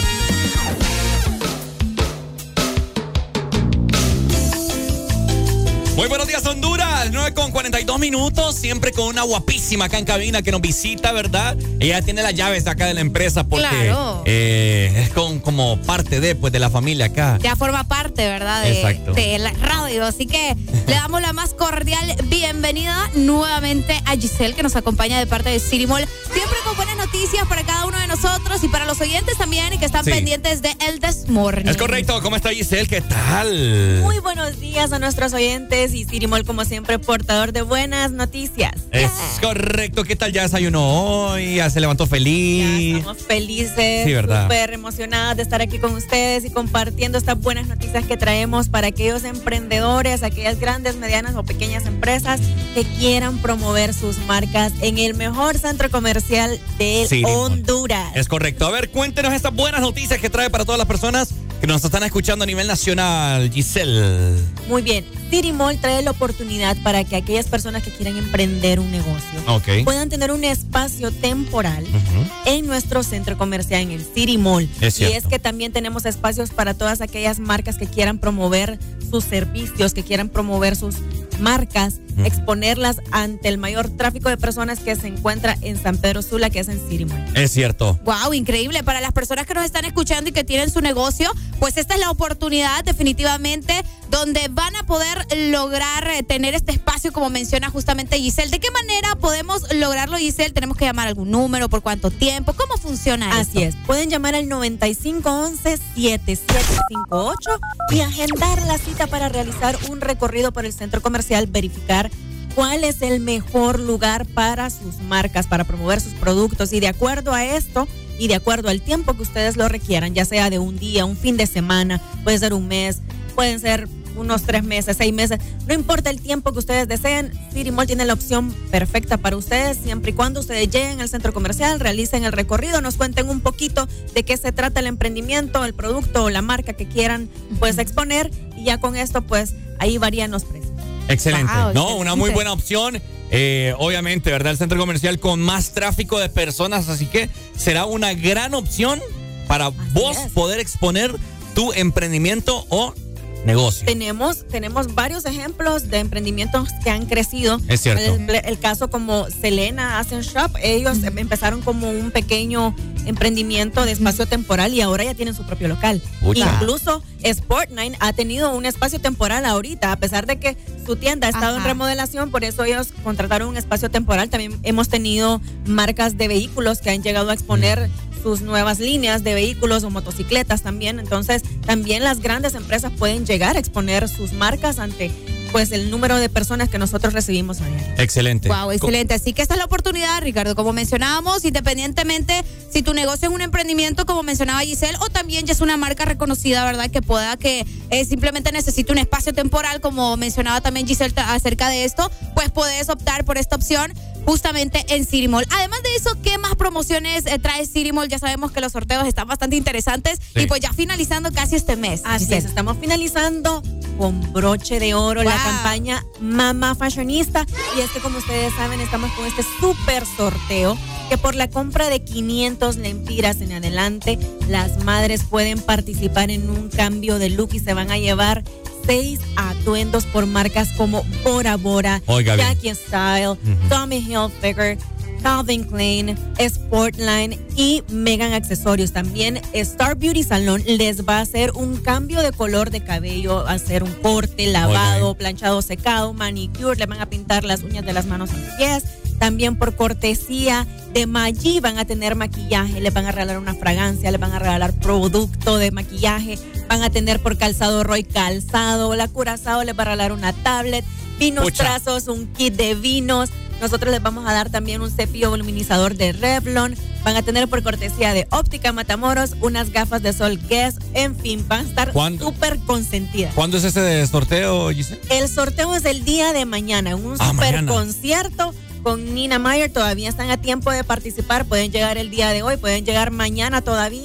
Muy buenos días, Honduras. nueve con cuarenta y dos minutos. Siempre con una guapísima acá en cabina que nos visita, ¿verdad? Ella tiene las llaves acá de la empresa porque Claro. eh, es con, como parte de, pues, de la familia acá. Ya forma parte, ¿verdad? De, Exacto. de la radio. Así que le damos la más cordial bienvenida nuevamente a Giselle, que nos acompaña de parte de City Mall. Siempre con buenas noticias para cada uno de nosotros y para los oyentes también, y que están Sí. pendientes de El This Morning. Es correcto. ¿Cómo está Giselle? ¿Qué tal? Muy buenos días a nuestros oyentes y Cirimol, como siempre, portador de buenas noticias. Es correcto. ¿Qué tal? Ya desayunó hoy, ya se levantó feliz. Estamos felices, Sí, ¿verdad? súper emocionadas de estar aquí con ustedes y compartiendo estas buenas noticias que traemos para aquellos emprendedores, aquellas grandes, medianas o pequeñas empresas que quieran promover sus marcas en el mejor centro comercial de Sí, Honduras. Es correcto. A ver, cuéntenos estas buenas noticias que trae para todas las personas que nos están escuchando a nivel nacional, Giselle. Muy bien, City Mall trae la oportunidad para que aquellas personas que quieran emprender un negocio Ok. puedan tener un espacio temporal en nuestro centro comercial, en el City Mall. Es y cierto. es que también tenemos espacios para todas aquellas marcas que quieran promover sus servicios, que quieran promover sus marcas, exponerlas ante el mayor tráfico de personas que se encuentra en San Pedro Sula, que es en City Mall. Es cierto. Wow, increíble. Para las personas que nos están escuchando y que tienen su negocio, pues esta es la oportunidad definitivamente donde van a poder lograr eh, tener este espacio, como menciona justamente Giselle. ¿De qué manera podemos lograrlo, Giselle? ¿Tenemos que llamar algún número? ¿Por cuánto tiempo? ¿Cómo funciona esto? Así es. Pueden llamar al noventa y cinco once, setenta y siete cincuenta y ocho y agendar la cita para realizar un recorrido por el centro comercial, verificar cuál es el mejor lugar para sus marcas, para promover sus productos, y de acuerdo a esto y de acuerdo al tiempo que ustedes lo requieran, ya sea de un día, un fin de semana, puede ser un mes, pueden ser unos tres meses, seis meses, no importa el tiempo que ustedes deseen, City Mall tiene la opción perfecta para ustedes, siempre y cuando ustedes lleguen al centro comercial, realicen el recorrido, nos cuenten un poquito de qué se trata el emprendimiento, el producto o la marca que quieran pues exponer, y ya con esto pues ahí varían los precios. Excelente. Wow, no, excelente. una muy buena opción. Eh, obviamente, ¿verdad? El centro comercial con más tráfico de personas, así que será una gran opción para vos poder exponer tu emprendimiento o negocio. Tenemos, tenemos varios ejemplos de emprendimientos que han crecido. Es cierto. El, el caso como Selena Ascent Shop, ellos empezaron como un pequeño emprendimiento de espacio temporal y ahora ya tienen su propio local. Pucha. Incluso Sport Nine ha tenido un espacio temporal ahorita, a pesar de que su tienda ha estado Ajá. en remodelación, por eso ellos contrataron un espacio temporal. También hemos tenido marcas de vehículos que han llegado a exponer sus nuevas líneas de vehículos o motocicletas también. Entonces, también las grandes empresas pueden llegar a exponer sus marcas ante pues el número de personas que nosotros recibimos a diario. Excelente. Wow, excelente. Así que esta es la oportunidad, Ricardo, como mencionábamos, independientemente si tu negocio es un emprendimiento, como mencionaba Giselle, o también ya es una marca reconocida, ¿verdad? Que pueda que eh, simplemente necesite un espacio temporal, como mencionaba también Giselle ta- acerca de esto, pues puedes optar por esta opción justamente en City Mall. Además de eso, ¿qué más promociones eh, trae City Mall? Ya sabemos que los sorteos están bastante interesantes Sí. y pues ya finalizando casi este mes. Así Giselle. es, estamos finalizando con broche de oro la campaña Mamá Fashionista, y es que, como ustedes saben, estamos con este súper sorteo que por la compra de quinientos lempiras en adelante, las madres pueden participar en un cambio de look y se van a llevar seis atuendos por marcas como Bora Bora, Oiga bien. Jackie Style, Tommy Hilfiger, Calvin Klein, Sportline y Megan Accesorios. También Star Beauty Salon les va a hacer un cambio de color de cabello, hacer un corte, lavado, planchado, secado, manicure, le van a pintar las uñas de las manos y pies. También por cortesía de Maggi van a tener maquillaje, les van a regalar una fragancia, les van a regalar producto de maquillaje, van a tener por Calzado Roy calzado, la Curazao les va a regalar una tablet, vinos Pucha. trazos, un kit de vinos. Nosotros les vamos a dar también un cepillo voluminizador de Revlon. Van a tener por cortesía de Óptica Matamoros unas gafas de sol Guess. En fin, van a estar ¿Cuándo? súper consentidas. ¿Cuándo es ese de sorteo, Giselle? El sorteo es el día de mañana, un Ah, super mañana. concierto con Nina Mayer. Todavía están a tiempo de participar. Pueden llegar el día de hoy, pueden llegar mañana todavía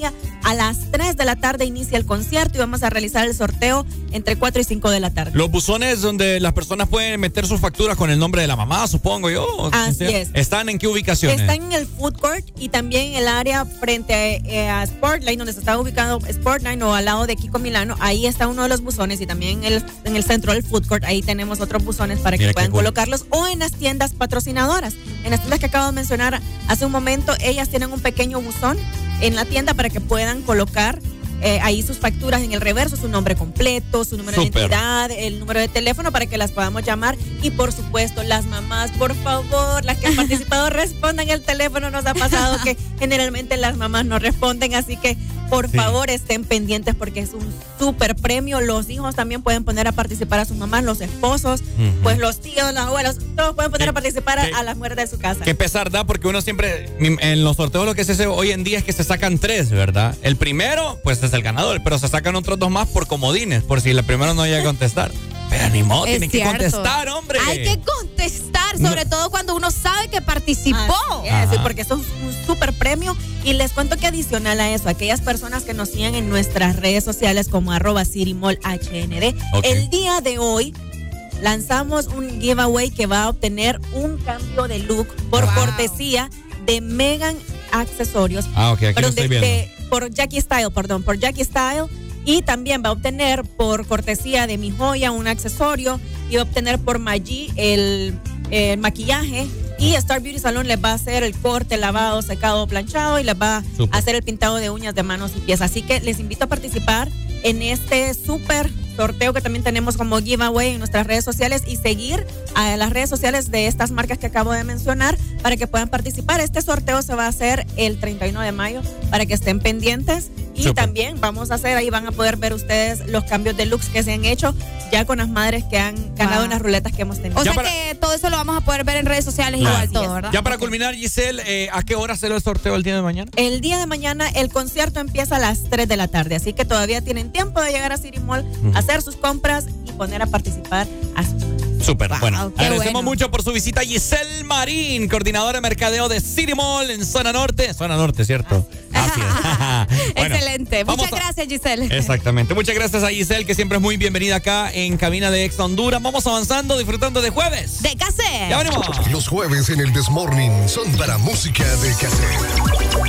A las tres de la tarde inicia el concierto y vamos a realizar el sorteo entre cuatro y cinco de la tarde. Los buzones donde las personas pueden meter sus facturas con el nombre de la mamá, supongo yo. Así es. ¿Están en qué ubicaciones? Están en el food court y también en el área frente a, eh, a Sportline, donde se está ubicado Sportline o al lado de Kiko Milano. Ahí está uno de los buzones y también en el, en el centro del food court. Ahí tenemos otros buzones para Mira que puedan cool. colocarlos o en las tiendas patrocinadoras. En las tiendas que acabo de mencionar hace un momento, ellas tienen un pequeño buzón en la tienda para que puedan colocar eh, ahí sus facturas en el reverso, su nombre completo, su número Súper. de identidad, el número de teléfono para que las podamos llamar y por supuesto las mamás, por favor, las que han participado respondan el teléfono. Nos ha pasado que generalmente las mamás no responden, así que por Sí. favor estén pendientes porque es un súper premio. Los hijos también pueden poner a participar a sus mamás, los esposos, Ujú. pues los tíos, los abuelos, todos pueden poner Qué- a participar a, qué- a las mujeres de su casa. Qué pesar da, porque uno siempre, en los sorteos lo que se hace hoy en día es que se sacan tres, ¿verdad? El primero, pues es el ganador, pero se sacan otros dos más por comodines, por si el primero no llega a contestar. Pero ni modo, Es tienen que cierto. contestar, hombre. Hay que contestar, sobre todo cuando uno sabe que participó. Así es, sí, porque eso es un súper premio. Y les cuento que adicional a eso, aquellas personas que nos sigan en nuestras redes sociales como arroba cirimol H N D, Ok. el día de hoy lanzamos un giveaway que va a obtener un cambio de look por Wow. cortesía de Megan Accesorios. Ah, ok, aquí lo Perdón, estoy de- viendo. de- por Jackie Style, perdón, por Jackie Style. Y también va a obtener por cortesía de Mi Joya un accesorio y va a obtener por Maggi el, el maquillaje. Y Star Beauty Salon les va a hacer el corte, lavado, secado, planchado y les va Súper. a hacer el pintado de uñas de manos y pies. Así que les invito a participar en este súper sorteo que también tenemos como giveaway en nuestras redes sociales y seguir a las redes sociales de estas marcas que acabo de mencionar para que puedan participar. Este sorteo se va a hacer el treinta y uno de mayo para que estén pendientes. Y Súper. también vamos a hacer, ahí van a poder ver ustedes los cambios de looks que se han hecho ya con las madres que han ganado Wow. en las ruletas que hemos tenido. O Ya sea para- que todo eso lo vamos a poder ver en redes sociales Claro. igual Así todo, es. ¿verdad? Ya para culminar, Giselle, eh, ¿a qué hora será el sorteo el día de mañana? El día de mañana el concierto empieza a las tres de la tarde, así que todavía tienen tiempo de llegar a City Mall, Ujú. hacer sus compras y poner a participar a sus Súper, Wow, bueno. qué Agradecemos bueno. mucho por su visita, Giselle Marín, coordinadora de mercadeo de City Mall en Zona Norte. Zona Norte, ¿cierto? Así es. Bueno, Excelente. vamos Muchas a- gracias, Giselle. Exactamente. Muchas gracias a Giselle, que siempre es muy bienvenida acá en Cabina de Ex Honduras. Vamos avanzando, disfrutando de jueves. De cassette. Ya venimos. Los jueves en el This Morning son para música de cassette.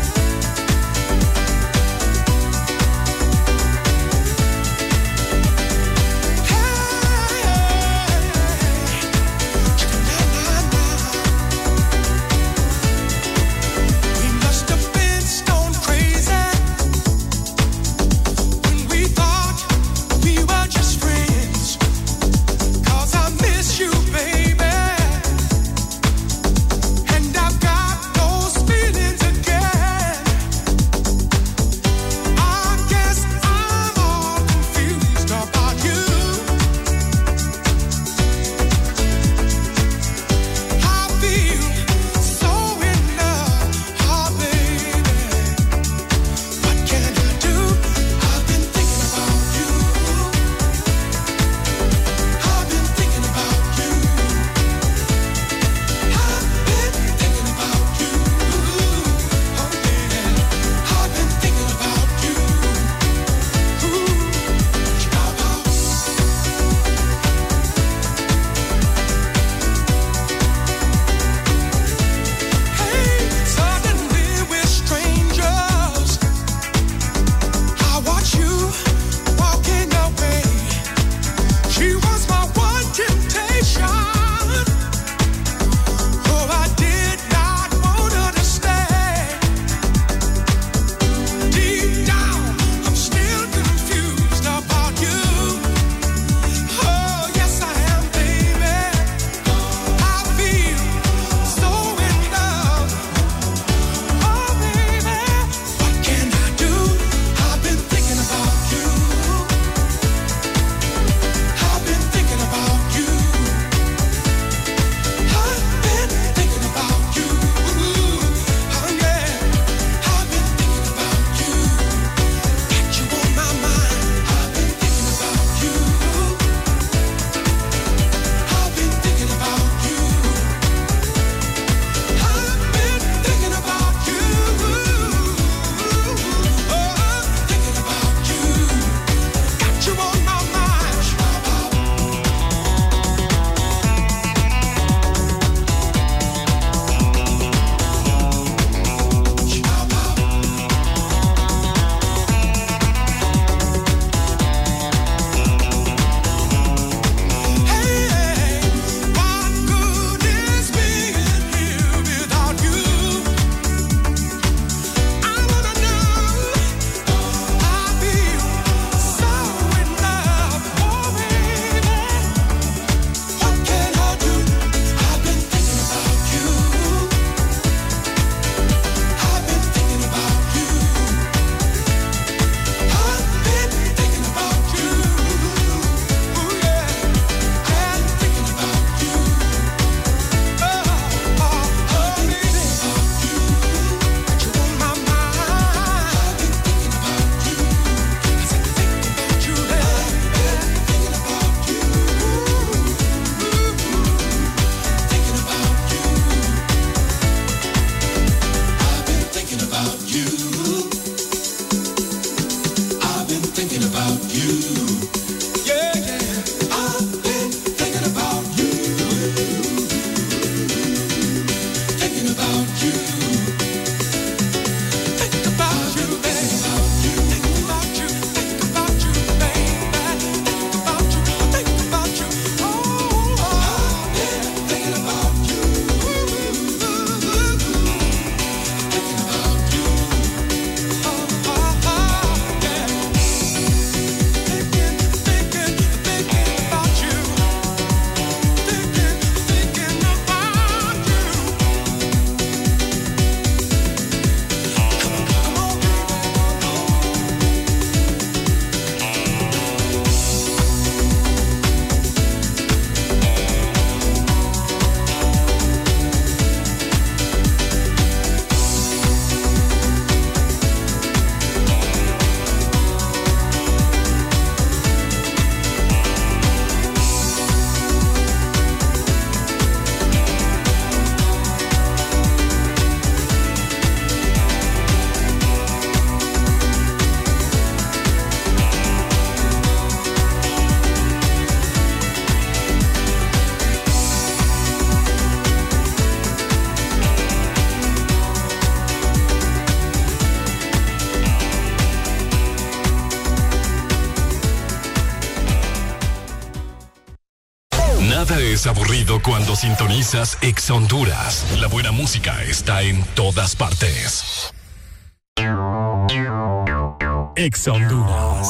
We must have been stone crazy when we thought we were just friends. 'Cause I miss you, baby, and I've got those feelings pones aburrido cuando sintonizas Exa Honduras. La buena música está en todas partes. Exa Honduras.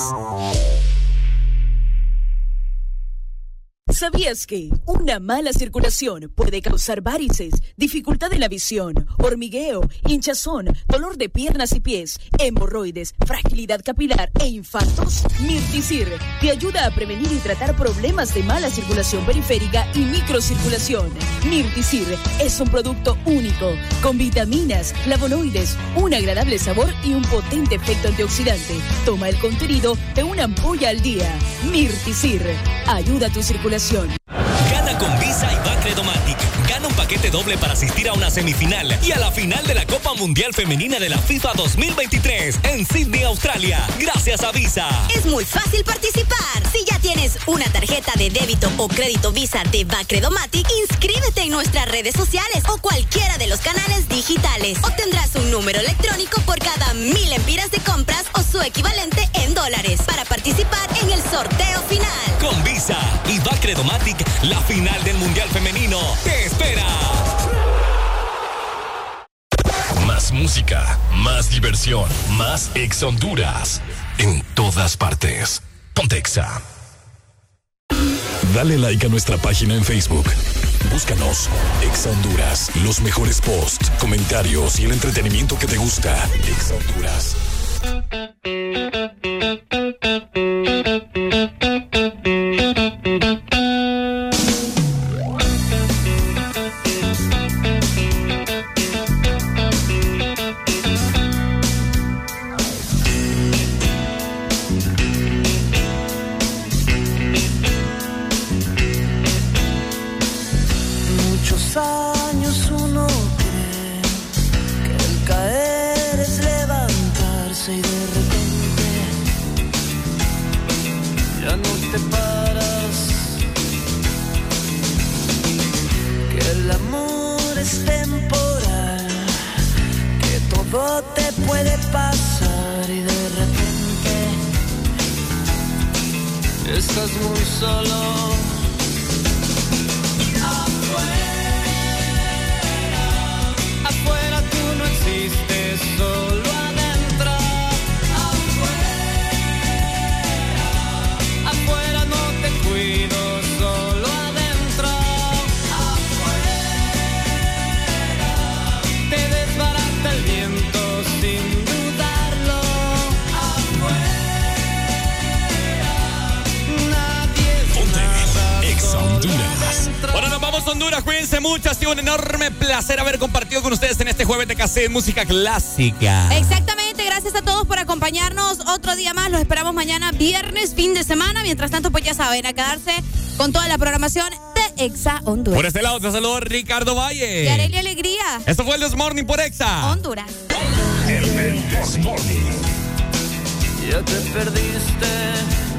¿Sabías que una mala circulación puede causar varices, dificultad en la visión, hormigueo, hinchazón, dolor de piernas y pies, hemorroides, fragilidad capilar e infartos? Mirticir te ayuda a prevenir y tratar problemas de mala circulación periférica y microcirculación. Mirticir es un producto único, con vitaminas, flavonoides, un agradable sabor y un potente efecto antioxidante. Toma el contenido de una ampolla al día. Mirticir ayuda a tu circulación. Gana con Visa y Bacredomatic. Gana un paquete doble para asistir a una semifinal y a la final de la Copa Mundial Femenina de la FIFA dos mil veintitrés en Sydney, Australia. Gracias a Visa. Es muy fácil participar. Si ya tienes una tarjeta de débito o crédito Visa de Bacredomatic, inscríbete en nuestras redes sociales o cualquiera de los canales digitales. Obtendrás un número electrónico por cada mil empiras de compras o su equivalente en dólares para participar en el sorteo final. Con Visa y Bacredomatic, la final del Mundial Femenino te espera. Más música, más diversión, más Exa Honduras. En todas partes. Ponte Exa. Dale like a nuestra página en Facebook. Búscanos, Exa Honduras. Los mejores posts, comentarios y el entretenimiento que te gusta. Exa Honduras. Muchos años uno cree que el caer es levantarse y de repente ya no te paras, que el amor es temporal, que todo te puede pasar y de repente estás muy solo. Afuera tú no existes, solo adentro. Afuera, afuera no te cuido, solo adentro. Afuera, te desbarata el viento sin dudarlo. Afuera, nadie es nada, Exa Honduras. adentro. Bueno, nos vamos a Honduras, cuídense mucho. Ha sido un enorme placer haber compartido con ustedes en este jueves de cassette música clásica. Exactamente, gracias a todos por acompañarnos otro día más. Los esperamos mañana, viernes, fin de semana. Mientras tanto, pues ya saben, a quedarse con toda la programación de Exa Honduras. Por este lado te saludo Ricardo Valle. Y Arely Alegría. Esto fue el This Morning por Exa Honduras. El This Morning. Ya te perdiste.